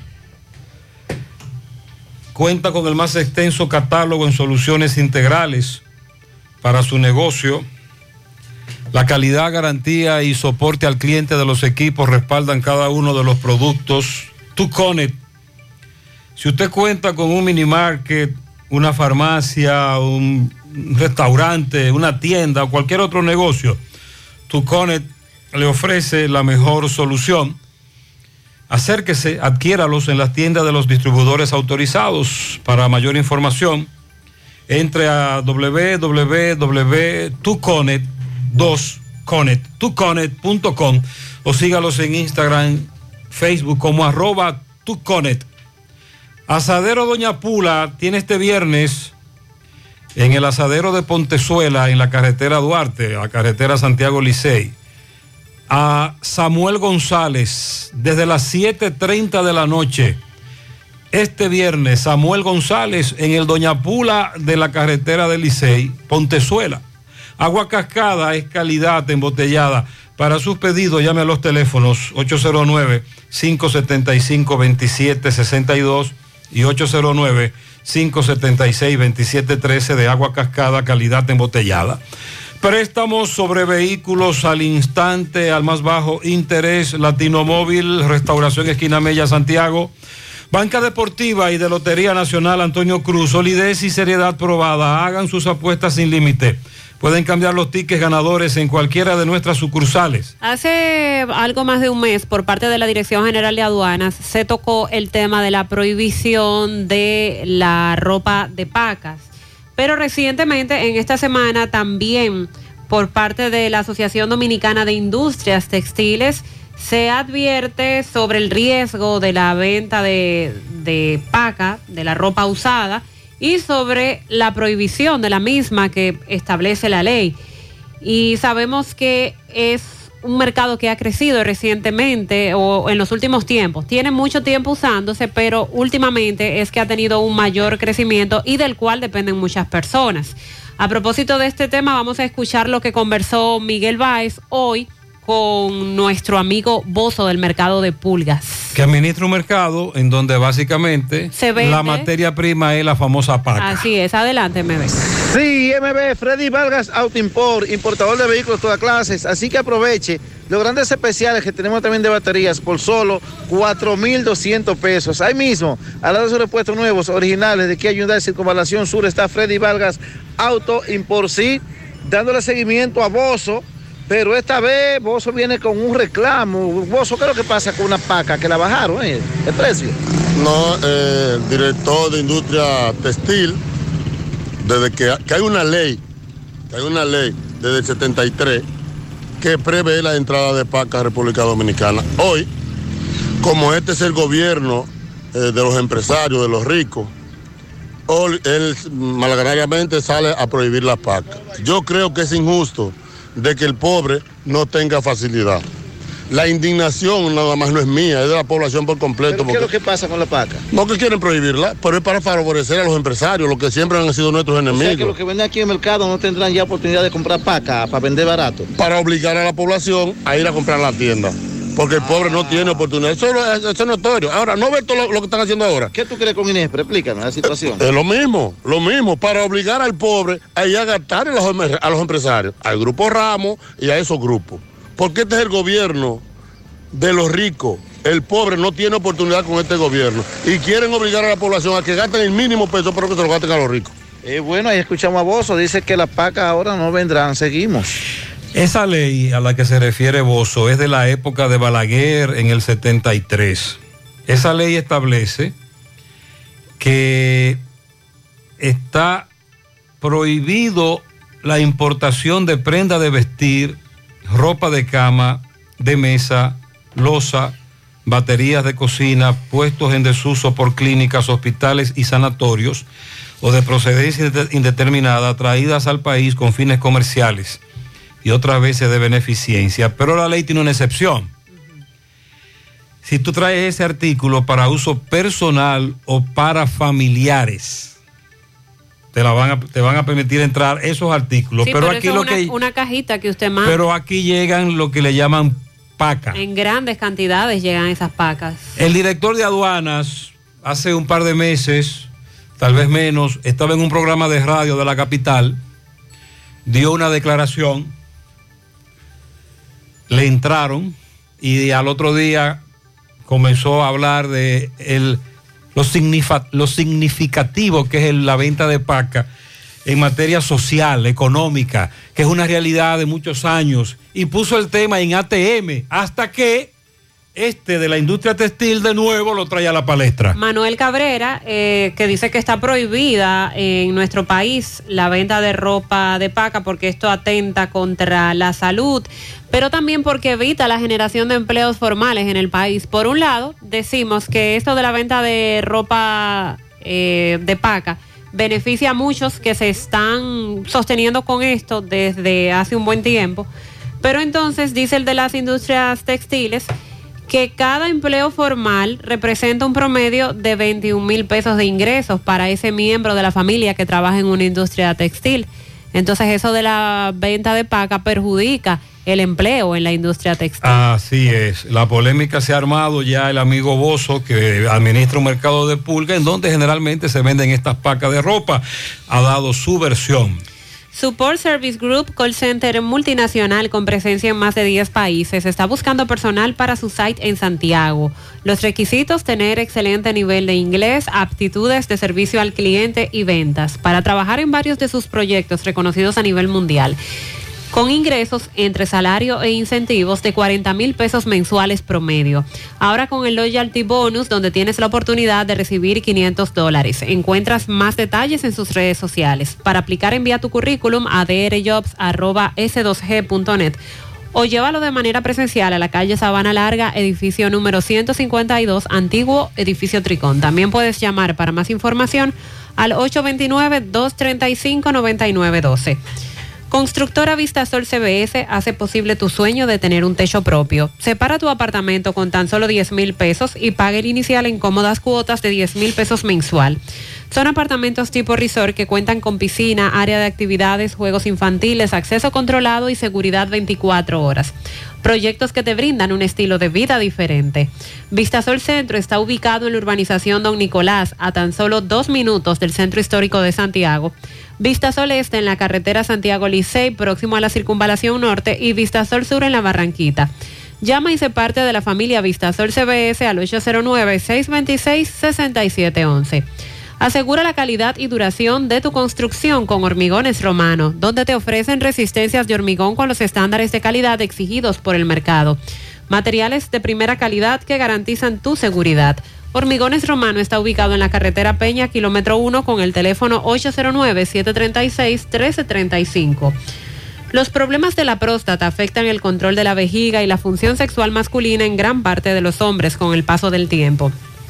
Cuenta con el más extenso catálogo en soluciones integrales para su negocio. La calidad, garantía y soporte al cliente de los equipos respaldan cada uno de los productos Tuconet. Si usted cuenta con un mini market, una farmacia, un restaurante, una tienda o cualquier otro negocio, Tuconet le ofrece la mejor solución. Acérquese, adquiéralos en las tiendas de los distribuidores autorizados. Para mayor información, entre a w w w punto tuconet dos conet tuconet punto com o sígalos en Instagram, Facebook como arroba tuconet. Asadero Doña Pula tiene este viernes en el asadero de Pontezuela, en la carretera Duarte, la carretera Santiago Licey. A Samuel González, desde las siete treinta de la noche. Este viernes, Samuel González en el Doña Pula de la carretera de Licey, Pontezuela. Agua Cascada es calidad embotellada. Para sus pedidos, llame a los teléfonos ocho cero nueve, cinco siete cinco, dos siete seis dos y ocho cero nueve, cinco siete seis, dos siete uno tres de Agua Cascada, calidad embotellada. Préstamos sobre vehículos al instante, al más bajo interés. Latino Móvil, Restauración Esquina Mella, Santiago. Banca Deportiva y de Lotería Nacional Antonio Cruz, solidez y seriedad probada. Hagan sus apuestas sin límite. Pueden cambiar los tickets ganadores en cualquiera de nuestras sucursales. Hace algo más de un mes, por parte de la Dirección General de Aduanas, se tocó el tema de la prohibición de la ropa de pacas. Pero recientemente, en esta semana, también por parte de la Asociación Dominicana de Industrias Textiles, se advierte sobre el riesgo de la venta de, de paca, de la ropa usada, y sobre la prohibición de la misma que establece la ley. Y sabemos que es un mercado que ha crecido recientemente o en los últimos tiempos. Tiene mucho tiempo usándose, pero últimamente es que ha tenido un mayor crecimiento y del cual dependen muchas personas. A propósito de este tema, vamos a escuchar lo que conversó Miguel Báez hoy con nuestro amigo Bozo del mercado de pulgas. Que administra un mercado en donde básicamente se vende, la materia prima es la famosa paca. Así es, adelante M B. Sí, M B, Freddy Vargas Auto Import, importador de vehículos de todas clases, así que aproveche los grandes especiales que tenemos también de baterías por solo cuatro mil doscientos pesos. Ahí mismo, al lado de sus repuestos nuevos, originales de Kia Hyundai Circunvalación Sur, está Freddy Vargas Auto Import, sí, dándole seguimiento a Bozo. Pero esta vez Bozo viene con un reclamo. Bozo, ¿qué es lo que pasa con una paca? Que la bajaron, ¿eh? El precio. No, eh, el director de industria textil, desde que, que hay una ley, que hay una ley desde el setenta y tres que prevé la entrada de paca a República Dominicana. Hoy, como este es el gobierno eh, de los empresarios, de los ricos, hoy él malagradablemente sale a prohibir la paca. Yo creo que es injusto de que el pobre no tenga facilidad. La indignación nada más no es mía, es de la población por completo. ¿Pero qué porque, es lo que pasa con la paca? No que quieren prohibirla, pero es para favorecer a los empresarios, los que siempre han sido nuestros enemigos. O sea que los que venden aquí en el mercado no tendrán ya oportunidad de comprar paca para vender barato. Para obligar a la población a ir a comprar a la tienda. Porque el ah. pobre no tiene oportunidad. Eso, eso es notorio. Ahora, ¿no ves todo lo, lo que están haciendo ahora? ¿Qué tú crees con Inespre? Explícame la situación. Es lo mismo, lo mismo. Para obligar al pobre a ir a gastar a los, a los empresarios, al Grupo Ramos y a esos grupos. Porque este es el gobierno de los ricos. El pobre no tiene oportunidad con este gobierno. Y quieren obligar a la población a que gasten el mínimo peso, pero que se lo gasten a los ricos. Eh, bueno, ahí escuchamos a Bozo. Dice que las pacas ahora no vendrán. Seguimos. Esa ley a la que se refiere Bozo es de la época de Balaguer en el setenta y tres. Esa ley establece que está prohibido la importación de prenda de vestir, ropa de cama, de mesa, loza, baterías de cocina, puestos en desuso por clínicas, hospitales y sanatorios o de procedencia indeterminada traídas al país con fines comerciales y otras veces de beneficencia, pero la ley tiene una excepción. Si tú traes ese artículo para uso personal o para familiares, te, la van a, te van a permitir entrar esos artículos. Sí, pero, pero aquí eso lo es una, que una cajita que usted manda. Pero aquí llegan lo que le llaman paca. En grandes cantidades llegan esas pacas. El director de aduanas, hace un par de meses, tal vez menos, estaba en un programa de radio de la capital, dio una declaración, le entraron y al otro día comenzó a hablar de el, lo, signifa, lo significativo que es el, la venta de paca en materia social, económica, que es una realidad de muchos años, y puso el tema en A T M, hasta que este de la industria textil de nuevo lo trae a la palestra. Manuel Cabrera, eh, que dice que está prohibida en nuestro país la venta de ropa de paca porque esto atenta contra la salud, pero también porque evita la generación de empleos formales en el país. Por un lado, decimos que esto de la venta de ropa eh, de paca beneficia a muchos que se están sosteniendo con esto desde hace un buen tiempo. Pero entonces dice el de las industrias textiles que cada empleo formal representa un promedio de veintiún mil pesos de ingresos para ese miembro de la familia que trabaja en una industria textil. Entonces eso de la venta de paca perjudica el empleo en la industria textil. Así es, la polémica se ha armado ya el amigo Bozo, que administra un mercado de pulga en donde generalmente se venden estas pacas de ropa, ha dado su versión. Support Service Group, call center multinacional con presencia en más de diez países, está buscando personal para su site en Santiago. Los requisitos: tener excelente nivel de inglés, aptitudes de servicio al cliente y ventas, para trabajar en varios de sus proyectos reconocidos a nivel mundial, con ingresos entre salario e incentivos de cuarenta mil pesos mensuales promedio. Ahora con el Loyalty Bonus, donde tienes la oportunidad de recibir quinientos dólares. Encuentras más detalles en sus redes sociales. Para aplicar, envía tu currículum a d r jobs arroba s dos g punto net o llévalo de manera presencial a la calle Sabana Larga, edificio número ciento cincuenta y dos, antiguo edificio Tricón. También puedes llamar para más información al ocho dos nueve, dos tres cinco, nueve nueve uno dos. Constructora Vistasol C B S hace posible tu sueño de tener un techo propio. Separa tu apartamento con tan solo diez mil pesos y paga el inicial en cómodas cuotas de diez mil pesos mensual. Son apartamentos tipo resort que cuentan con piscina, área de actividades, juegos infantiles, acceso controlado y seguridad veinticuatro horas. Proyectos que te brindan un estilo de vida diferente. Vistasol Centro está ubicado en la urbanización Don Nicolás, a tan solo dos minutos del Centro Histórico de Santiago. Vistasol Este en la carretera Santiago Licey, próximo a la Circunvalación Norte, y Vistasol Sur en la Barranquita. Llama y sé parte de la familia Vistasol C B S al ocho cero nueve, seis dos seis, seis siete uno uno. Asegura la calidad y duración de tu construcción con Hormigones Romano, donde te ofrecen resistencias de hormigón con los estándares de calidad exigidos por el mercado. Materiales de primera calidad que garantizan tu seguridad. Hormigones Romano está ubicado en la carretera Peña, kilómetro uno, con el teléfono ocho cero nueve, siete tres seis, uno tres tres cinco. Los problemas de la próstata afectan el control de la vejiga y la función sexual masculina en gran parte de los hombres con el paso del tiempo.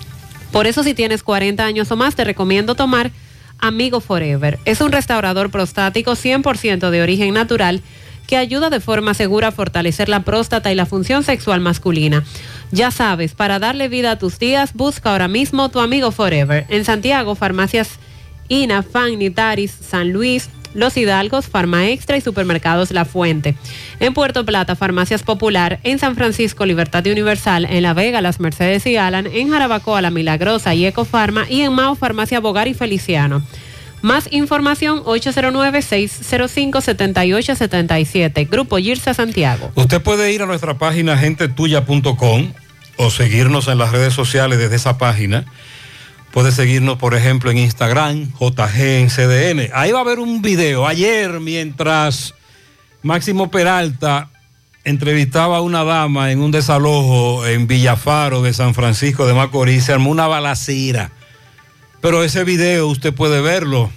Por eso, si tienes cuarenta años o más, te recomiendo tomar Amigo Forever. Es un restaurador prostático cien por ciento de origen natural que ayuda de forma segura a fortalecer la próstata y la función sexual masculina. Ya sabes, para darle vida a tus días, busca ahora mismo tu Amigo Forever. En Santiago, farmacias I N A, Fan, Nitaris, San Luis, Los Hidalgos, Farma Extra y Supermercados La Fuente. En Puerto Plata, Farmacias Popular. En San Francisco, Libertad Universal. En La Vega, Las Mercedes y Alan. En Jarabacoa, La Milagrosa y Ecofarma. Y en Mao, Farmacia Bogar y Feliciano. Más información, ocho cero nueve, seis cero cinco, siete ocho siete siete. Grupo Girsa Santiago. Usted puede ir a nuestra página gente tuya punto com o seguirnos en las redes sociales desde esa página. Puede seguirnos, por ejemplo, en Instagram, J G en C D N. Ahí va a haber un video. Ayer, mientras Máximo Peralta entrevistaba a una dama en un desalojo en Villafaro de San Francisco de Macorís, se armó una balacera. Pero ese video usted puede verlo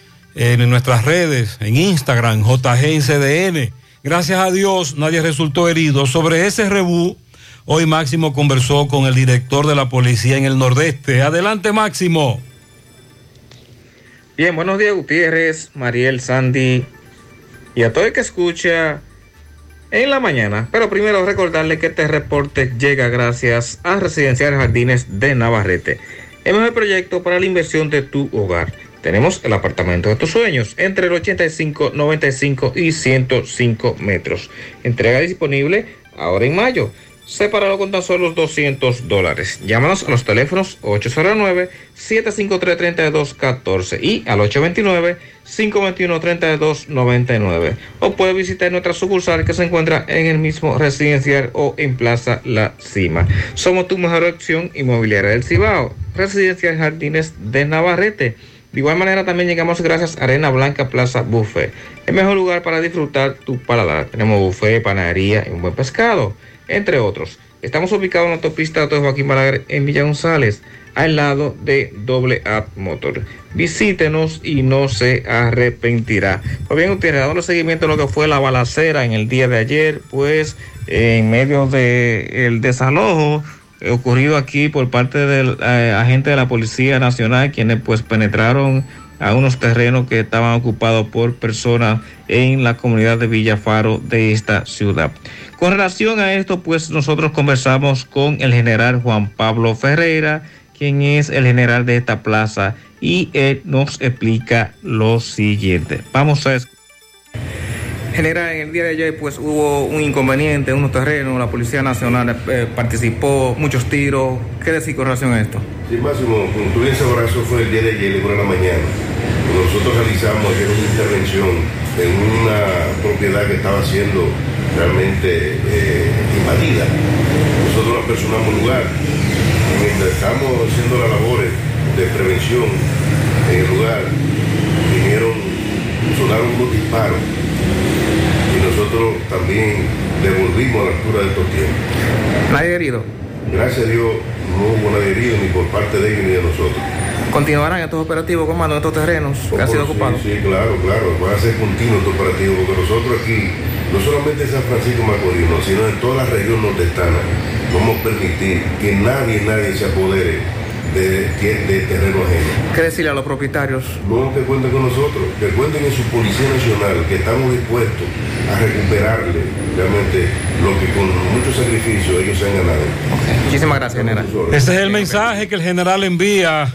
en nuestras redes, en Instagram, J G en C D N. Gracias a Dios, nadie resultó herido. Sobre ese rebú, hoy Máximo conversó con el director de la policía en el Nordeste. Adelante, Máximo. Bien, buenos días, Gutiérrez, Mariel, Sandy y a todo el que escucha en la mañana. Pero primero recordarle que este reporte llega gracias a Residencial Jardines de Navarrete, el mejor proyecto para la inversión de tu hogar. Tenemos el apartamento de tus sueños entre el ochenta y cinco, noventa y cinco y ciento cinco metros. Entrega disponible ahora en mayo. Sepáralo con tan solo doscientos dólares. Llámanos a los teléfonos ocho cero nueve, siete cinco tres, tres dos uno cuatro y al ocho dos nueve, cinco dos uno, tres dos nueve nueve. O puede visitar nuestra sucursal que se encuentra en el mismo residencial o en Plaza La Cima. Somos tu mejor opción inmobiliaria del Cibao. Residencial Jardines de Navarrete. De igual manera también llegamos gracias a Arena Blanca Plaza Buffet. El mejor lugar para disfrutar tu paladar. Tenemos buffet, panadería y un buen pescado, entre otros. Estamos ubicados en la autopista de Joaquín Balaguer en Villa González, al lado de Doble A Motor. Visítenos y no se arrepentirá. Pues bien, ustedes dando seguimiento a lo que fue la balacera en el día de ayer, pues en medio del desalojo ocurrido aquí por parte del eh, agente de la Policía Nacional, quienes pues penetraron a unos terrenos que estaban ocupados por personas en la comunidad de Villafaro de esta ciudad. Con relación a esto, pues nosotros conversamos con el general Juan Pablo Ferreira, quien es el general de esta plaza, y él nos explica lo siguiente. Vamos a escuchar. General, en el día de ayer pues hubo un inconveniente en unos terrenos, la Policía Nacional eh, participó, muchos tiros. ¿Qué decir con relación a esto? Sí, Máximo, como tú bien sabrás, eso fue el día de ayer, por la mañana. Nosotros realizamos ayer una intervención en una propiedad que estaba siendo realmente eh, invadida. Nosotros nos personamos un lugar y mientras estamos haciendo las labores de prevención en el lugar, vinieron, sonaron unos disparos. Nosotros también devolvimos a la altura de estos tiempos. ¿Nadie herido? Gracias a Dios no hubo nadie herido ni por parte de ellos ni de nosotros. ¿Continuarán estos operativos, comando, en estos terrenos que han sido sí, ocupados? Sí, claro, claro. Van a ser continuos estos operativos porque nosotros aquí, no solamente en San Francisco Macorís, no, sino en toda la región nordestana, vamos a permitir que nadie, nadie se apodere de, de terreno ajeno. ¿Qué decirle a los propietarios? No, que cuenten con nosotros, que cuenten en su Policía Nacional, que estamos dispuestos a recuperarle realmente lo que con mucho sacrificio ellos se han ganado. Okay. Muchísimas gracias, general. Ese es el mensaje que el general envía.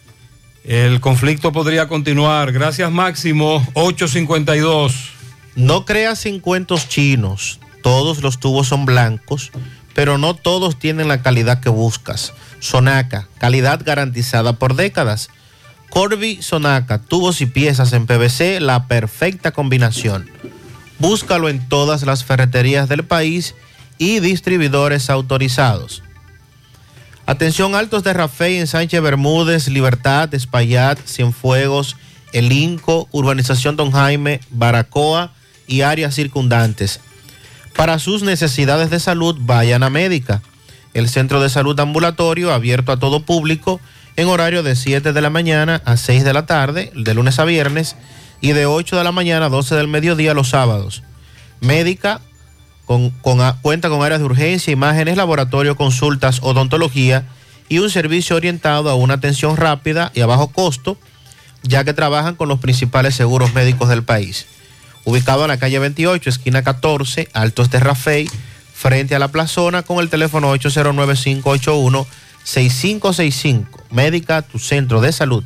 El conflicto podría continuar. Gracias, Máximo. ocho cincuenta y dos. No creas en cuentos chinos. Todos los tubos son blancos, pero no todos tienen la calidad que buscas. Sonaca, calidad garantizada por décadas. Corby Sonaca, tubos y piezas en P V C, la perfecta combinación. Búscalo en todas las ferreterías del país y distribuidores autorizados. Atención, Altos de Rafey en Sánchez Bermúdez, Libertad, Espaillat, Cienfuegos, El Inco, Urbanización Don Jaime, Baracoa y áreas circundantes. Para sus necesidades de salud, vayan a Médica, el centro de salud ambulatorio abierto a todo público en horario de siete de la mañana a seis de la tarde, de lunes a viernes, y de ocho de la mañana a doce del mediodía los sábados. Médica con, con, cuenta con áreas de urgencia, imágenes, laboratorio, consultas, odontología y un servicio orientado a una atención rápida y a bajo costo, ya que trabajan con los principales seguros médicos del país. Ubicado en la calle veintiocho, esquina catorce, Altos de Rafey, frente a la plazona, con el teléfono ocho cero nueve, cinco ocho uno, seis cinco seis cinco. Médica, tu centro de salud.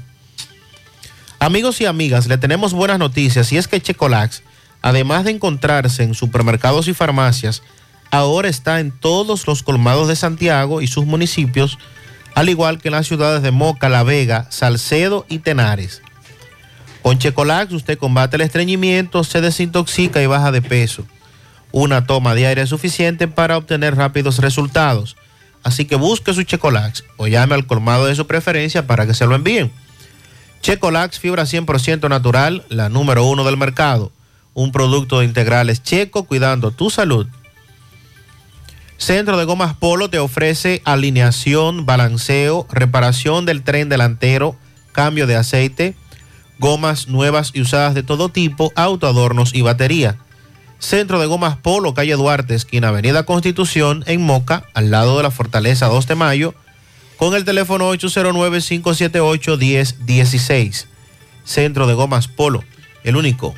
Amigos y amigas, le tenemos buenas noticias, y es que Checolax, además de encontrarse en supermercados y farmacias, ahora está en todos los colmados de Santiago y sus municipios, al igual que en las ciudades de Moca, La Vega, Salcedo y Tenares. Con Checolax usted combate el estreñimiento, se desintoxica y baja de peso. Una toma diaria es suficiente para obtener rápidos resultados. Así que busque su Checolax o llame al colmado de su preferencia para que se lo envíen. Checolax, fibra cien por ciento natural, la número uno del mercado. Un producto de integrales Checo, cuidando tu salud. Centro de Gomas Polo te ofrece alineación, balanceo, reparación del tren delantero, cambio de aceite, gomas nuevas y usadas de todo tipo, autoadornos y batería. Centro de Gomas Polo, calle Duarte, esquina Avenida Constitución, en Moca, al lado de la Fortaleza dos de mayo, con el teléfono ocho cero nueve, cinco siete ocho, uno cero uno seis. Centro de Gomas Polo, el único.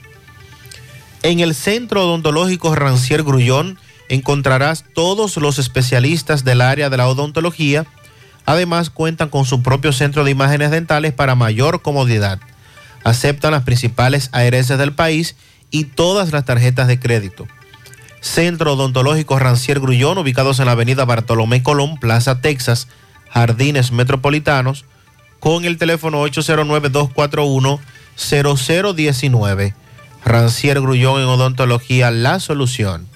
En el Centro Odontológico Rancier Grullón encontrarás todos los especialistas del área de la odontología. Además, cuentan con su propio centro de imágenes dentales para mayor comodidad. Aceptan las principales A R S del país y todas las tarjetas de crédito. Centro Odontológico Rancier Grullón, ubicados en la avenida Bartolomé Colón, Plaza Texas, Jardines Metropolitanos, con el teléfono ocho cero nueve, dos cuatro uno, cero cero uno nueve. Rancier Grullón en odontología, la solución.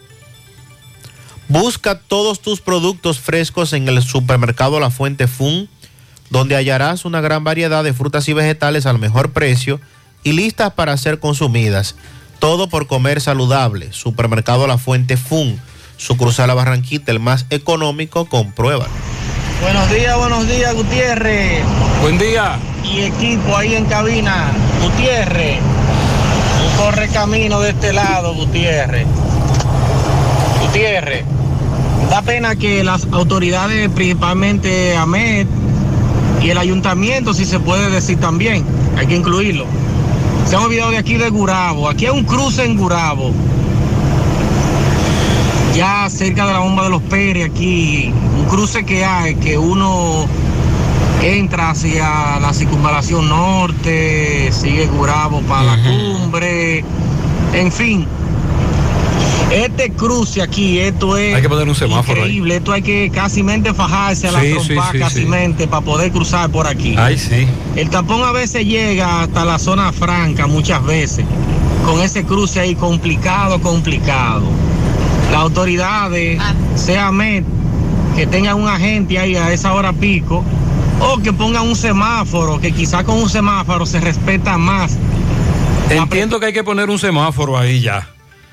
Busca todos tus productos frescos en el supermercado La Fuente Fun, donde hallarás una gran variedad de frutas y vegetales al mejor precio y listas para ser consumidas. Todo por comer saludable. Supermercado La Fuente Fun, sucursal La Barranquita, el más económico, compruébalo. Buenos días, buenos días, Gutiérrez. Buen día. Y equipo ahí en cabina. Gutiérrez, un correcamino de este lado, Gutiérrez. Gutiérrez, da pena que las autoridades, principalmente AMET, Y el ayuntamiento, si se puede decir también, hay que incluirlo. Se han olvidado de aquí de Gurabo. Aquí hay un cruce en Gurabo, ya cerca de la bomba de los Pérez, aquí, un cruce que hay, que uno entra hacia la circunvalación norte, sigue Gurabo para la cumbre, en fin. Este cruce aquí, esto es hay que poner un semáforo increíble, ahí. Esto hay que casi mente fajarse a la sí, trompa, sí, sí, casi sí. mente para poder cruzar por aquí. Ay, sí. El tapón a veces llega hasta la zona franca, muchas veces, con ese cruce ahí complicado, complicado. Las autoridades, sea Met, que tengan un agente ahí a esa hora pico, o que pongan un semáforo, que quizás con un semáforo se respeta más. Entiendo que hay que poner un semáforo ahí ya.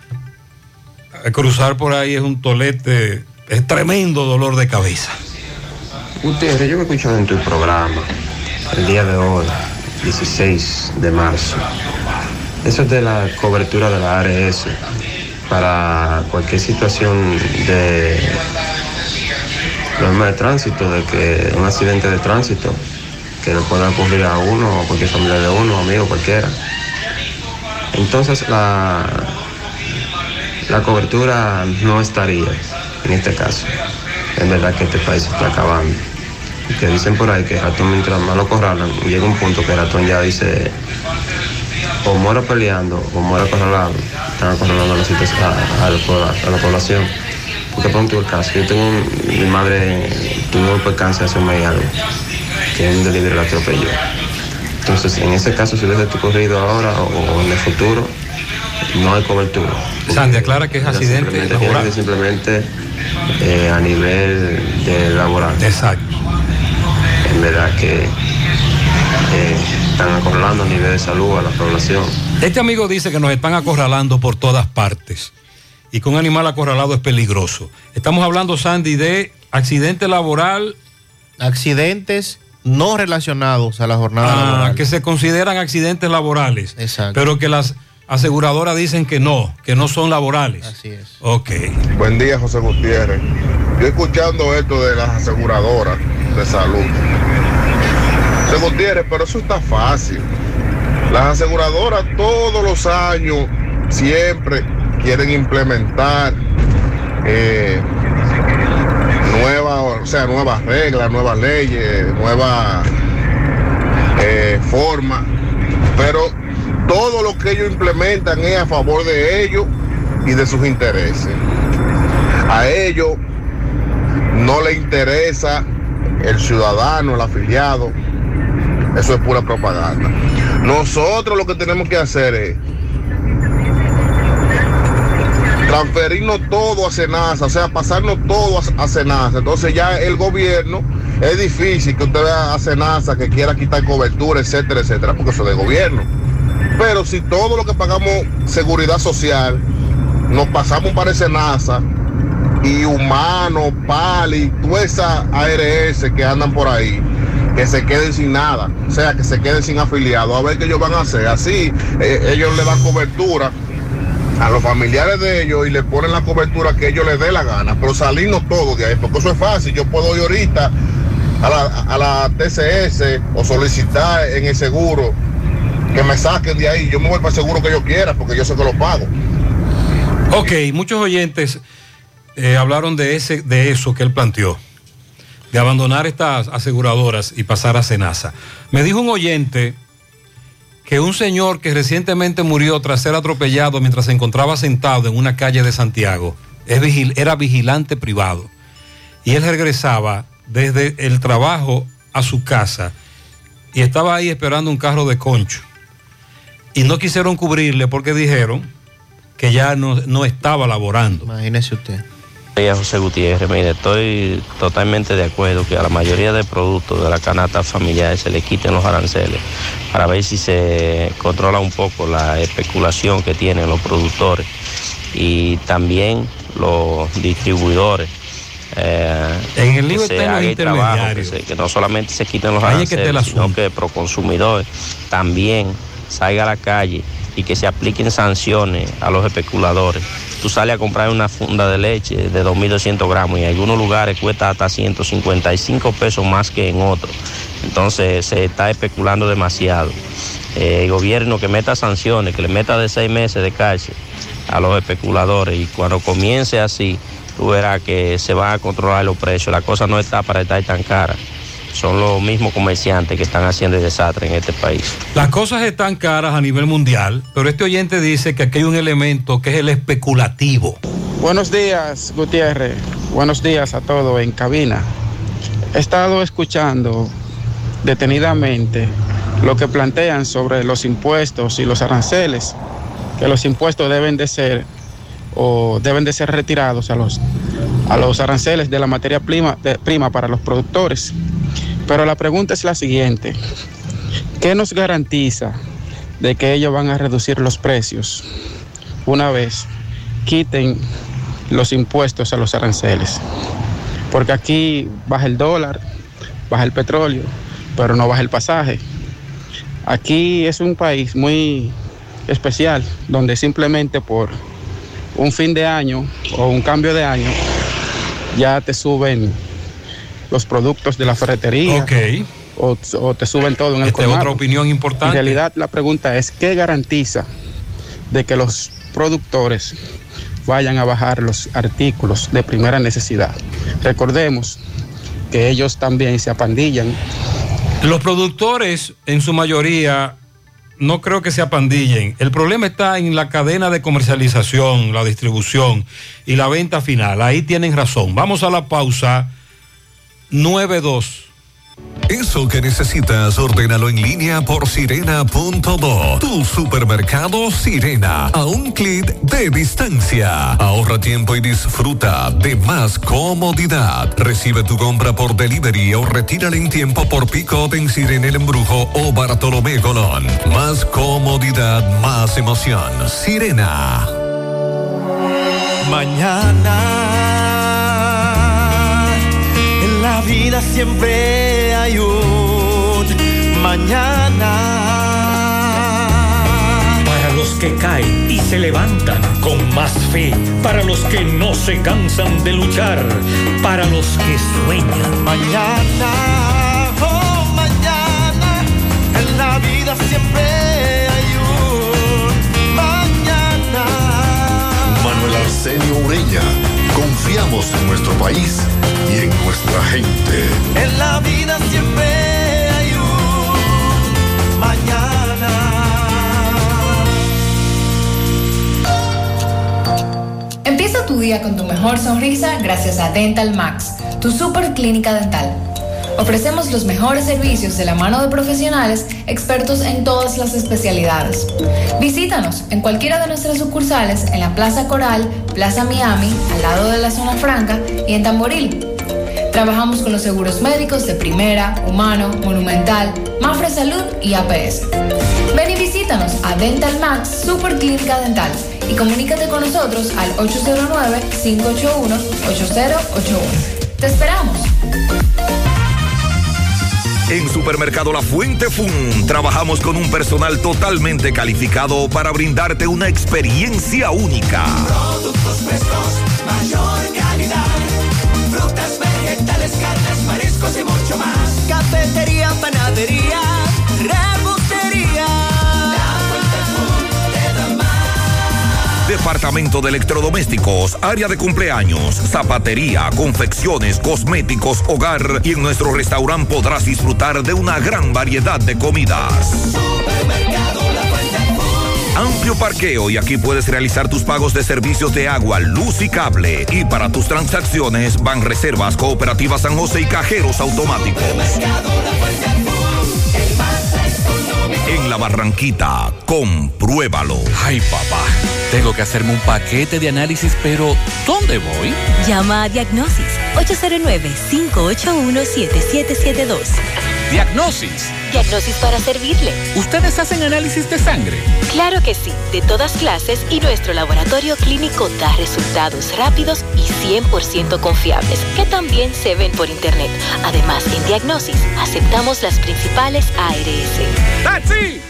Cruzar por ahí es un tolete, es tremendo dolor de cabeza. Gutiérrez, yo me escucho en tu programa el día de hoy, dieciséis de marzo. Eso es de la cobertura de la A R S para cualquier situación de norma de tránsito, de que un accidente de tránsito que le pueda ocurrir a uno o cualquier familia de uno, amigo, cualquiera. Entonces la, la cobertura no estaría en este caso. Es verdad que este país se está acabando. Y que dicen por ahí que el ratón, mientras más lo corralan, llega un punto que el ratón ya dice o muero peleando o muero acorralado. Están acorralando a la, situación, a, a, la, a la población. Porque pronto el caso, yo tengo un, mi madre tuvo un percance hace un mes y algo, que un delivery la atropelló. Entonces, en ese caso, si hubiese ocurrido ahora o, o en el futuro, no hay cobertura. Sandy aclara que es accidente simplemente, laboral. Simplemente eh, a nivel de laboral. Exacto. En verdad que eh, están acorralando a nivel de salud a la población. Este amigo dice que nos están acorralando por todas partes y que un animal acorralado es peligroso. Estamos hablando, Sandy, de accidente laboral. Accidentes no relacionados a la jornada ah, laboral. Que se consideran accidentes laborales. Exacto. Pero que las aseguradoras dicen que no, que no son laborales. Así es. Ok. Buen día, José Gutiérrez. Yo escuchando esto de las aseguradoras de salud. José Gutiérrez, pero eso está fácil. Las aseguradoras todos los años siempre quieren implementar eh, nuevas, o sea, nuevas reglas, nuevas leyes, nuevas eh, formas, pero todo lo que ellos implementan es a favor de ellos y de sus intereses. A ellos no les interesa el ciudadano, el afiliado. Eso es pura propaganda. Nosotros lo que tenemos que hacer es transferirnos todo a Senasa, o sea, pasarnos todo a, a Senasa. Entonces ya el gobierno, es difícil que usted vea a Senasa que quiera quitar cobertura, etcétera, etcétera, porque eso es de gobierno. Pero si todo lo que pagamos seguridad social, nos pasamos para el Senasa, y Humano, Pali, todas esas A R S que andan por ahí, que se queden sin nada, o sea, que se queden sin afiliados, a ver qué ellos van a hacer. Así eh, ellos le dan cobertura a los familiares de ellos y le ponen la cobertura que ellos les dé la gana, pero salirnos todos de ahí, porque eso es fácil. Yo puedo ir ahorita a la, a la T C S o solicitar en el seguro que me saquen de ahí. Yo me voy para el seguro que yo quiera, porque yo sé que lo pago. Ok, muchos oyentes eh, hablaron de, ese, de eso que él planteó, de abandonar estas aseguradoras y pasar a Senasa. Me dijo un oyente que un señor que recientemente murió tras ser atropellado mientras se encontraba sentado en una calle de Santiago, es vigil, era vigilante privado, y él regresaba desde el trabajo a su casa y estaba ahí esperando un carro de concho, y no quisieron cubrirle porque dijeron que ya no, no estaba laborando. Imagínese usted. José Gutiérrez, mire, estoy totalmente de acuerdo que a la mayoría de productos de la canasta familiar se le quiten los aranceles para ver si se controla un poco la especulación que tienen los productores y también los distribuidores. Eh, en el libro que se están los haga el trabajo, que, intermediarios. se- que no solamente se quiten los Ahí es que está el aranceles, sino asunto. que pro consumidor también salga a la calle y que se apliquen sanciones a los especuladores. Tú sales a comprar una funda de leche de dos mil doscientos gramos y en algunos lugares cuesta hasta ciento cincuenta y cinco pesos más que en otros. Entonces se está especulando demasiado. Eh, el gobierno que meta sanciones, que le meta de seis meses de cárcel a los especuladores, y cuando comience así, tú verás que se van a controlar los precios. La cosa no está para estar tan cara. Son los mismos comerciantes que están haciendo el desastre en este país. Las cosas están caras a nivel mundial, pero este oyente dice que aquí hay un elemento que es el especulativo. Buenos días, Gutiérrez. Buenos días a todos en cabina. He estado escuchando detenidamente lo que plantean sobre los impuestos y los aranceles, que los impuestos deben de ser o deben de ser retirados a los, a los aranceles de la materia prima, de, prima para los productores. Pero la pregunta es la siguiente: ¿qué nos garantiza de que ellos van a reducir los precios una vez quiten los impuestos a los aranceles? Porque aquí baja el dólar, baja el petróleo, pero no baja el pasaje. Aquí es un país muy especial, donde simplemente por un fin de año o un cambio de año ya te suben los productos de la ferretería. Okay. o, o te suben todo en el Esta es otra opinión importante. En realidad la pregunta es: ¿qué garantiza de que los productores vayan a bajar los artículos de primera necesidad? Recordemos que ellos también se apandillan. Los productores, en su mayoría, no creo que se apandillen. El problema está en la cadena de comercialización, la distribución y la venta final. Ahí tienen razón. Vamos a la pausa. nueve dos. Eso que necesitas, ordénalo en línea por sirena punto do. Tu supermercado Sirena, a un clic de distancia. Ahorra tiempo y disfruta de más comodidad. Recibe tu compra por delivery o retírala en tiempo por pick-up en Sirena El Embrujo o Bartolomé Colón. Más comodidad, más emoción. Sirena. Mañana en la vida siempre hay un mañana. Para los que caen y se levantan con más fe, para los que no se cansan de luchar, para los que sueñan. Mañana, oh mañana, en la vida siempre hay un mañana. Manuel Arsenio Ureña, confiamos en nuestro país y en nuestra gente. En la vida siempre hay un mañana. Empieza tu día con tu mejor sonrisa gracias a Dental Max, tu super clínica dental. Ofrecemos los mejores servicios de la mano de profesionales expertos en todas las especialidades. Visítanos en cualquiera de nuestras sucursales en la Plaza Coral, Plaza Miami, al lado de la Zona Franca y en Tamboril. Trabajamos con los seguros médicos de Primera, Humano, Monumental, Mafre Salud y A P S. Ven y visítanos a Dental Max Super Clínica Dental y comunícate con nosotros al ocho cero nueve, cinco ocho uno, ocho cero ocho uno. ¡Te esperamos! En Supermercado La Fuente Fun trabajamos con un personal totalmente calificado para brindarte una experiencia única. Productos frescos, mayor calidad. Frutas, vegetales, carnes, mariscos y mucho más. Cafetería, panadería, repostería. La Fuente Fun te da más. Departamento de electrodomésticos, área de cumpleaños, zapatería, confecciones, cosméticos, hogar, y en nuestro restaurante podrás disfrutar de una gran variedad de comidas. Supermercado La Fuente Fun. Amplio parqueo, y aquí puedes realizar tus pagos de servicios de agua, luz y cable. Y para tus transacciones, Banreservas, Cooperativa San José y cajeros automáticos. Supermercado La Fuente Fun, el más económico. En La Barranquita, compruébalo. Ay, papá, tengo que hacerme un paquete de análisis, pero ¿dónde voy? Llama a Diagnosis ocho cero nueve, cinco ocho uno, siete siete siete dos. Diagnosis. Diagnosis para servirle. ¿Ustedes hacen análisis de sangre? Claro que sí, de todas clases, y nuestro laboratorio clínico da resultados rápidos y cien por ciento confiables, que también se ven por internet. Además, en Diagnosis aceptamos las principales A R S. ¡Taxi!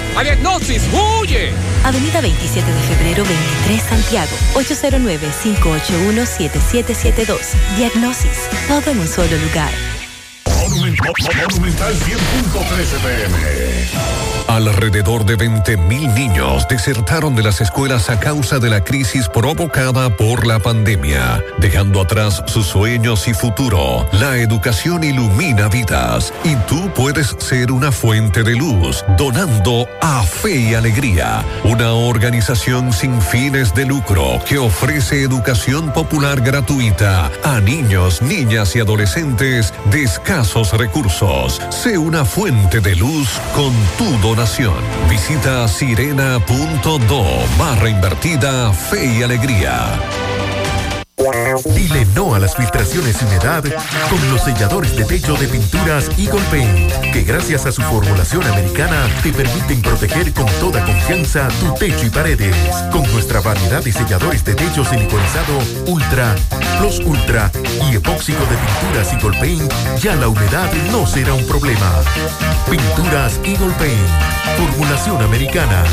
¡A Diagnosis, huye! Avenida veintisiete de febrero veintitrés, Santiago, ocho cero nueve, cinco ocho uno, siete siete siete dos. Diagnosis, todo en un solo lugar. Monumental cien punto trece P M. Alrededor de veinte mil niños desertaron de las escuelas a causa de la crisis provocada por la pandemia, dejando atrás sus sueños y futuro. La educación ilumina vidas y tú puedes ser una fuente de luz donando a Fe y Alegría, una organización sin fines de lucro que ofrece educación popular gratuita a niños, niñas y adolescentes de escasos recursos. Sé una fuente de luz con tu donación. Visita sirena punto do barra invertida Fe y Alegría. Dile no a las filtraciones y humedad con los selladores de techo de Pinturas Eagle Paint, que gracias a su formulación americana te permiten proteger con toda confianza tu techo y paredes. Con nuestra variedad de selladores de techo siliconizado Ultra, Plus Ultra y epóxico de Pinturas Eagle Paint, ya la humedad no será un problema. Pinturas Eagle Paint, formulación americana.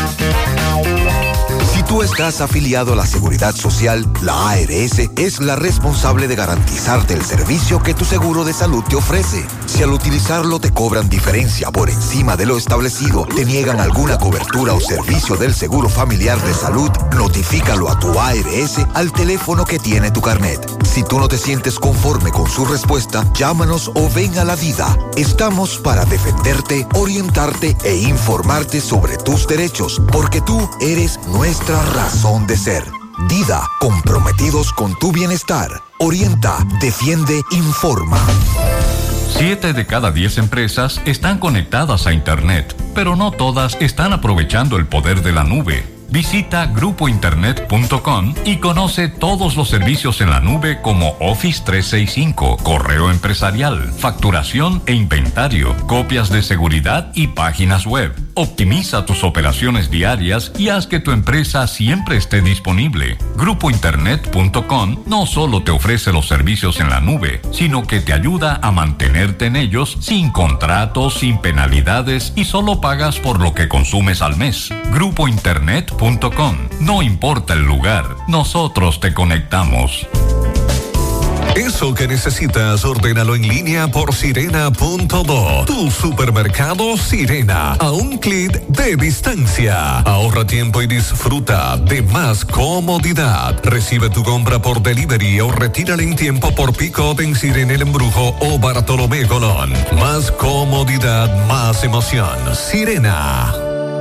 Si tú estás afiliado a la Seguridad Social, la A R S es la responsable de garantizarte el servicio que tu seguro de salud te ofrece. Si al utilizarlo te cobran diferencia por encima de lo establecido, te niegan alguna cobertura o servicio del Seguro Familiar de Salud, notifícalo a tu A R S al teléfono que tiene tu carnet. Si tú no te sientes conforme con su respuesta, llámanos o ven a la vida. Estamos para defenderte, orientarte e informarte sobre tus derechos, porque tú eres nuestra razón de ser. Dida, comprometidos con tu bienestar. Orienta, defiende, informa. Siete de cada diez empresas están conectadas a Internet, pero no todas están aprovechando el poder de la nube. Visita grupo internet punto com y conoce todos los servicios en la nube como Office trescientos sesenta y cinco, correo empresarial, facturación e inventario, copias de seguridad y páginas web. Optimiza tus operaciones diarias y haz que tu empresa siempre esté disponible. grupo internet punto com no solo te ofrece los servicios en la nube, sino que te ayuda a mantenerte en ellos sin contratos, sin penalidades y solo pagas por lo que consumes al mes. grupo internet punto com. No importa el lugar, nosotros te conectamos. Eso que necesitas, ordénalo en línea por sirena punto do. Tu supermercado Sirena, a un clic de distancia. Ahorra tiempo y disfruta de más comodidad. Recibe tu compra por delivery o retírala en tiempo por pick-up en Sirena El Embrujo o Bartolomé Colón. Más comodidad, más emoción. Sirena.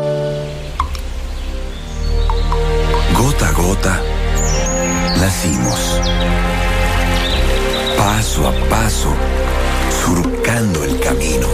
Gota a gota, nacimos. Paso a paso, surcando el camino.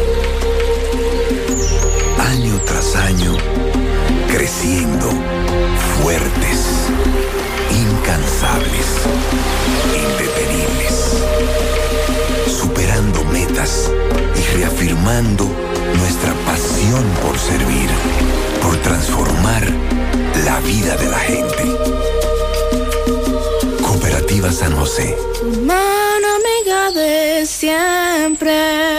Año tras año, creciendo, fuertes, incansables, indetenibles. Superando metas y reafirmando nuestra pasión por servir, por transformar la vida de la gente. Cooperativa San José. Mano amiga de siempre.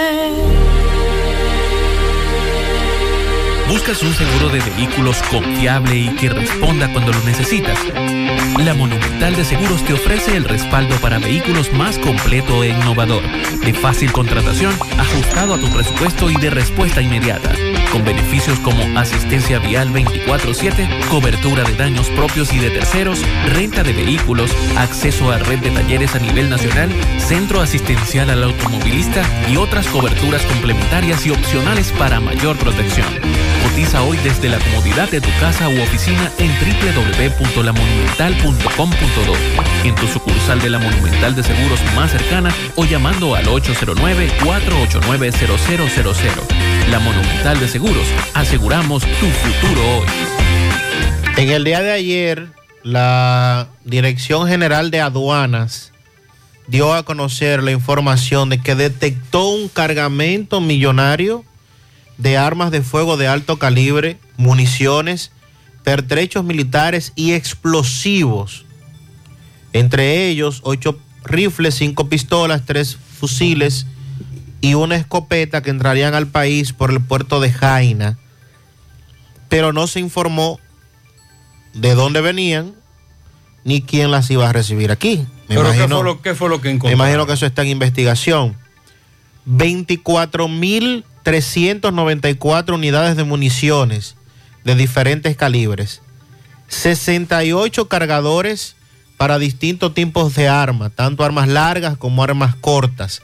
¿Buscas un seguro de vehículos confiable y que responda cuando lo necesitas? La Monumental de Seguros te ofrece el respaldo para vehículos más completo e innovador, de fácil contratación, ajustado a tu presupuesto y de respuesta inmediata, con beneficios como asistencia vial veinticuatro siete, cobertura de daños propios y de terceros, renta de vehículos, acceso a red de talleres a nivel nacional, centro asistencial al automovilista y otras coberturas complementarias y opcionales para mayor protección. Cotiza hoy desde la comodidad de tu casa u oficina en doble u doble u doble u punto la monumental punto com punto do, en tu sucursal de la Monumental de Seguros más cercana o llamando al ocho cero nueve, cuatro ocho nueve, cero cero cero cero. La Monumental de Seguros, aseguramos tu futuro hoy. En el día de ayer, la Dirección General de Aduanas dio a conocer la información de que detectó un cargamento millonario de armas de fuego de alto calibre, municiones, pertrechos militares y explosivos. Entre ellos, ocho rifles, cinco pistolas, tres fusiles y una escopeta que entrarían al país por el puerto de Jaina. pero no se informó de dónde venían ni quién las iba a recibir aquí. Me ¿Pero imagino, qué fue lo, qué fue lo que me encontraron? imagino que eso está en investigación. veinticuatro mil trescientas noventa y cuatro unidades de municiones de diferentes calibres, sesenta y ocho cargadores para distintos tipos de armas, tanto armas largas como armas cortas,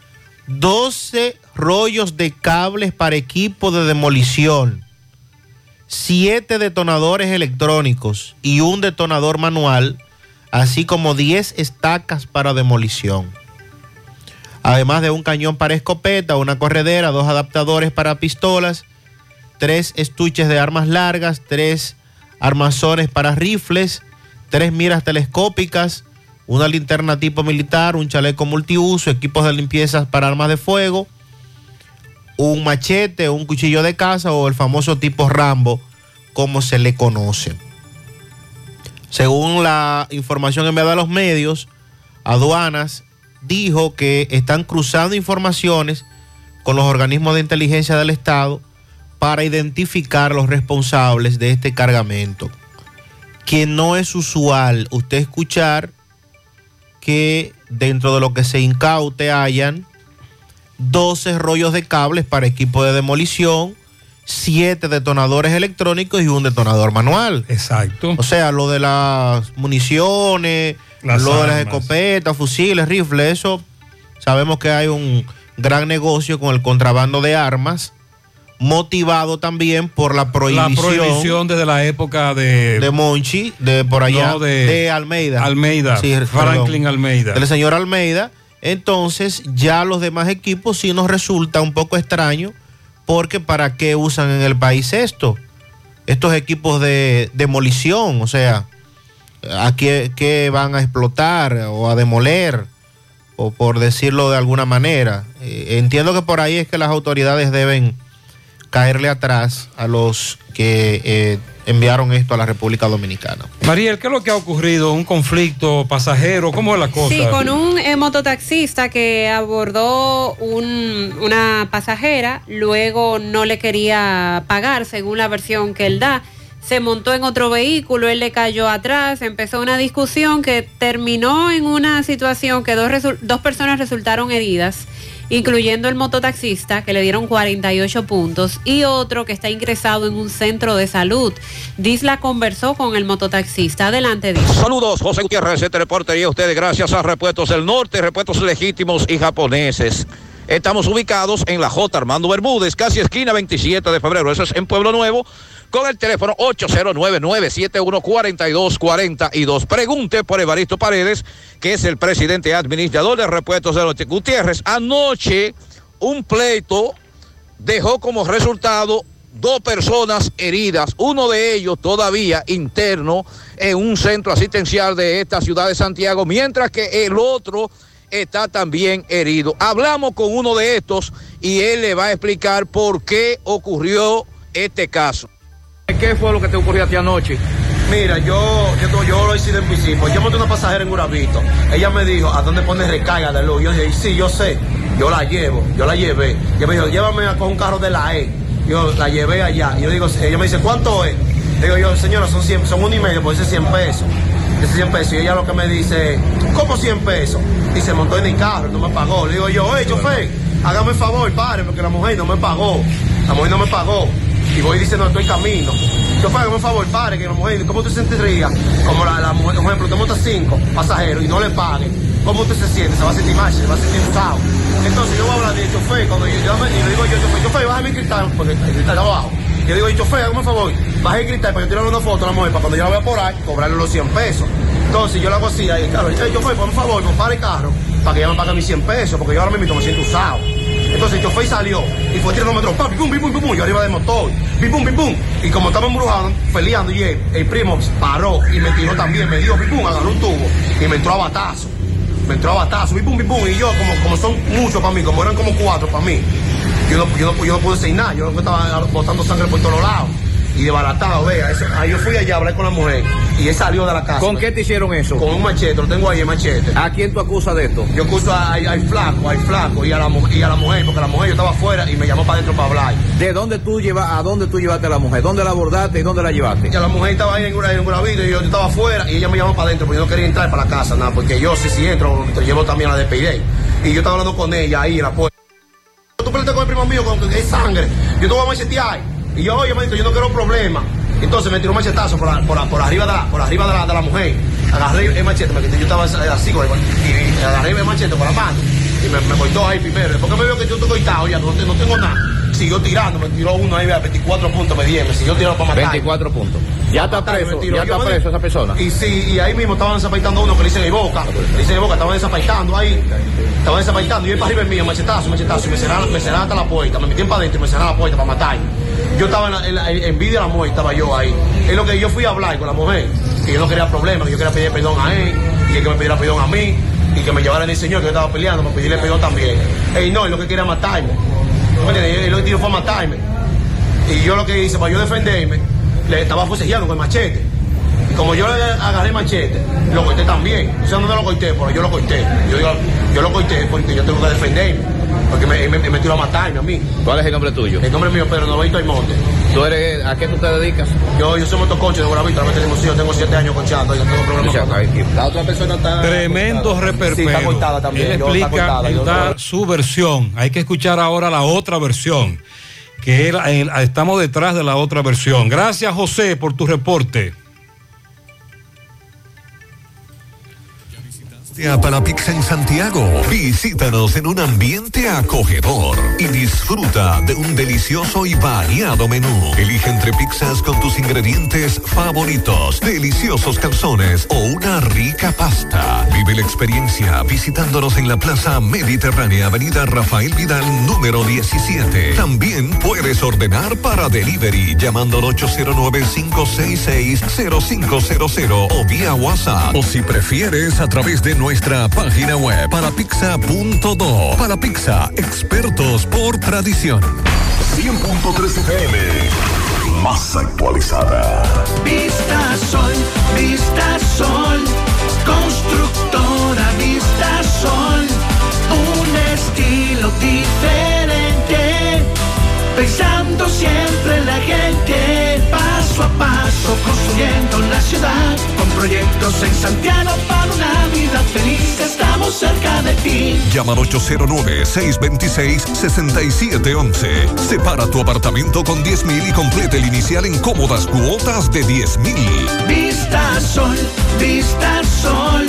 doce rollos de cables para equipo de demolición, siete detonadores electrónicos y un detonador manual, así como diez estacas para demolición. Además de un cañón para escopeta, una corredera, dos adaptadores para pistolas, tres estuches de armas largas, tres armazones para rifles, tres miras telescópicas, una linterna tipo militar, un chaleco multiuso, equipos de limpieza para armas de fuego, un machete, un cuchillo de caza o el famoso tipo Rambo, como se le conoce. Según la información enviada a los medios, Aduanas dijo que están cruzando informaciones con los organismos de inteligencia del Estado para identificar a los responsables de este cargamento. Que no es usual usted escuchar que dentro de lo que se incaute hayan doce rollos de cables para equipo de demolición, siete detonadores electrónicos y un detonador manual. Exacto. O sea, lo de las municiones, Las lo de las armas. escopetas, fusiles, rifles, eso sabemos que hay un gran negocio con el contrabando de armas, motivado también por la prohibición. La prohibición desde la época de... de Monchi, de por allá, No, de- de, Almeida. Almeida, Sí, Franklin perdón. Almeida. Del señor Almeida. Entonces, ya los demás equipos sí nos resulta un poco extraño, porque ¿para qué usan en el país esto? Estos equipos de demolición, o sea, ¿a qué, qué van a explotar o a demoler? O por decirlo de alguna manera. Eh, entiendo que por ahí es que las autoridades deben caerle atrás a los que eh, enviaron esto a la República Dominicana. Mariel, ¿qué es lo que ha ocurrido? ¿Un conflicto pasajero? ¿Cómo es la cosa? Sí, con un eh, mototaxista que abordó un- una pasajera, luego no le quería pagar, según la versión que él da. Se montó en otro vehículo, él le cayó atrás, empezó una discusión que terminó en una situación que dos, resu- dos personas resultaron heridas, incluyendo el mototaxista, que le dieron cuarenta y ocho puntos, y otro que está ingresado en un centro de salud. Disla conversó con el mototaxista. Adelante, Disla. Saludos, José Gutiérrez, este reportería a ustedes gracias a Repuestos del Norte, repuestos legítimos y japoneses. Estamos ubicados en la J. Armando Bermúdez, casi esquina veintisiete de febrero, eso es en Pueblo Nuevo, con el teléfono ocho cero nueve, nueve siete uno, cuatro dos cuatro dos. Pregunte por Evaristo Paredes, que es el presidente administrador de Repuestos del Norte. Gutiérrez, anoche un pleito dejó como resultado dos personas heridas, uno de ellos todavía interno en un centro asistencial de esta ciudad de Santiago, mientras que el otro está también herido. Hablamos con uno de estos y él le va a explicar por qué ocurrió este caso. ¿Qué fue lo que te ocurrió a ti anoche? Mira, yo, yo, yo lo hice de principio. Yo monté una pasajera en Guravito. Ella me dijo, ¿a dónde pone recarga de luz? Yo dije, sí, yo sé. Yo la llevo, yo la llevé. Ella me dijo, llévame a con un carro de la E. Yo la llevé allá. Y yo digo, ella me dice, ¿cuánto es? Digo yo, señora, son cien, son uno y medio, pues ese cien pesos. Ese cien pesos. Y ella lo que me dice, ¿cómo cien pesos? Y se montó en el carro, no me pagó. Le digo yo, oye, chofer, hágame el favor, pare, porque la mujer no me pagó. La mujer no me pagó. Y voy diciendo, estoy camino. Yo págame un favor, pare, que la mujer, ¿cómo tú te sentirías? Como la, la mujer, por ejemplo, te montas cinco pasajeros y no le paguen. ¿Cómo usted se siente? Se va a sentir mal, se va a sentir usado. Entonces yo voy a hablar de chofer, cuando yo, yo, y le digo yo, chofer, chofer, bájame el cristal, porque el cristal está abajo. Yo digo, chofer, hágame un favor, baje el cristal para yo tirarle una foto a la mujer, para cuando yo la vea por ahí, cobrarle los cien pesos. Entonces yo le hago así, ahí, claro, yo, chofer, por favor, pues para el carro, para que ella me pague mis cien pesos, porque yo ahora mismo me siento usado. Entonces el chofer salió y fue tirando metros, pum, pum, pum, pum, pum, yo arriba del motor, pim, pum, pim, pum. Y como estaba embrujado, peleando, y el, el primo paró y me tiró también, me dio, pim, pum, agarró un tubo y me entró a batazo. Me entró a batazo, pim, pum, pim, pum. Y yo, como, como son muchos para mí, como eran como cuatro para mí, yo no, yo no, yo no pude hacer nada, yo estaba botando sangre por todos lados. y desbaratado, vea. Eso, ahí yo fui allá a hablar con la mujer y él salió de la casa. ¿Con qué te hicieron eso? Con un machete, lo tengo ahí, el machete. ¿A quién tú acusas de esto? Yo acuso al flaco, al flaco y a, la, y a la mujer, porque la mujer yo estaba afuera y me llamó para adentro para hablar. ¿De dónde tú llevas, a dónde tú llevaste a la mujer? ¿Dónde la abordaste y dónde la llevaste? Ya la mujer estaba ahí en una, en una vida y yo, yo estaba afuera y ella me llamó para adentro, porque yo no quería entrar para la casa, nada, porque yo si, si entro, te llevo también a la despedida. Y yo estaba hablando con ella ahí en la puerta. Tú peleaste con el primo mío, con que es sangre. Yo te voy a machetear. Y yo, oye, manito, yo no quiero problema. Entonces me tiró un machetazo por, la, por, la, por arriba, de la, por arriba de, la, de la mujer. Agarré el machete, me quité, yo estaba así, y, y agarré el machete por la mano. Y me, me cortó ahí primero. Después que me vio que yo estoy cortado, ya no, no tengo nada. Siguió tirando, me tiró uno ahí, a veinticuatro puntos me dieron, me siguió tirando para matar. veinticuatro puntos. Ya está preso, tiró, ya está preso esa persona. Y sí, y ahí mismo estaban desapaitando uno que le hice en boca. Le hice en boca, estaban desapaitando ahí. Estaban desapaitando. Y él para arriba el mío, machetazo, machetazo. Y me cerraron, me cerraron hasta la puerta. Me metí para adentro y me cerraron la puerta para matar. Yo estaba en, la, en, la, en vida de la mujer, estaba yo ahí. Es lo que yo fui a hablar con la mujer. Que yo no quería problemas, que yo quería pedir perdón a él. Y él que me pidiera perdón a mí. Y que me llevara el señor que yo estaba peleando, me pedirle perdón también. Ey, no, él lo que quería matarme. Él lo que tiró fue matarme. Y yo lo que hice para yo defenderme, le estaba forcejeando con el machete. Y como yo le agarré el machete, lo corté también. O sea, no lo corté, pero yo lo corté. Yo, yo, yo lo corté porque yo tengo que defenderme. Porque me, me, me tiró a matarme a mí. ¿Cuál es el nombre tuyo? El nombre mío, Pedro Noveito Almonte. ¿Tú eres, a qué tú te dedicas? Yo, yo soy motoconcho de Guaravito, realmente tengo, yo tengo siete años conchando, yo tengo problemas con la otra persona está... Tremendo reperpero. Sí, está cortada también. Él yo, explica, está cortada, él yo, da yo, su versión. Hay que escuchar ahora la otra versión. Que él, él, estamos detrás de la otra versión. Gracias, José, por tu reporte. Para Pizza en Santiago, visítanos en un ambiente acogedor y disfruta de un delicioso y variado menú. Elige entre pizzas con tus ingredientes favoritos, deliciosos calzones o una rica pasta. Vive la experiencia visitándonos en la Plaza Mediterránea, Avenida Rafael Vidal, número diecisiete. También puedes ordenar para delivery llamando al ocho cero nueve, cinco seis seis, cero cinco cero cero o vía WhatsApp. O si prefieres, a través de nuestra página web parapizza punto do. Para Pizza, expertos por tradición. cien punto tres F M, más actualizada. Vista Sol, Vista Sol, constructora Vista Sol, un estilo diferente, pensando siempre en la gente, paso a paso construyendo la ciudad, con proyectos en Santiago para una vida feliz, estamos cerca de ti. Llama al ocho cero nueve, seis dos seis, seis siete uno uno. Separa tu apartamento con diez mil y complete el inicial en cómodas cuotas de diez mil. Vista Sol, Vista Sol,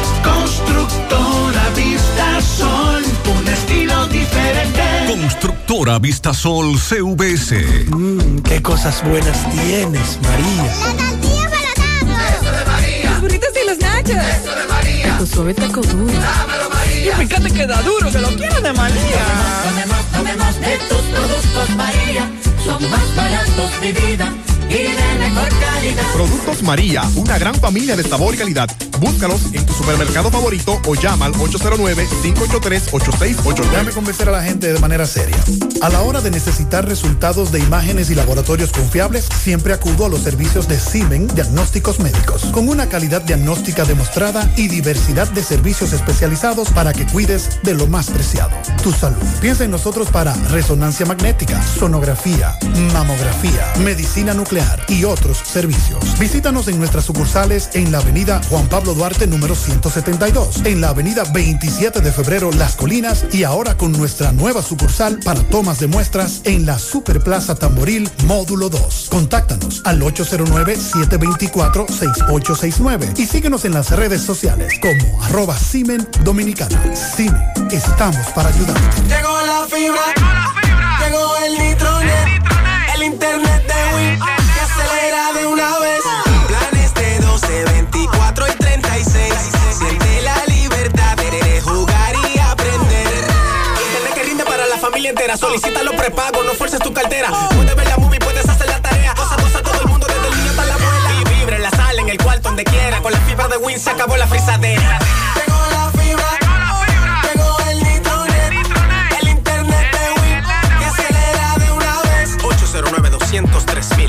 constructora Vista Sol, un estilo diferente. Constructora Vistasol C V S. Mmm, qué cosas buenas tienes, María. La tortilla para tacos. Eso de María. Los burritos y los nachos. Eso de María. Taco suave, taco duro. Dámelo, María. Y fíjate que da duro, que lo quiero de María. Tomemos, tomemos de tus productos, María. Son más baratos, mi vida. Y de mejor calidad. Productos María, una gran familia de sabor y calidad. Búscalos en tu supermercado favorito o llama al ocho cero nueve, cinco ocho tres, ocho seis ocho nueve. Déjame convencer a la gente de manera seria. A la hora de necesitar resultados de imágenes y laboratorios confiables, siempre acudo a los servicios de Simen Diagnósticos Médicos, con una calidad diagnóstica demostrada y diversidad de servicios especializados para que cuides de lo más preciado, tu salud. Piensa en nosotros para resonancia magnética, sonografía, mamografía, medicina nuclear y otros servicios. Visítanos en nuestras sucursales en la avenida Juan Pablo Duarte número ciento setenta y dos, en la avenida veintisiete de febrero Las Colinas y ahora con nuestra nueva sucursal para tomas de muestras en la Superplaza Tamboril Módulo dos. Contáctanos al ocho cero nueve, siete dos cuatro, seis ocho seis nueve y síguenos en las redes sociales como arroba Simen Dominicana. Simen, estamos para ayudarte. Llegó la fibra, llegó la fibra, llegó el Nitronet, el, el internet de Win que acelera de una vez. Planes de doce, veinticuatro y treinta y seis. Siente la libertad de jugar y aprender. Internet que rinde para la familia entera. Solicita los prepagos, no fuerces tu cartera. Puedes ver la movie, puedes hacer la tarea. Cosa, cosa, todo el mundo, desde el niño hasta la abuela. Y vibra en la sala, en el cuarto, donde quiera. Con la fibra de Win se acabó la frisadera. Llegó la fibra, llegó la fibra, llegó el Nitronet, el internet de Win que acelera de una vez. ocho cero nueve, dos cero tres mil. Solicita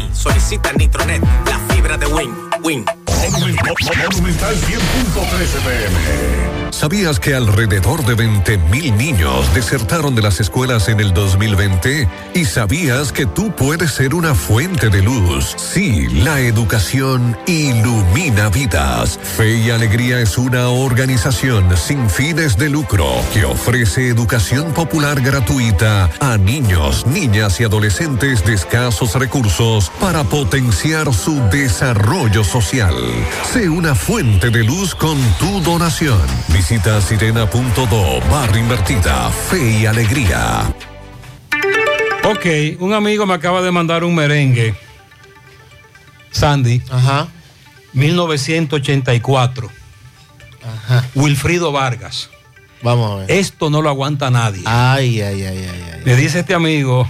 necesita Nitronet, la fibra de Win. Win. Monumental cien punto trece P M. ¿Sabías que alrededor de veinte mil niños desertaron de las escuelas en el dos mil veinte? ¿Y sabías que tú puedes ser una fuente de luz? Sí, la educación ilumina vidas. Fe y Alegría es una organización sin fines de lucro que ofrece educación popular gratuita a niños, niñas y adolescentes de escasos recursos para potenciar su desarrollo social. Sé una fuente de luz con tu donación. Visita sirena punto do barra invertida Fe y Alegría. Ok, un amigo me acaba de mandar un merengue. Sandy. Ajá. mil novecientos ochenta y cuatro. Ajá. Wilfrido Vargas. Vamos a ver. Esto no lo aguanta nadie. Ay, ay, ay, ay, ay. Me dice este amigo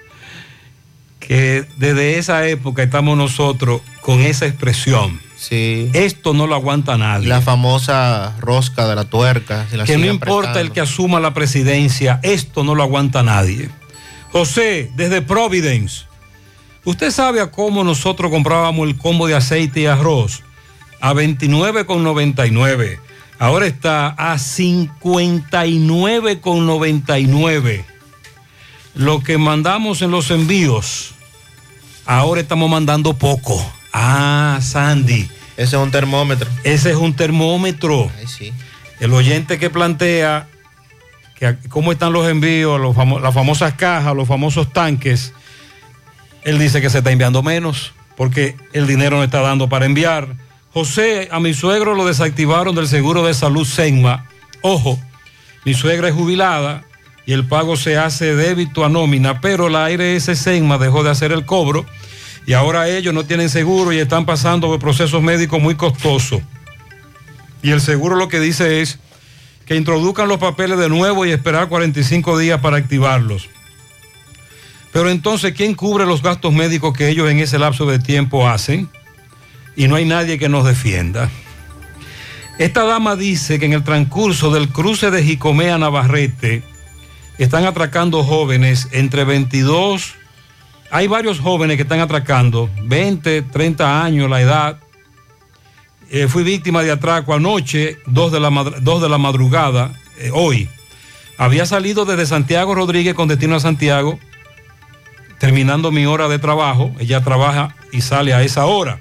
que desde esa época estamos nosotros con esa expresión. Sí. Esto no lo aguanta nadie. La famosa rosca de la tuerca. Si la que no siguen importa apretando. el que asuma la presidencia, esto no lo aguanta nadie. José, desde Providence, ¿usted sabe a cómo nosotros comprábamos el combo de aceite y arroz? A veintinueve con noventa y nueve. Ahora está a cincuenta y nueve con noventa y nueve. Lo que mandamos en los envíos, ahora estamos mandando poco. Ah, Sandy. Ese es un termómetro. Ese es un termómetro. Ay, sí. El oyente que plantea que cómo están los envíos, los famo- las famosas cajas, los famosos tanques, él dice que se está enviando menos porque el dinero no está dando para enviar. José, a mi suegro lo desactivaron del seguro de salud Senma. Ojo, mi suegra es jubilada y el pago se hace débito a nómina, pero la A R S Senma dejó de hacer el cobro y ahora ellos no tienen seguro y están pasando por procesos médicos muy costosos. Y el seguro lo que dice es que introduzcan los papeles de nuevo y esperar cuarenta y cinco días para activarlos. Pero entonces, ¿quién cubre los gastos médicos que ellos en ese lapso de tiempo hacen? Y no hay nadie que nos defienda. Esta dama dice que en el transcurso del cruce de Jicomé a Navarrete están atracando jóvenes entre veintidós, hay varios jóvenes que están atracando, veinte, treinta años la edad. Eh, fui víctima de atraco anoche, dos de la, dos de la madrugada, eh, hoy. Había salido desde Santiago Rodríguez con destino a Santiago, terminando mi hora de trabajo. Ella trabaja y sale a esa hora.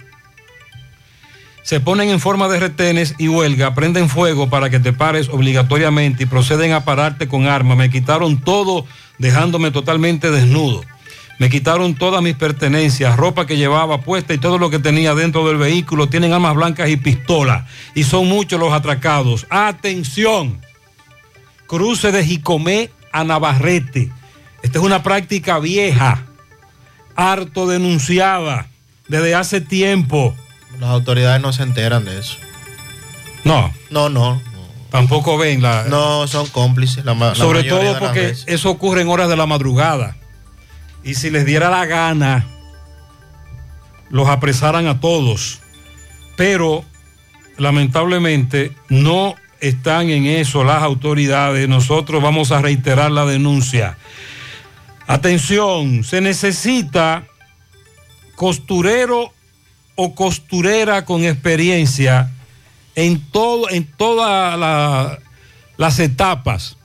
Se ponen en forma de retenes y huelga, prenden fuego para que te pares obligatoriamente y proceden a pararte con armas. Me quitaron todo, dejándome totalmente desnudo. Me quitaron todas mis pertenencias, ropa que llevaba puesta y todo lo que tenía dentro del vehículo. Tienen armas blancas y pistolas. Y son muchos los atracados. ¡Atención! Cruce de Jicomé a Navarrete. Esta es una práctica vieja, harto denunciada desde hace tiempo. Las autoridades no se enteran de eso. No. No, no. no. Tampoco ven la... No, son cómplices. La, la sobre todo porque eso ocurre en horas de la madrugada. Y si les diera la gana, los apresaran a todos. Pero, lamentablemente, no están en eso las autoridades. Nosotros vamos a reiterar la denuncia. Atención, se necesita costurero o costurera con experiencia en, todo, en todas la, las etapas.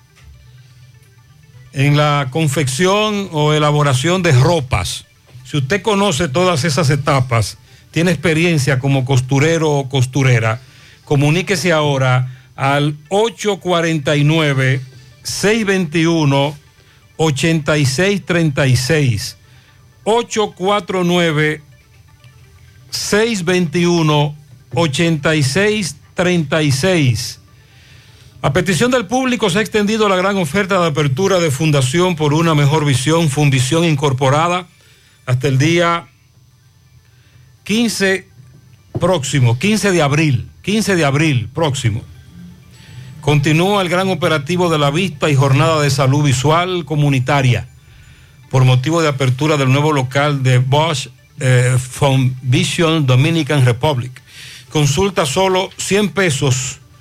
En la confección o elaboración de ropas. Si usted conoce todas esas etapas, tiene experiencia como costurero o costurera, comuníquese ahora al ocho cuatro nueve, seis dos uno, ocho seis tres seis. ocho cuatro nueve, seis dos uno, ocho seis tres seis. A petición del público se ha extendido la gran oferta de apertura de Fundación por una Mejor Visión, Funvisión Incorporada, hasta el día quince próximo, quince de abril, quince de abril próximo. Continúa el gran operativo de la vista y jornada de salud visual comunitaria por motivo de apertura del nuevo local de Bosch eh, Funvision Dominican Republic. Consulta solo cien pesos.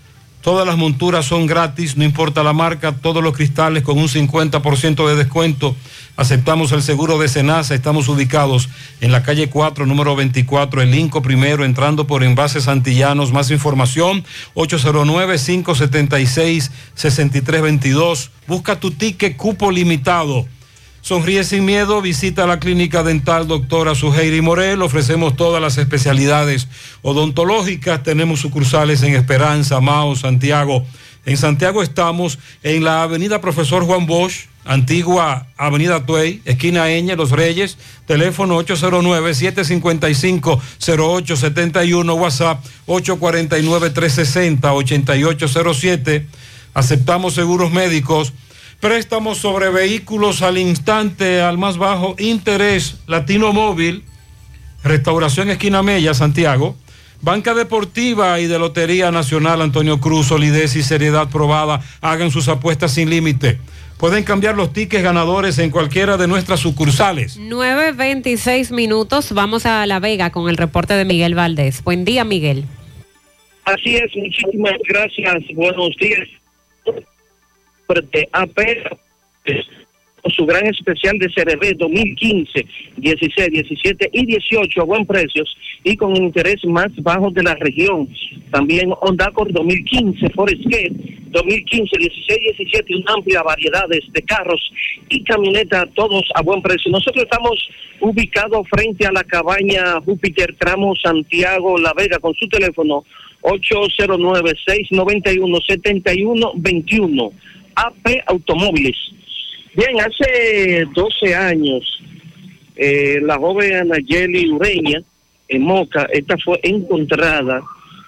Todas las monturas son gratis, no importa la marca, todos los cristales con un cincuenta por ciento de descuento. Aceptamos el seguro de Senasa. Estamos ubicados en la calle cuatro, número veinticuatro, el Inco Primero, entrando por Envases Antillanos. Más información, ocho cero nueve, cinco siete seis, seis tres dos dos. Busca tu ticket cupo limitado. Sonríe sin miedo, visita la clínica dental doctora Suheiri Morel. Ofrecemos todas las especialidades odontológicas. Tenemos sucursales en Esperanza, Mao, Santiago. En Santiago estamos en la avenida Profesor Juan Bosch, antigua avenida Tuey, esquina Eñe, Los Reyes. Teléfono ocho cero nueve, siete cinco cinco, cero ocho siete uno, WhatsApp ocho cuatro nueve, tres seis cero, ocho ocho cero siete. Aceptamos seguros médicos. Préstamos sobre vehículos al instante, al más bajo interés. Latino Móvil, Restauración Esquina Mella, Santiago. Banca Deportiva y de Lotería Nacional Antonio Cruz, solidez y seriedad probada. Hagan sus apuestas sin límite. Pueden cambiar los tickets ganadores en cualquiera de nuestras sucursales. nueve veintiséis minutos, vamos a La Vega con el reporte de Miguel Valdés. Buen día, Miguel. Así es, muchísimas gracias. Buenos días. De A P, con su gran especial de C R V dos mil quince, dieciséis, diecisiete y dieciocho a buen precios y con interés más bajo de la región. También Honda Accord dos mil quince, Forest Gate dos mil quince, dieciséis, diecisiete y una amplia variedad de carros y camionetas, todos a buen precio. Nosotros estamos ubicados frente a la cabaña Júpiter, tramo Santiago La Vega, con su teléfono ocho cero nueve, seis nueve uno, siete uno dos uno. A P Automóviles. Bien, hace doce años, eh, la joven Anayeli Ureña, en Moca, esta fue encontrada,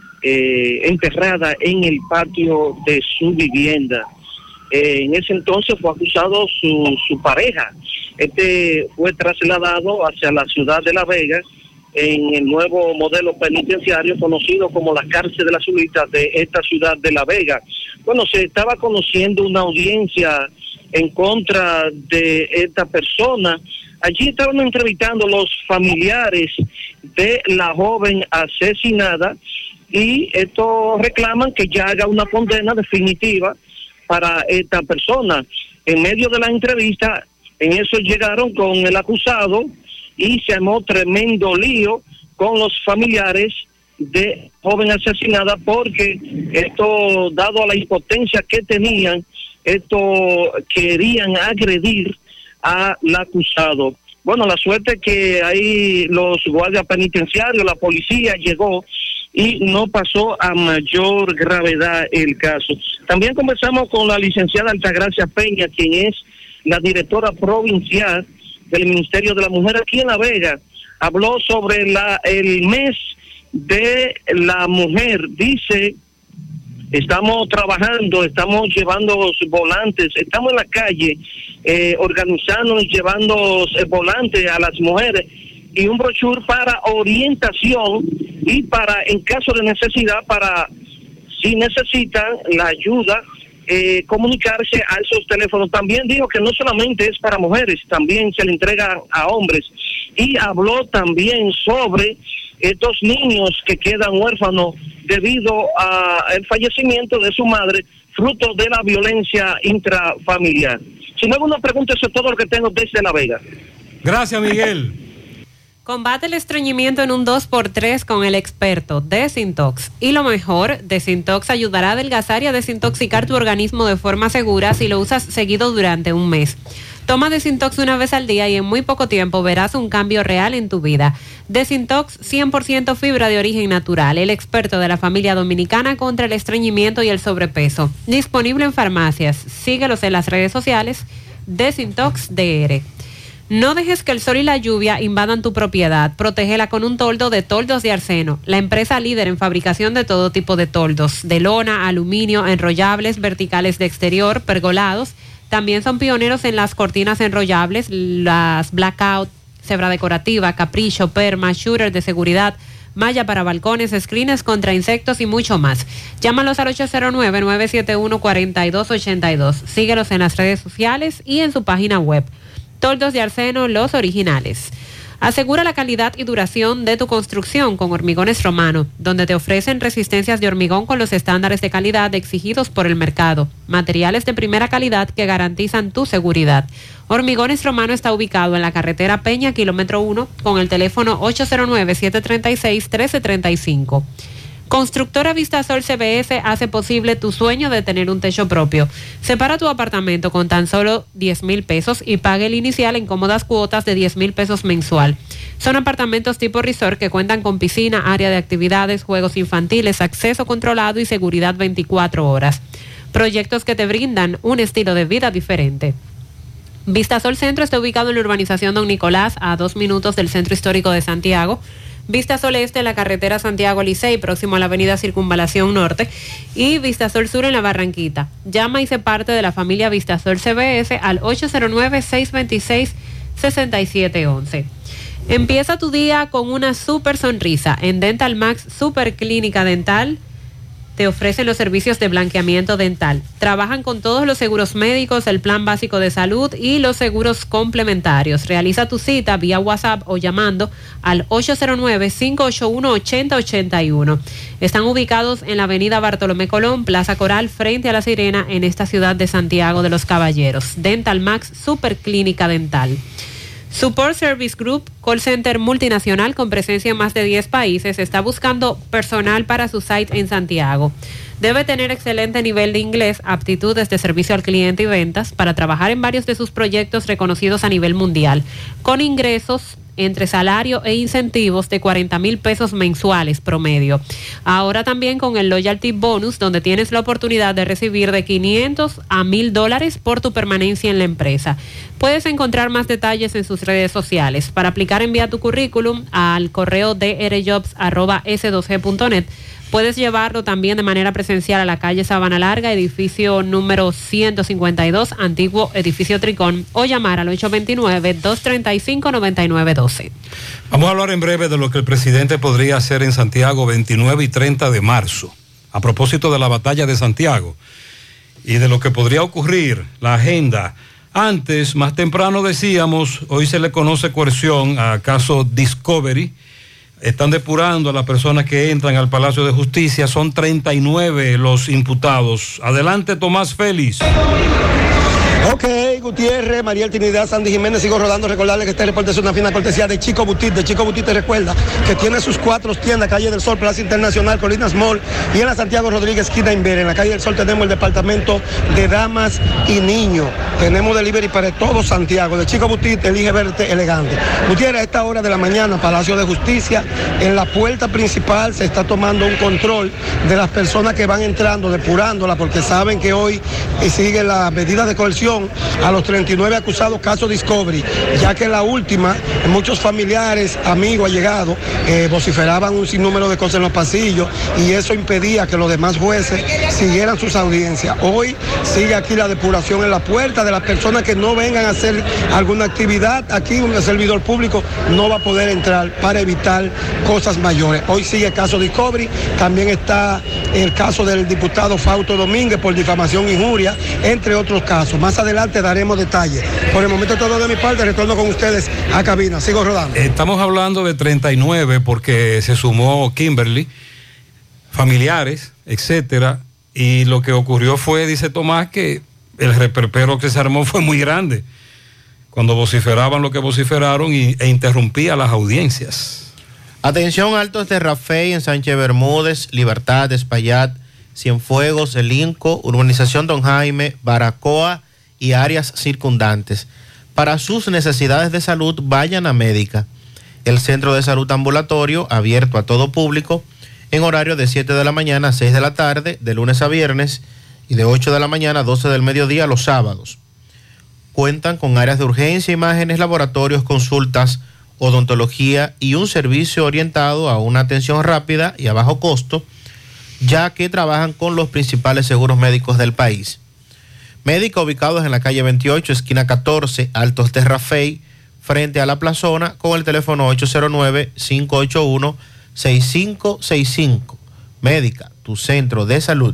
eh, enterrada en el patio de su vivienda. Eh, en ese entonces fue acusado su, su pareja. Este fue trasladado hacia la ciudad de La Vega, en el nuevo modelo penitenciario conocido como la cárcel de la Zulita de esta ciudad de La Vega. Bueno, se estaba conociendo una audiencia en contra de esta persona. Allí estaban entrevistando los familiares de la joven asesinada y estos reclaman que ya haga una condena definitiva para esta persona. En medio de la entrevista, en eso llegaron con el acusado y se armó tremendo lío con los familiares de joven asesinada, porque esto, dado a la impotencia que tenían, esto querían agredir al acusado. Bueno, la suerte que ahí los guardias penitenciarios, la policía llegó y no pasó a mayor gravedad el caso. También conversamos con la licenciada Altagracia Peña, quien es la directora provincial del Ministerio de la Mujer aquí en La Vega. Habló sobre la el mes de la mujer. Dice, estamos trabajando, estamos llevando volantes, estamos en la calle eh, organizando y llevando eh, volantes a las mujeres y un brochure para orientación y para, en caso de necesidad, para si necesitan la ayuda, eh, comunicarse a esos teléfonos. También dijo que no solamente es para mujeres, también se le entrega a hombres. Y habló también sobre estos niños que quedan huérfanos debido al fallecimiento de su madre, fruto de la violencia intrafamiliar. Si no hay alguna pregunta, eso es todo lo que tengo desde La Vega. Gracias, Miguel. Combate el estreñimiento en un dos por tres con el experto Desintox. Y lo mejor, Desintox ayudará a adelgazar y a desintoxicar tu organismo de forma segura si lo usas seguido durante un mes. Toma Desintox una vez al día y en muy poco tiempo verás un cambio real en tu vida. Desintox, cien por ciento fibra de origen natural, el experto de la familia dominicana contra el estreñimiento y el sobrepeso. Disponible en farmacias. Síguelos en las redes sociales, Desintox D R. No dejes que el sol y la lluvia invadan tu propiedad. Protégela con un toldo de Toldos de Arseno, la empresa líder en fabricación de todo tipo de toldos, de lona, aluminio, enrollables, verticales de exterior, pergolados. También son pioneros en las cortinas enrollables, las blackout, cebra decorativa, capricho, perma, shooter de seguridad, malla para balcones, screens contra insectos y mucho más. Llámalos al ocho cero nueve, nueve siete uno, cuatro dos ocho dos. Síguelos en las redes sociales y en su página web. Toldos de Arseno, los originales. Asegura la calidad y duración de tu construcción con Hormigones Romano, donde te ofrecen resistencias de hormigón con los estándares de calidad exigidos por el mercado, materiales de primera calidad que garantizan tu seguridad. Hormigones Romano está ubicado en la carretera Peña, kilómetro uno, con el teléfono ocho cero nueve, siete tres seis, uno tres tres cinco. Constructora Vistasol C B S hace posible tu sueño de tener un techo propio. Separa tu apartamento con tan solo diez mil pesos y pague el inicial en cómodas cuotas de diez mil pesos mensual. Son apartamentos tipo resort que cuentan con piscina, área de actividades, juegos infantiles, acceso controlado y seguridad veinticuatro horas. Proyectos que te brindan un estilo de vida diferente. Vistasol Centro está ubicado en la urbanización Don Nicolás, a dos minutos del Centro Histórico de Santiago. Vistasol Este en la carretera Santiago Licey, próximo a la avenida Circunvalación Norte, y Vistasol Sur en la Barranquita. Llama y sé parte de la familia Vistasol C B S al ocho cero nueve, seis dos seis, seis siete uno uno. Empieza tu día con una super sonrisa. En Dental Max Super Clínica Dental te ofrecen los servicios de blanqueamiento dental. Trabajan con todos los seguros médicos, el plan básico de salud y los seguros complementarios. Realiza tu cita vía WhatsApp o llamando al ocho cero nueve, cinco ocho uno, ocho cero ocho uno. Están ubicados en la avenida Bartolomé Colón, Plaza Coral, frente a La Sirena, en esta ciudad de Santiago de los Caballeros. Dental Max Super Clínica Dental. Support Service Group, call center multinacional con presencia en más de diez países, está buscando personal para su site en Santiago. Debe tener excelente nivel de inglés, aptitudes de servicio al cliente y ventas para trabajar en varios de sus proyectos reconocidos a nivel mundial, con ingresos entre salario e incentivos de cuarenta mil pesos mensuales promedio. Ahora también con el Loyalty Bonus, donde tienes la oportunidad de recibir de quinientos a mil dólares por tu permanencia en la empresa. Puedes encontrar más detalles en sus redes sociales. Para aplicar, envía tu currículum al correo d r jobs arroba s dos g punto net. Puedes llevarlo también de manera presencial a la calle Sabana Larga, edificio número ciento cincuenta y dos, antiguo edificio Tricón, o llamar al ocho dos nueve, dos tres cinco, nueve nueve uno dos. Vamos a hablar en breve de lo que el presidente podría hacer en Santiago veintinueve y treinta de marzo, a propósito de la batalla de Santiago y de lo que podría ocurrir, la agenda. Antes, más temprano decíamos, hoy se le conoce coerción a caso Discovery. Están depurando a las personas que entran al Palacio de Justicia. Son treinta y nueve los imputados. Adelante, Tomás Félix. Ok, Gutiérrez, Mariel Trinidad, Sandy Jiménez, sigo rodando. Recordarle que este reporte es una fina cortesía de Chico Butit. De Chico Butit te recuerda que tiene sus cuatro tiendas, Calle del Sol, Plaza Internacional, Colinas Mall, y en la Santiago Rodríguez, esquina Inver. En la Calle del Sol tenemos el departamento de damas y niños. Tenemos delivery para todo Santiago. De Chico Butit, elige verte elegante. Gutiérrez, a esta hora de la mañana, Palacio de Justicia, en la puerta principal se está tomando un control de las personas que van entrando, depurándola, porque saben que hoy sigue la medida de coerción a los treinta y nueve acusados caso Discovery, ya que la última, muchos familiares, amigos, allegados, eh, vociferaban un sinnúmero de cosas en los pasillos y eso impedía que los demás jueces siguieran sus audiencias. Hoy sigue aquí la depuración en la puerta de las personas que no vengan a hacer alguna actividad. Aquí un servidor público no va a poder entrar para evitar cosas mayores. Hoy sigue el caso Discovery, también está el caso del diputado Fausto Domínguez por difamación e injuria, entre otros casos. Más adelante daremos detalles. Por el momento todo de mi parte, retorno con ustedes a cabina. Sigo rodando. Estamos hablando de treinta y nueve porque se sumó Kimberly, familiares, etcétera, y lo que ocurrió fue, dice Tomás, que el reperpero que se armó fue muy grande cuando vociferaban lo que vociferaron y, e interrumpía las audiencias. Atención, Altos de Rafey en Sánchez Bermúdez, Libertad, Espaillat, Cienfuegos, El Inco, Urbanización Don Jaime, Baracoa y áreas circundantes. Para sus necesidades de salud, vayan a Médica, el centro de salud ambulatorio abierto a todo público en horario de siete de la mañana a seis de la tarde, de lunes a viernes, y de ocho de la mañana a doce del mediodía los sábados. Cuentan con áreas de urgencia, imágenes, laboratorios, consultas, odontología y un servicio orientado a una atención rápida y a bajo costo, ya que trabajan con los principales seguros médicos del país. Médica, ubicados en la calle veintiocho, esquina catorce, Altos de Rafey, frente a la Plazona, con el teléfono ocho cero nueve, cinco ocho uno, seis cinco seis cinco. Médica, tu centro de salud.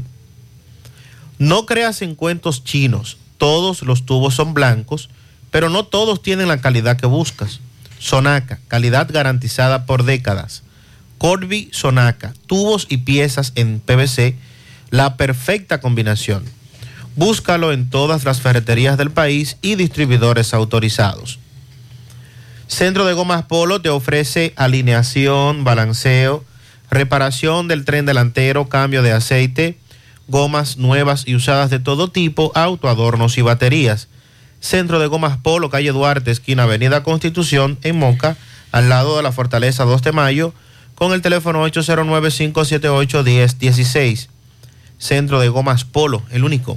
No creas en cuentos chinos. Todos los tubos son blancos, pero no todos tienen la calidad que buscas. Sonaca, calidad garantizada por décadas. Corby Sonaca, tubos y piezas en P V C, la perfecta combinación. Búscalo en todas las ferreterías del país y distribuidores autorizados. Centro de Gomas Polo te ofrece alineación, balanceo, reparación del tren delantero, cambio de aceite, gomas nuevas y usadas de todo tipo, autoadornos y baterías. Centro de Gomas Polo, calle Duarte, esquina Avenida Constitución, en Moca, al lado de la Fortaleza dos de Mayo, con el teléfono ocho cero nueve, cinco siete ocho, uno cero uno seis. Centro de Gomas Polo, el único.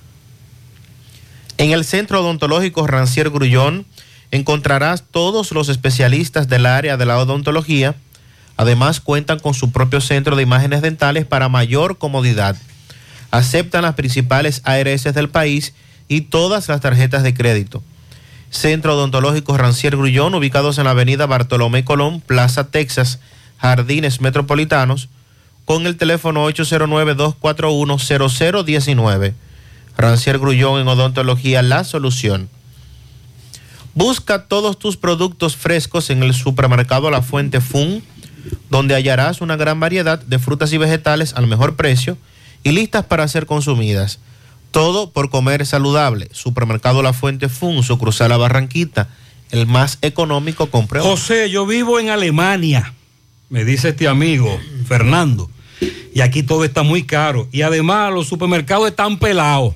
En el Centro Odontológico Rancier Grullón encontrarás todos los especialistas del área de la odontología. Además, cuentan con su propio centro de imágenes dentales para mayor comodidad. Aceptan las principales A R S del país y todas las tarjetas de crédito. Centro Odontológico Rancier Grullón, ubicados en la avenida Bartolomé Colón, Plaza Texas, Jardines Metropolitanos, con el teléfono ocho cero nueve, dos cuatro uno, cero cero uno nueve. Rancier Grullón en odontología, la solución. Busca todos tus productos frescos en el supermercado La Fuente Fun, donde hallarás una gran variedad de frutas y vegetales al mejor precio y listas para ser consumidas. Todo por comer saludable. Supermercado La Fuente Fun, sucursal La Barranquita, el más económico. Compre. José, yo vivo en Alemania, me dice este amigo, Fernando, y aquí todo está muy caro. Y además los supermercados están pelados.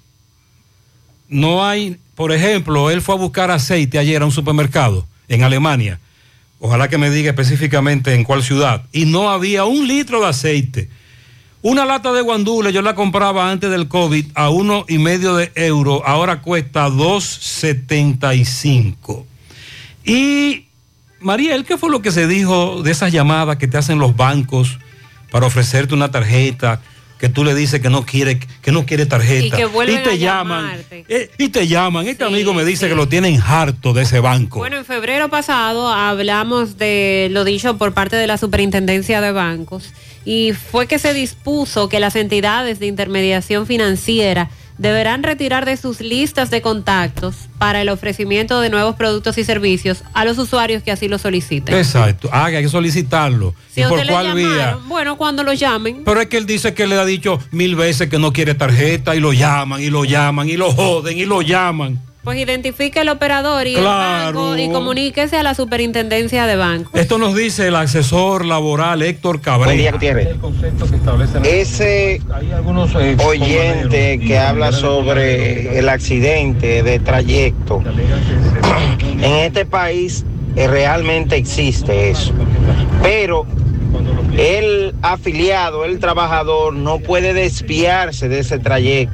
No hay, por ejemplo, él fue a buscar aceite ayer a un supermercado en Alemania. Ojalá que me diga específicamente en cuál ciudad. Y no había un litro de aceite. Una lata de guandule yo la compraba antes del COVID a uno y medio de euro. Ahora cuesta dos setenta y cinco. Y Mariel, ¿qué fue lo que se dijo de esas llamadas que te hacen los bancos para ofrecerte una tarjeta? Que tú le dices que no quiere, que no quiere tarjeta. Y que vuelven y te a llaman. Eh, y te llaman. Este sí, amigo me dice sí. que lo tienen harto de ese banco. Bueno, en febrero pasado hablamos de lo dicho por parte de la Superintendencia de Bancos y fue que se dispuso que las entidades de intermediación financiera deberán retirar de sus listas de contactos para el ofrecimiento de nuevos productos y servicios a los usuarios que así lo soliciten. Exacto. Ah, que hay que solicitarlo. Si ¿Y por le cuál llamaron, vía? Bueno, cuando lo llamen. Pero es que él dice que le ha dicho mil veces que no quiere tarjeta y lo llaman y lo llaman y lo joden y lo llaman. Pues identifique el operador y claro. el banco y comuníquese a la Superintendencia de Bancos. Esto nos dice el asesor laboral Héctor Cabrera. Buen día, Gutiérrez. Ese oyente que habla sobre el accidente de trayecto, en este país realmente existe eso. Pero el afiliado, el trabajador, no puede desviarse de ese trayecto.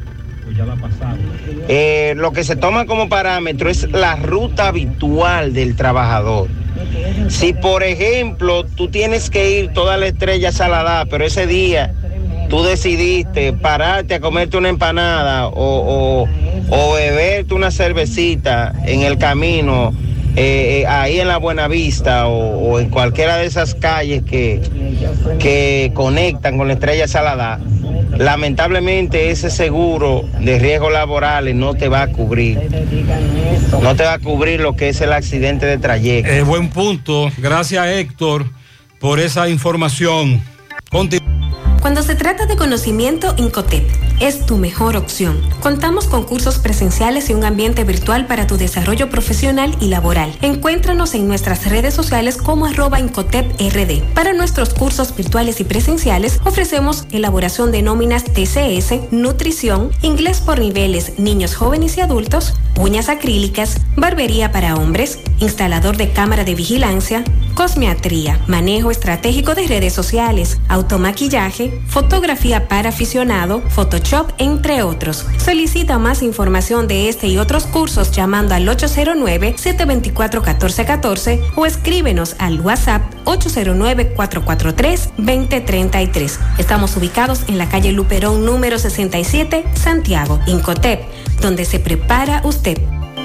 Eh, lo que se toma como parámetro es la ruta habitual del trabajador. Si por ejemplo tú tienes que ir toda la Estrella Saladá, pero ese día tú decidiste pararte a comerte una empanada o, o, o beberte una cervecita en el camino, eh, ahí en la Buenavista o, o en cualquiera de esas calles que, que conectan con la Estrella Saladá, lamentablemente ese seguro de riesgos laborales no te va a cubrir. No te va a cubrir lo que es el accidente de trayecto. Eh, buen punto. Gracias, Héctor, por esa información. Continu- Cuando se trata de conocimiento, Incotep es tu mejor opción. Contamos con cursos presenciales y un ambiente virtual para tu desarrollo profesional y laboral. Encuéntranos en nuestras redes sociales como arroba Incotep R D. Para nuestros cursos virtuales y presenciales ofrecemos elaboración de nóminas T C S, nutrición, inglés por niveles niños, jóvenes y adultos, uñas acrílicas, barbería para hombres, instalador de cámara de vigilancia, cosmiatría, manejo estratégico de redes sociales, automaquillaje, fotografía para aficionado, Photoshop, entre otros. Solicita más información de este y otros cursos llamando al ocho cero nueve, siete dos cuatro, uno cuatro uno cuatro o escríbenos al WhatsApp ocho cero nueve, cuatro cuatro tres, dos cero tres tres. Estamos ubicados en la calle Luperón número sesenta y siete, Santiago. Incotep, donde se prepara usted.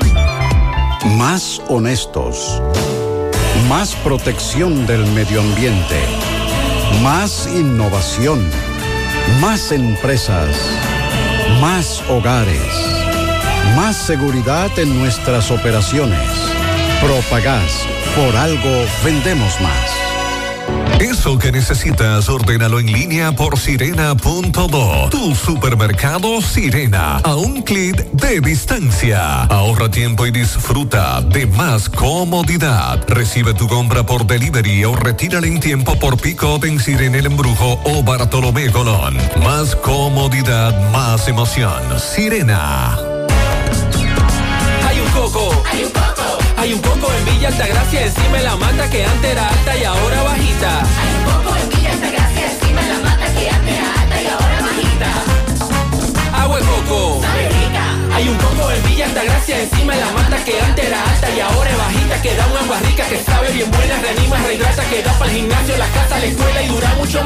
Más honestos. Más protección del medio ambiente. Más innovación. Más empresas. Más hogares. Más seguridad en nuestras operaciones. Propagás. Por algo vendemos más. Eso que necesitas, ordénalo en línea por sirena punto do. Tu supermercado Sirena, a un clic de distancia. Ahorra tiempo y disfruta de más comodidad. Recibe tu compra por delivery o retírala en tiempo por pick-up en Sirena El Embrujo o Bartolomé Colón. Más comodidad, más emoción. Sirena. Hay un coco. Hay un coco. Hay un coco en Villa Altagracia, encima de la mata que antes era alta y ahora bajita. Hay un coco en Villa Altagracia, encima de la mata que antes era alta y ahora bajita. Agua de coco. Sabe rica. Hay un coco en Villa Altagracia, encima de la mata que antes era alta y ahora es bajita. Que da un agua rica, que sabe bien buena, reanima, rehidrata, que da para el gimnasio, la casa, la escuela y dura mucho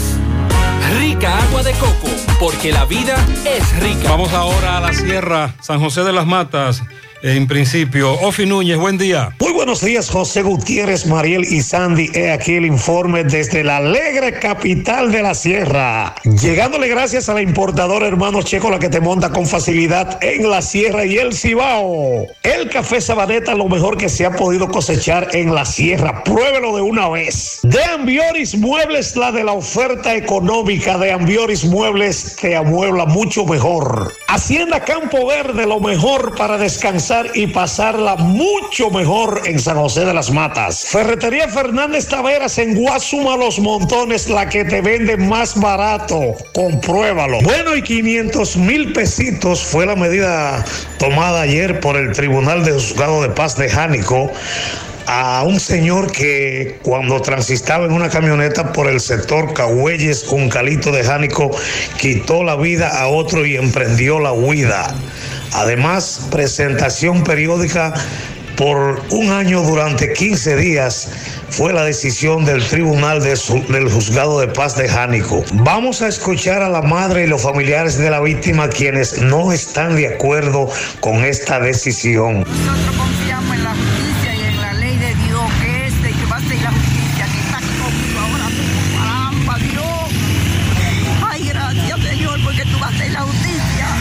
más. Rica agua de coco, porque la vida es rica. Vamos ahora a la Sierra, San José de las Matas. En principio, Ofi Núñez, buen día. Muy buenos días, José Gutiérrez, Mariel y Sandy. He aquí el informe desde la alegre capital de la Sierra. Llegándole gracias a la importadora Hermanos Checo, la que te monta con facilidad en la Sierra y el Cibao. El café Sabaneta, lo mejor que se ha podido cosechar en la Sierra. Pruébelo de una vez. De Ambioris Muebles, la de la oferta económica de Ambioris Muebles te amuebla mucho mejor. Hacienda Campo Verde, lo mejor para descansar y pasarla mucho mejor en San José de las Matas. Ferretería Fernández Taveras en Guasuma Los Montones, la que te vende más barato. Compruébalo. Bueno, y quinientos mil pesitos fue la medida tomada ayer por el Tribunal de Juzgado de Paz de Jánico a un señor que cuando transitaba en una camioneta por el sector Cahuelles, Juncalito de Jánico, quitó la vida a otro y emprendió la huida. Además, presentación periódica por un año durante quince días fue la decisión del Tribunal de su, del Juzgado de Paz de Jánico. Vamos a escuchar a la madre y los familiares de la víctima, quienes no están de acuerdo con esta decisión. Nosotros confiamos en la justicia y en la ley de Dios, que es de que va a ser la justicia, que está aquí conmigo ahora mismo. ¡Caramba, Dios! Ay, gracias, Señor, porque tú vas a ser la justicia.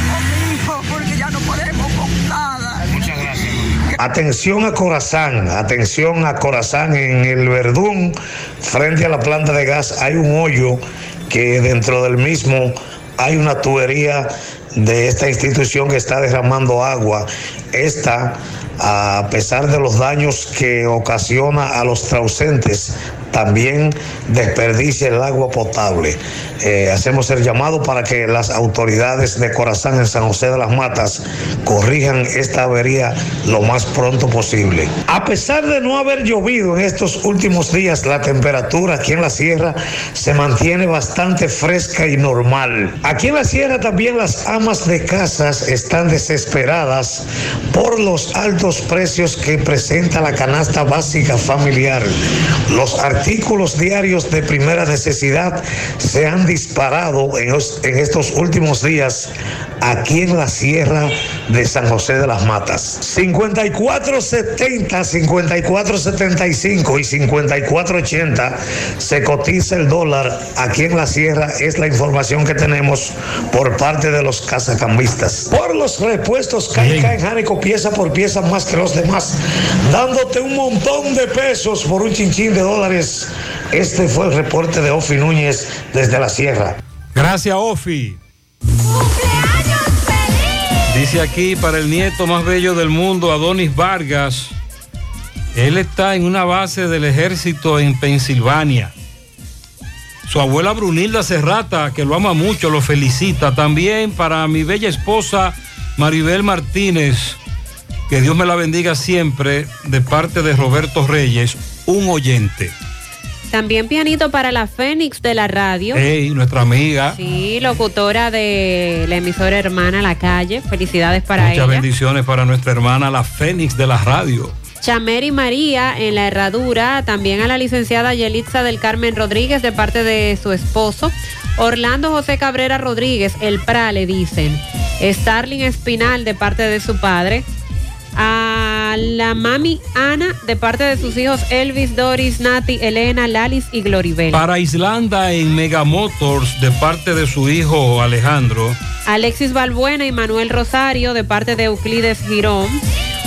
Porque ya no podemos con nada. Muchas gracias. Atención a Corazán, atención a Corazán en el Verdún, frente a la planta de gas hay un hoyo que dentro del mismo hay una tubería de esta institución que está derramando agua. Esta, a pesar de los daños que ocasiona a los traucentes, también desperdicia el agua potable. Eh, hacemos el llamado para que las autoridades de Corazán en San José de las Matas corrijan esta avería lo más pronto posible. A pesar de no haber llovido en estos últimos días, la temperatura aquí en la Sierra se mantiene bastante fresca y normal. Aquí en la Sierra también las amas de casas están desesperadas por los altos precios que presenta la canasta básica familiar. Los artículos diarios de primera necesidad se han disparado en, los, en estos últimos días aquí en la Sierra de San José de las Matas. cincuenta y cuatro setenta, cincuenta y cuatro setenta y cinco y cincuenta y cuatro ochenta se cotiza el dólar aquí en la Sierra. Es la información que tenemos por parte de los casacambistas. Por los repuestos Caica en Jánico, pieza por pieza más que los demás, dándote un montón de pesos por un chinchín de dólares. Este fue el reporte de Ofi Núñez desde la Sierra. Gracias, Ofi. ¡Cumpleaños feliz! Dice aquí, para el nieto más bello del mundo, Adonis Vargas. Él está en una base del ejército en Pensilvania. Su abuela Brunilda Serrata, que lo ama mucho, lo felicita. También para mi bella esposa Maribel Martínez, que Dios me la bendiga siempre, de parte de Roberto Reyes, un oyente. También pianito para la Fénix de la radio. Hey, nuestra amiga. Sí, locutora de la emisora hermana La Calle. Felicidades para Muchas ella. Muchas bendiciones para nuestra hermana, la Fénix de la radio. Chameri María en la herradura. También a la licenciada Yelitza del Carmen Rodríguez de parte de su esposo. Orlando José Cabrera Rodríguez, el P R A, le dicen. Starling Espinal de parte de su padre. A la mami Ana de parte de sus hijos Elvis, Doris, Nati, Elena, Lalis y Gloribel. Para Islanda en Mega Motors de parte de su hijo Alejandro. Alexis Balbuena y Manuel Rosario de parte de Euclides Girón.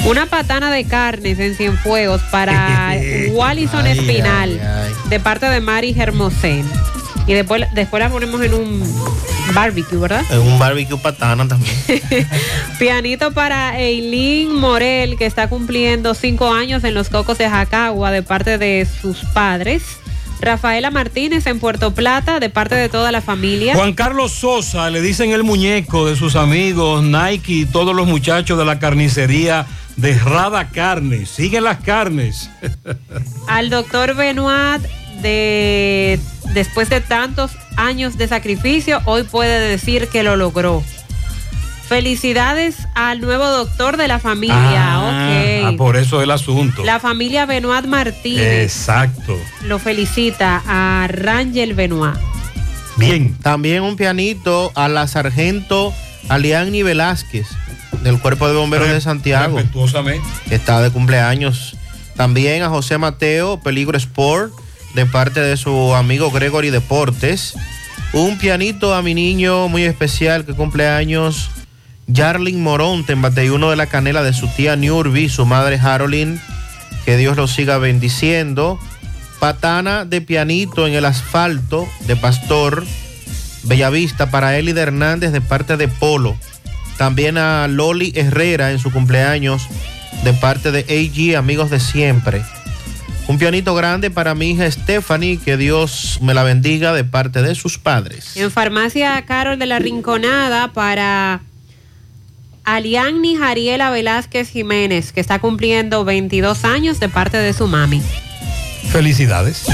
Una patana de carnes en Cienfuegos para Wallison Ay, Espinal, ay, ay. de parte de Mari Hermosén. Y después, después la ponemos en un barbecue, ¿verdad? En un barbecue patana también. Pianito para Eileen Morel, que está cumpliendo cinco años en Los Cocos de Jacagua, de parte de sus padres. Rafaela Martínez en Puerto Plata, de parte de toda la familia. Juan Carlos Sosa, le dicen el muñeco de sus amigos, Nike y todos los muchachos de la carnicería de Rada Carnes. Siguen las carnes. Al doctor Benoit, de después de tantos años de sacrificio, hoy puede decir que lo logró. Felicidades al nuevo doctor de la familia. Ah, ok. ah, por eso el asunto. La familia Benoit Martínez. Exacto. Lo felicita a Rangel Benoit. Bien. También un pianito a la sargento Aliani Velázquez, del Cuerpo de Bomberos de Santiago, Respetuosamente. que está de cumpleaños. También a José Mateo, Peligro Sport, de parte de su amigo Gregory Deportes. Un pianito a mi niño muy especial que cumple años, Yarlin Moronte, en Bateyuno de la Canela, de su tía Nurbi, su madre Harolyn, que Dios lo siga bendiciendo. Patana de pianito en el asfalto, de Pastor, Bellavista, para Elida Hernández, de parte de Polo. También a Loli Herrera en su cumpleaños, de parte de A G, amigos de siempre. Un pianito grande para mi hija Stephanie, que Dios me la bendiga, de parte de sus padres. En Farmacia Carol de la Rinconada para Aliani Jariela Velázquez Jiménez, que está cumpliendo veintidós años, de parte de su mami. Felicidades.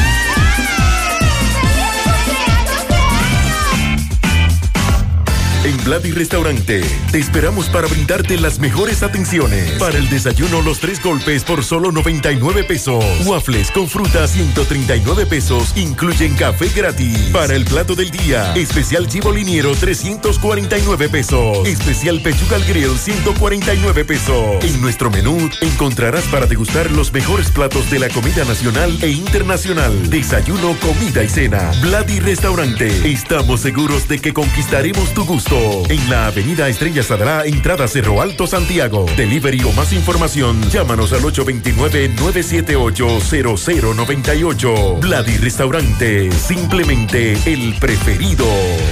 En Vladi Restaurante te esperamos para brindarte las mejores atenciones. Para el desayuno, los tres golpes por solo noventa y nueve pesos. Waffles con fruta, ciento treinta y nueve pesos. Incluyen café gratis. Para el plato del día, especial chivo liniero, trescientos cuarenta y nueve pesos. Especial pechuga al grill, ciento cuarenta y nueve pesos. En nuestro menú encontrarás para degustar los mejores platos de la comida nacional e internacional. Desayuno, comida y cena. Vladi Restaurante. Estamos seguros de que conquistaremos tu gusto. En la avenida Estrella Sadrá, entrada Cerro Alto, Santiago. Delivery o más información, llámanos al ocho dos nueve, nueve siete ocho, cero cero nueve ocho. Vladi Restaurante, simplemente el preferido.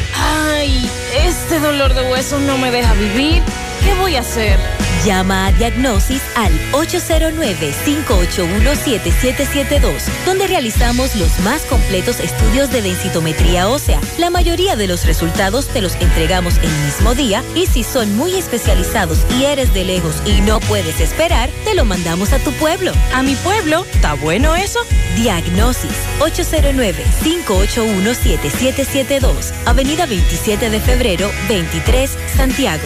Ay, este dolor de huesos no me deja vivir. ¿Qué voy a hacer? Llama a Diagnosis al ocho cero nueve, cinco ocho uno, siete siete siete dos, donde realizamos los más completos estudios de densitometría ósea. La mayoría de los resultados te los entregamos el mismo día, y si son muy especializados y eres de lejos y no puedes esperar, te lo mandamos a tu pueblo. ¿A mi pueblo? ¿Está bueno eso? Diagnosis ocho cero nueve, cinco ocho uno, siete siete siete dos, Avenida veintisiete de febrero, veintitrés, Santiago.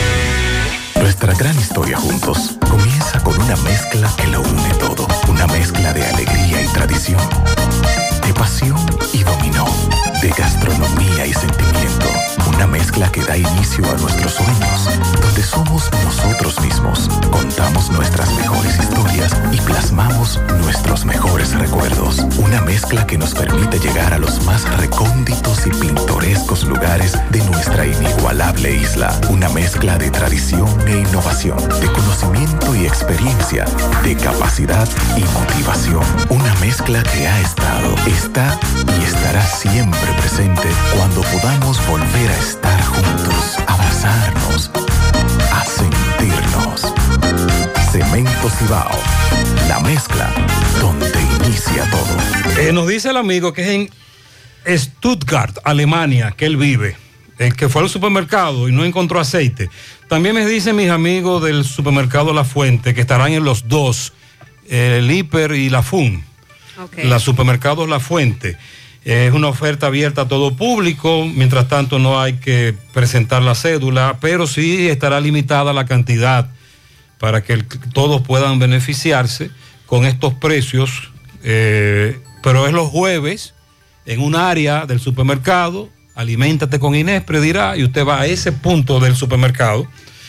Nuestra gran historia juntos comienza con una mezcla que lo une todo. Una mezcla de alegría y tradición, de pasión y dominó, de gastronomía y sentimiento. Una mezcla que da inicio a nuestros sueños, donde somos nosotros mismos, contamos nuestras mejores historias y plasmamos nuestros mejores recuerdos. Una mezcla que nos permite llegar a los más recónditos y pintorescos lugares de nuestra inigualable isla. Una mezcla de tradición e innovación, de conocimiento y experiencia, de capacidad y motivación. Una mezcla que ha estado, está y estará siempre presente cuando podamos volver a estar juntos, abrazarnos, a sentirnos. Cemento Cibao, la mezcla donde inicia todo. Eh, nos dice el amigo que es en Stuttgart, Alemania, que él vive, el que fue al supermercado y no encontró aceite. También me dicen mis amigos del supermercado La Fuente, que estarán en los dos, el Hiper y la Fun. Okay. Los supermercados La Fuente. Es una oferta abierta a todo público, mientras tanto no hay que presentar la cédula, pero sí estará limitada la cantidad para que el, todos puedan beneficiarse con estos precios, eh, pero es los jueves en un área del supermercado. Aliméntate con Inespre, dirá, y usted va a ese punto del supermercado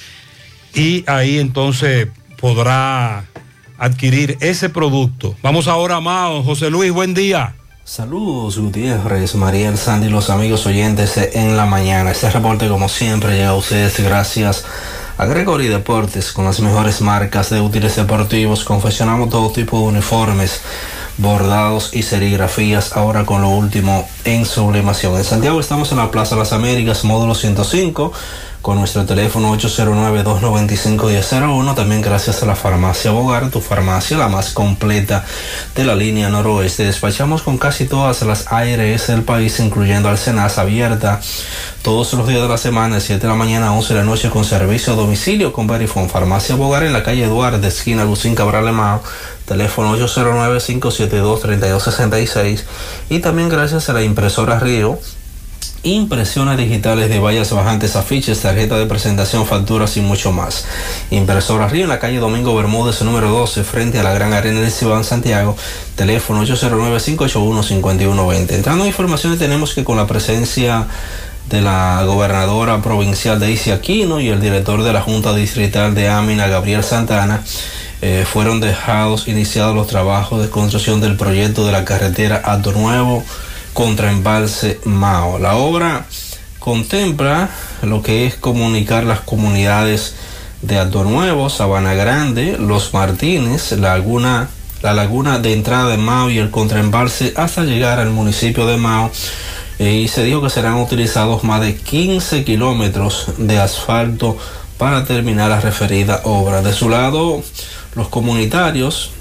y ahí entonces podrá adquirir ese producto. Vamos ahora a Mao. José Luis, buen día. Saludos, Gutiérrez, Mariel, Sandy, los amigos oyentes en la mañana. Este reporte, como siempre, llega a ustedes gracias A Gregory Deportes, con las mejores marcas de útiles deportivos, confeccionamos todo tipo de uniformes, bordados y serigrafías, ahora con lo último en sublimación. En Santiago estamos en la Plaza Las Américas, módulo ciento cinco, con nuestro teléfono ocho cero nueve, dos nueve cinco, uno cero cero uno, también gracias a la Farmacia Bogar, tu farmacia la más completa de la línea noroeste. Despachamos con casi todas las A R S del país, incluyendo Alcenas, abierta todos los días de la semana, de siete de la mañana a once de la noche, con servicio a domicilio con Verifone. Farmacia Bogar en la calle Duarte, esquina Lucín Cabral Emao, teléfono ocho cero nueve, cinco siete dos, tres dos seis seis, y también gracias a la impresora Río, impresiones digitales de vallas bajantes, afiches, tarjeta de presentación, facturas y mucho más. Impresora Río en la calle Domingo Bermúdez, número doce, frente a la Gran Arena de Cibao en Santiago, teléfono ocho cero nueve, cinco ocho uno, cinco uno dos cero. Entrando en informaciones, tenemos que con la presencia de la gobernadora provincial Daisy Aquino y el director de la Junta Distrital de Amina, Gabriel Santana, eh, fueron dejados iniciados los trabajos de construcción del proyecto de la carretera Alto Nuevo contra Embalse Mao. La obra contempla lo que es comunicar las comunidades de Alto Nuevo, Sabana Grande, Los Martínez, Laguna, la laguna de entrada de Mao y el contraembalse hasta llegar al municipio de Mao. Eh, y se dijo que serán utilizados más de quince kilómetros de asfalto para terminar la referida obra. De su lado, los comunitarios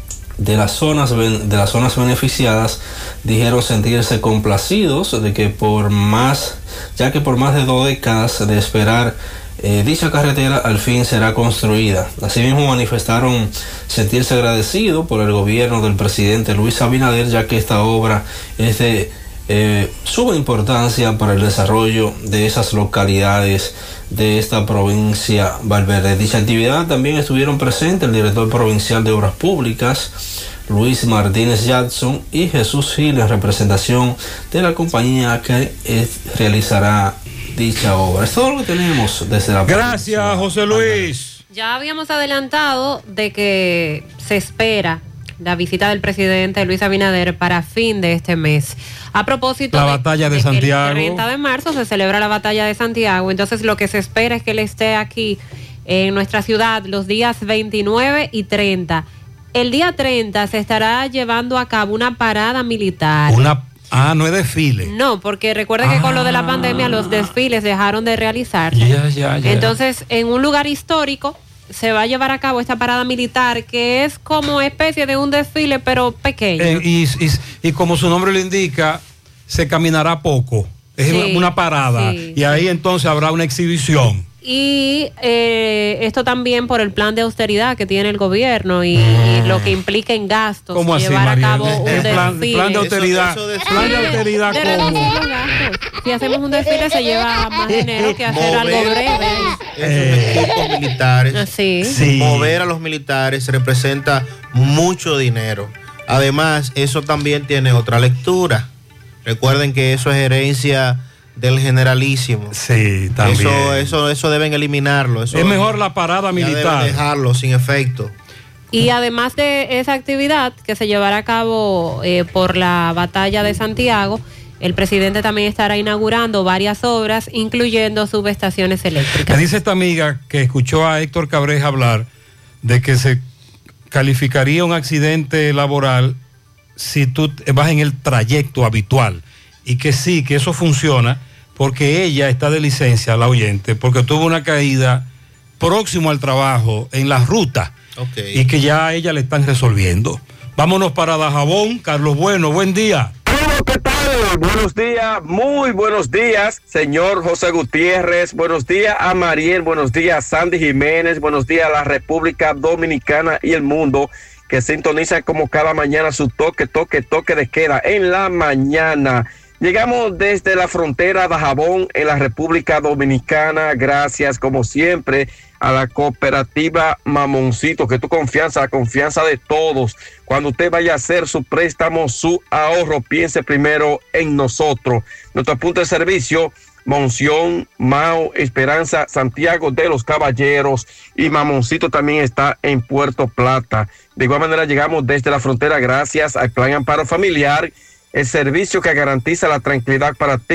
de las zonas de las zonas beneficiadas dijeron sentirse complacidos de que por más ya que por más de dos décadas de esperar, eh, dicha carretera al fin será construida. Asimismo manifestaron sentirse agradecidos por el gobierno del presidente Luis Abinader, ya que esta obra es de eh, suma importancia para el desarrollo de esas localidades de esta provincia Valverde. Dicha actividad también estuvieron presentes el director provincial de Obras Públicas, Luis Martínez Jackson, y Jesús Gil, en representación de la compañía que es, realizará dicha obra. Es todo lo que tenemos desde la Gracias, provincia. José Luis. Ya habíamos adelantado de que se espera la visita del presidente Luis Abinader para fin de este mes. A propósito la de, batalla de, de Santiago. Que el treinta de marzo se celebra la batalla de Santiago, entonces lo que se espera es que él esté aquí en nuestra ciudad los días veintinueve y treinta. El día treinta se estará llevando a cabo una parada militar. Una Ah, no es desfile. No, porque recuerda que ah. con lo de la pandemia los desfiles dejaron de realizarse. Ya, ya, ya. Entonces, en un lugar histórico se va a llevar a cabo esta parada militar, que es como especie de un desfile, pero pequeño. Eh, y, y, y como su nombre lo indica, se caminará poco. Es sí, una parada. Sí, y ahí sí. entonces habrá una exhibición. Y eh, esto también por el plan de austeridad que tiene el gobierno y, mm. y lo que implica en gastos. ¿Cómo así, llevar Mariel? a cabo un el plan, desfile. plan de austeridad. Eso, eso de plan de austeridad, de ¿cómo? Los gastos. Si hacemos un desfile se lleva más dinero que hacer Mover algo breve. Esos eh, equipos militares. Así. Sí. Mover a los militares representa mucho dinero. Además, eso también tiene otra lectura. Recuerden que eso es herencia del generalísimo. Sí, también. Eso, eso, eso deben eliminarlo. Eso es mejor la parada militar. Deben dejarlo sin efecto. Y además de esa actividad que se llevará a cabo eh, por la batalla de Santiago, el presidente también estará inaugurando varias obras, incluyendo subestaciones eléctricas. Me dice esta amiga que escuchó a Héctor Cabreja hablar de que se calificaría un accidente laboral si tú vas en el trayecto habitual. Y que sí, que eso funciona, porque ella está de licencia, la oyente, porque tuvo una caída próximo al trabajo en la ruta. Okay. Y que ya a ella le están resolviendo. Vámonos para Dajabón. Carlos Bueno, buen día. ¿Qué tal? Buenos días, muy buenos días, señor José Gutiérrez. Buenos días a Mariel, buenos días a Sandy Jiménez, buenos días a la República Dominicana y el mundo, que sintoniza como cada mañana su toque, toque, toque de queda en la mañana. Llegamos desde la frontera de Dajabón en la República Dominicana, gracias como siempre a la cooperativa Mamoncito, que tu confianza, la confianza de todos. Cuando usted vaya a hacer su préstamo, su ahorro, piense primero en nosotros. Nuestro punto de servicio, Monción, Mao, Esperanza, Santiago de los Caballeros, y Mamoncito también está en Puerto Plata. De igual manera llegamos desde la frontera gracias al Plan Amparo Familiar, el servicio que garantiza la tranquilidad para ti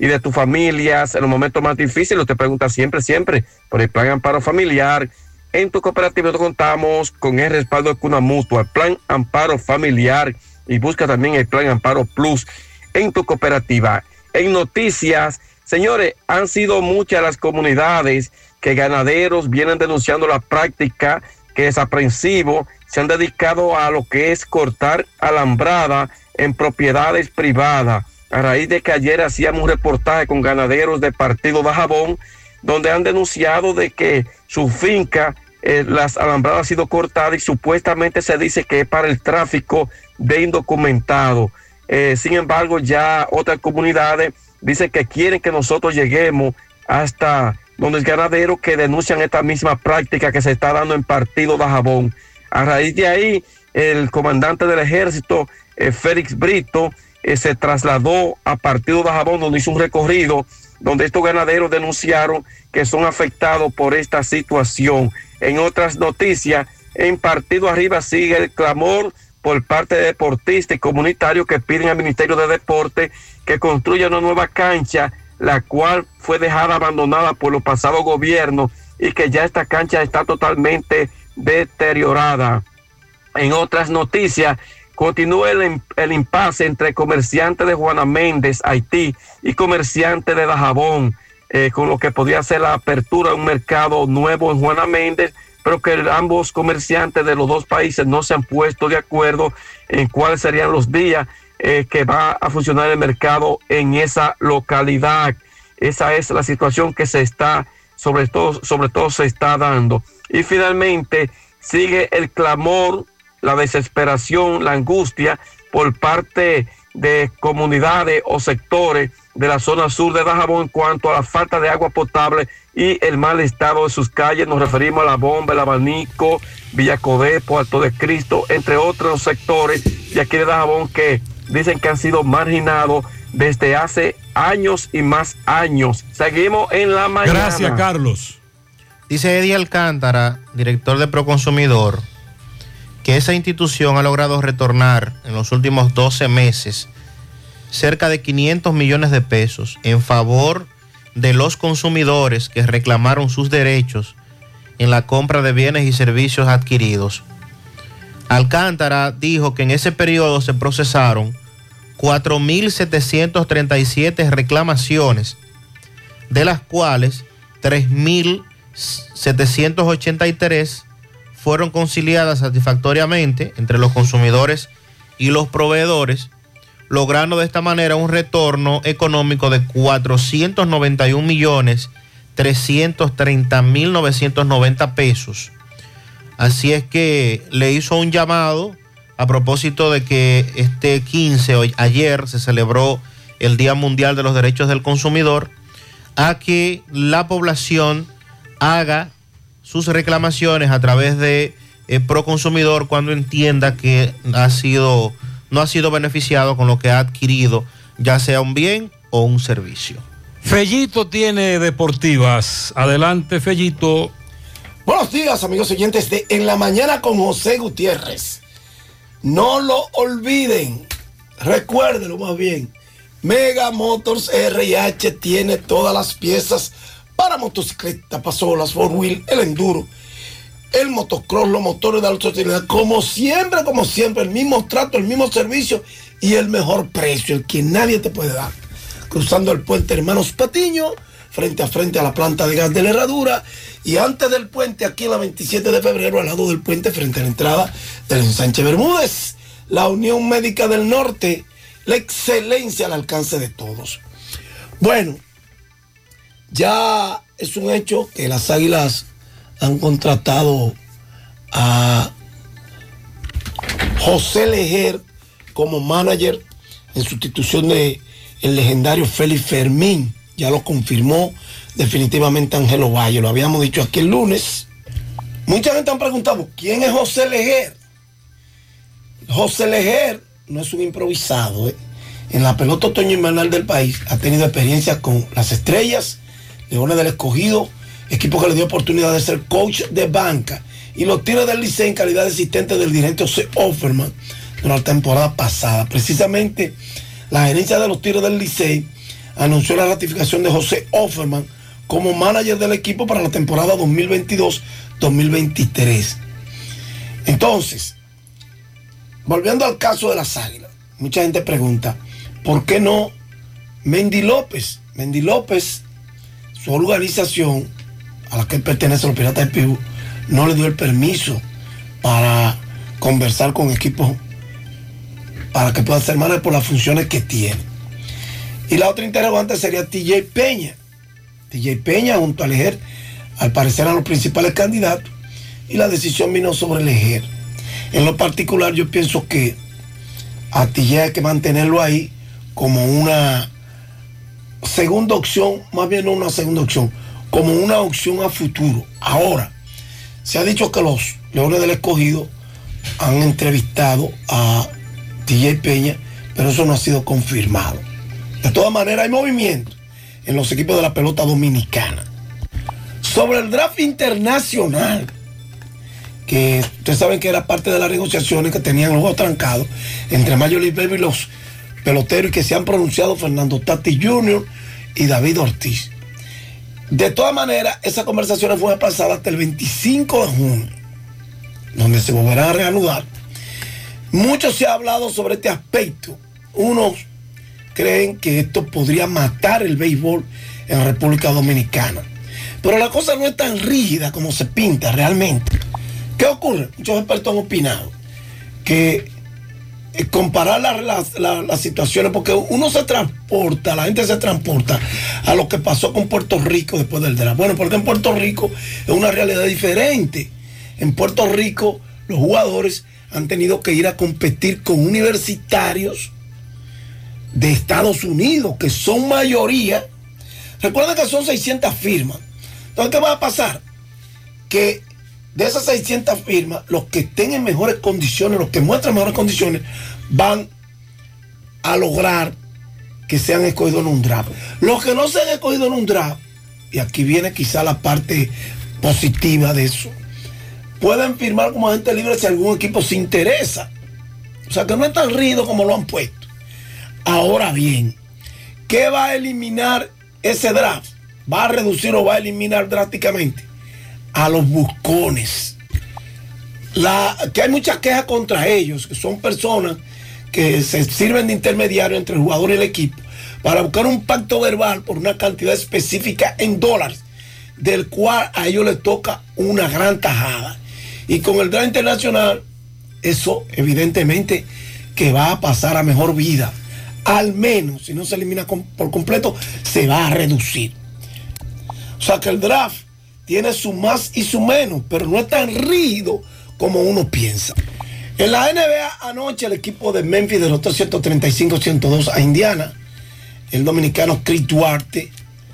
y de tus familias en los momentos más difíciles. Te pregunta siempre, siempre por el Plan Amparo Familiar. En tu cooperativa nosotros contamos con el respaldo de Cuna Mutua, el Plan Amparo Familiar, y busca también el Plan Amparo Plus en tu cooperativa. En noticias, señores, han sido muchas las comunidades que ganaderos vienen denunciando la práctica que es aprensivo, se han dedicado a lo que es cortar alambrada en propiedades privadas. A raíz de que ayer hacíamos un reportaje con ganaderos de Partido Dajabón, donde han denunciado de que su finca, eh, las alambradas han sido cortadas y supuestamente se dice que es para el tráfico de indocumentados. Eh, sin embargo, ya otras comunidades dicen que quieren que nosotros lleguemos hasta donde es ganadero, que denuncian esta misma práctica que se está dando en Partido Dajabón. A raíz de ahí, el comandante del ejército, eh, Félix Brito, eh, se trasladó a Partido Dajabón, donde hizo un recorrido, donde estos ganaderos denunciaron que son afectados por esta situación. En otras noticias, en Partido Arriba sigue el clamor por parte de deportistas y comunitarios que piden al Ministerio de Deporte que construya una nueva cancha, la cual fue dejada abandonada por los pasados gobiernos y que ya esta cancha está totalmente deteriorada. En otras noticias, continúa el, el impasse entre comerciantes de Juana Méndez, Haití, y comerciantes de Dajabón, eh, con lo que podría ser la apertura de un mercado nuevo en Juana Méndez, pero que ambos comerciantes de los dos países no se han puesto de acuerdo en cuáles serían los días eh, que va a funcionar el mercado en esa localidad. Esa es la situación que se está, sobre todo, sobre todo se está dando. Y finalmente sigue el clamor, la desesperación, la angustia por parte de comunidades o sectores de la zona sur de Dajabón en cuanto a la falta de agua potable y el mal estado de sus calles. Nos referimos a La Bomba, El Abanico, Villacodepo, Alto de Cristo, entre otros sectores de aquí de Dajabón que dicen que han sido marginados desde hace años y más años. Seguimos en la mañana. Gracias, Carlos. Dice Eddie Alcántara, director de Proconsumidor, que esa institución ha logrado retornar en los últimos doce meses cerca de quinientos millones de pesos en favor de los consumidores que reclamaron sus derechos en la compra de bienes y servicios adquiridos. Alcántara dijo que en ese periodo se procesaron cuatro mil setecientas treinta y siete reclamaciones, de las cuales tres mil setecientas ochenta y tres fueron conciliadas satisfactoriamente entre los consumidores y los proveedores, logrando de esta manera un retorno económico de cuatrocientos noventa y un millones trescientos treinta mil novecientos noventa pesos. Así es que le hizo un llamado a propósito de que este quince, hoy, ayer, se celebró el Día Mundial de los Derechos del Consumidor, a que la población haga sus reclamaciones a través de eh, Proconsumidor cuando entienda que ha sido, no ha sido beneficiado con lo que ha adquirido, ya sea un bien o un servicio. Fellito tiene deportivas. Adelante, Fellito. Buenos días, amigos oyentes de En la Mañana con José Gutiérrez. No lo olviden, recuérdenlo más bien, Mega Motors R y H tiene todas las piezas para motocicleta, pasolas, four wheel, el enduro, el motocross, los motores de alta utilidad, como siempre, como siempre, el mismo trato, el mismo servicio y el mejor precio, el que nadie te puede dar. Cruzando el puente Hermanos Patiño, frente a frente a la planta de gas de la Herradura, y antes del puente, aquí en la veintisiete de febrero, al lado del puente, frente a la entrada del ensanche Bermúdez. La Unión Médica del Norte, la excelencia al alcance de todos. Bueno, ya es un hecho que las Águilas han contratado a José Lejer como manager en sustitución de el legendario Félix Fermín. Ya lo confirmó definitivamente Ángelo Valle. Lo habíamos dicho aquí el lunes. Mucha gente han preguntado, ¿quién es José Lejer? José Lejer no es un improvisado, ¿eh? En la pelota otoño invernal del país ha tenido experiencia con las Estrellas, Leones del Escogido, equipo que le dio oportunidad de ser coach de banca, y los Tigres del Licey en calidad de asistente del dirigente José Offerman en la temporada pasada. Precisamente la gerencia de los Tigres del Licey anunció la ratificación de José Offerman como manager del equipo para la temporada dos mil veintidós dos mil veintitrés. Entonces, volviendo al caso de las Águilas, mucha gente pregunta, ¿por qué no Mendy López? Mendy López, su organización a la que él pertenece, los Piratas de Pittsburgh, no le dio el permiso para conversar con equipos para que pueda ser manager por las funciones que tiene. Y la otra interrogante sería T J Peña. T J Peña junto a Lejer, al parecer eran los principales candidatos, y la decisión vino sobre Lejer. En lo particular, yo pienso que a T J hay que mantenerlo ahí como una segunda opción, más bien no una segunda opción, como una opción a futuro. Ahora, se ha dicho que los Leones del Escogido han entrevistado a T J Peña, pero eso no ha sido confirmado. De todas maneras, hay movimiento en los equipos de la pelota dominicana. Sobre el draft internacional, que ustedes saben que era parte de las negociaciones que tenían los juegos trancados entre Major League Baseball y los peloteros, y que se han pronunciado Fernando Tatis junior y David Ortiz. De todas maneras, esas conversaciones fueron aplazadas hasta el veinticinco de junio, donde se volverán a reanudar. Mucho se ha hablado sobre este aspecto. Unos creen que esto podría matar el béisbol en la República Dominicana. Pero la cosa no es tan rígida como se pinta realmente. ¿Qué ocurre? Muchos expertos han opinado que eh, comparar las, las, las, las situaciones, porque uno se transporta, la gente se transporta a lo que pasó con Puerto Rico después del draft. Bueno, porque en Puerto Rico es una realidad diferente. En Puerto Rico los jugadores han tenido que ir a competir con universitarios de Estados Unidos, que son mayoría. Recuerden que son seiscientas firmas. Entonces, ¿qué va a pasar? Que de esas seiscientas firmas, los que estén en mejores condiciones, los que muestran mejores condiciones, van a lograr que sean escogidos en un draft. Los que no sean escogidos en un draft, y aquí viene quizá la parte positiva de eso, pueden firmar como agente libre si algún equipo se interesa. O sea que no es tan rígido como lo han puesto. Ahora bien, ¿qué va a eliminar ese draft? ¿Va a reducir o va a eliminar drásticamente? A los buscones. La, que hay muchas quejas contra ellos, que son personas que se sirven de intermediario entre el jugador y el equipo para buscar un pacto verbal por una cantidad específica en dólares, del cual a ellos les toca una gran tajada. Y con el draft internacional, eso evidentemente que va a pasar a mejor vida. Al menos, si no se elimina con, por completo, se va a reducir. O sea que el draft tiene su más y su menos, pero no es tan rígido como uno piensa. En la N B A anoche el equipo de Memphis derrotó ciento treinta y cinco a ciento dos a Indiana. El dominicano Chris Duarte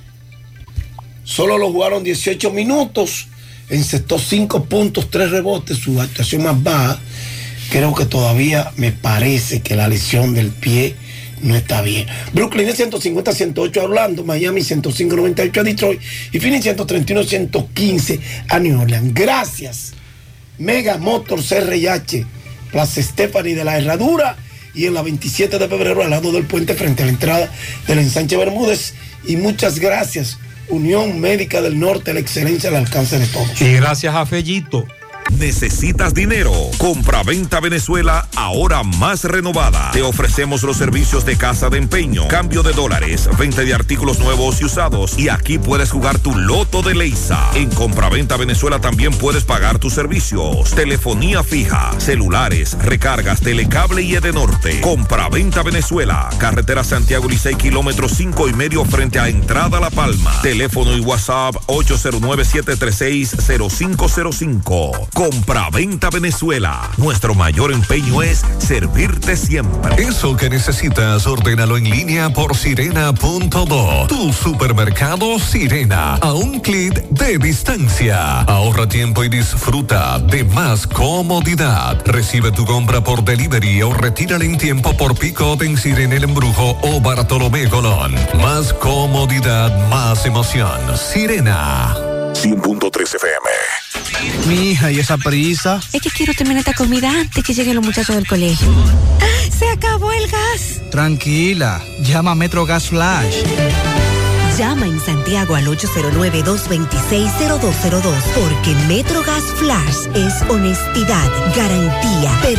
solo lo jugaron dieciocho minutos, encestó cinco puntos, tres rebotes, su actuación más baja. Creo que todavía me parece que la lesión del pie no está bien. Brooklyn es ciento cincuenta a ciento ocho a Orlando, Miami ciento cinco a noventa y ocho a Detroit y Phoenix ciento treinta y uno a ciento quince a New Orleans. Gracias Mega Motors R y H, Plaza Stephanie de la Herradura, y en la veintisiete de febrero al lado del puente frente a la entrada del ensanche Bermúdez. Y muchas gracias Unión Médica del Norte, la excelencia al alcance de todos. Y gracias a Fellito. ¿Necesitas dinero? Compra-venta Venezuela, ahora más renovada. Te ofrecemos los servicios de casa de empeño, cambio de dólares, venta de artículos nuevos y usados. Y aquí puedes jugar tu loto de Leisa. En Compra-venta Venezuela también puedes pagar tus servicios. Telefonía fija, celulares, recargas, telecable y Edenorte. Compra-venta Venezuela, carretera Santiago Licey, kilómetro cinco y medio frente a Entrada La Palma. Teléfono y WhatsApp ocho cero nueve, siete tres seis, cero cinco cero cinco. Compra-venta Venezuela. Nuestro mayor empeño es servirte siempre. Eso que necesitas, ordénalo en línea por sirena punto do. Tu supermercado Sirena, a un clic de distancia. Ahorra tiempo y disfruta de más comodidad. Recibe tu compra por delivery o retírala en tiempo por pick-up en Sirena El Embrujo o Bartolomé Colón. Más comodidad, más emoción. Sirena. cien punto tres F M. Mi hija, ¿y esa prisa? Es que quiero terminar esta comida antes que lleguen los muchachos del colegio. Se acabó el gas. Tranquila, llama a Metro Gas Flash. Llama en Santiago al ocho cero nueve, dos dos seis, cero dos cero dos porque Metro Gas Flash es honestidad, garantía,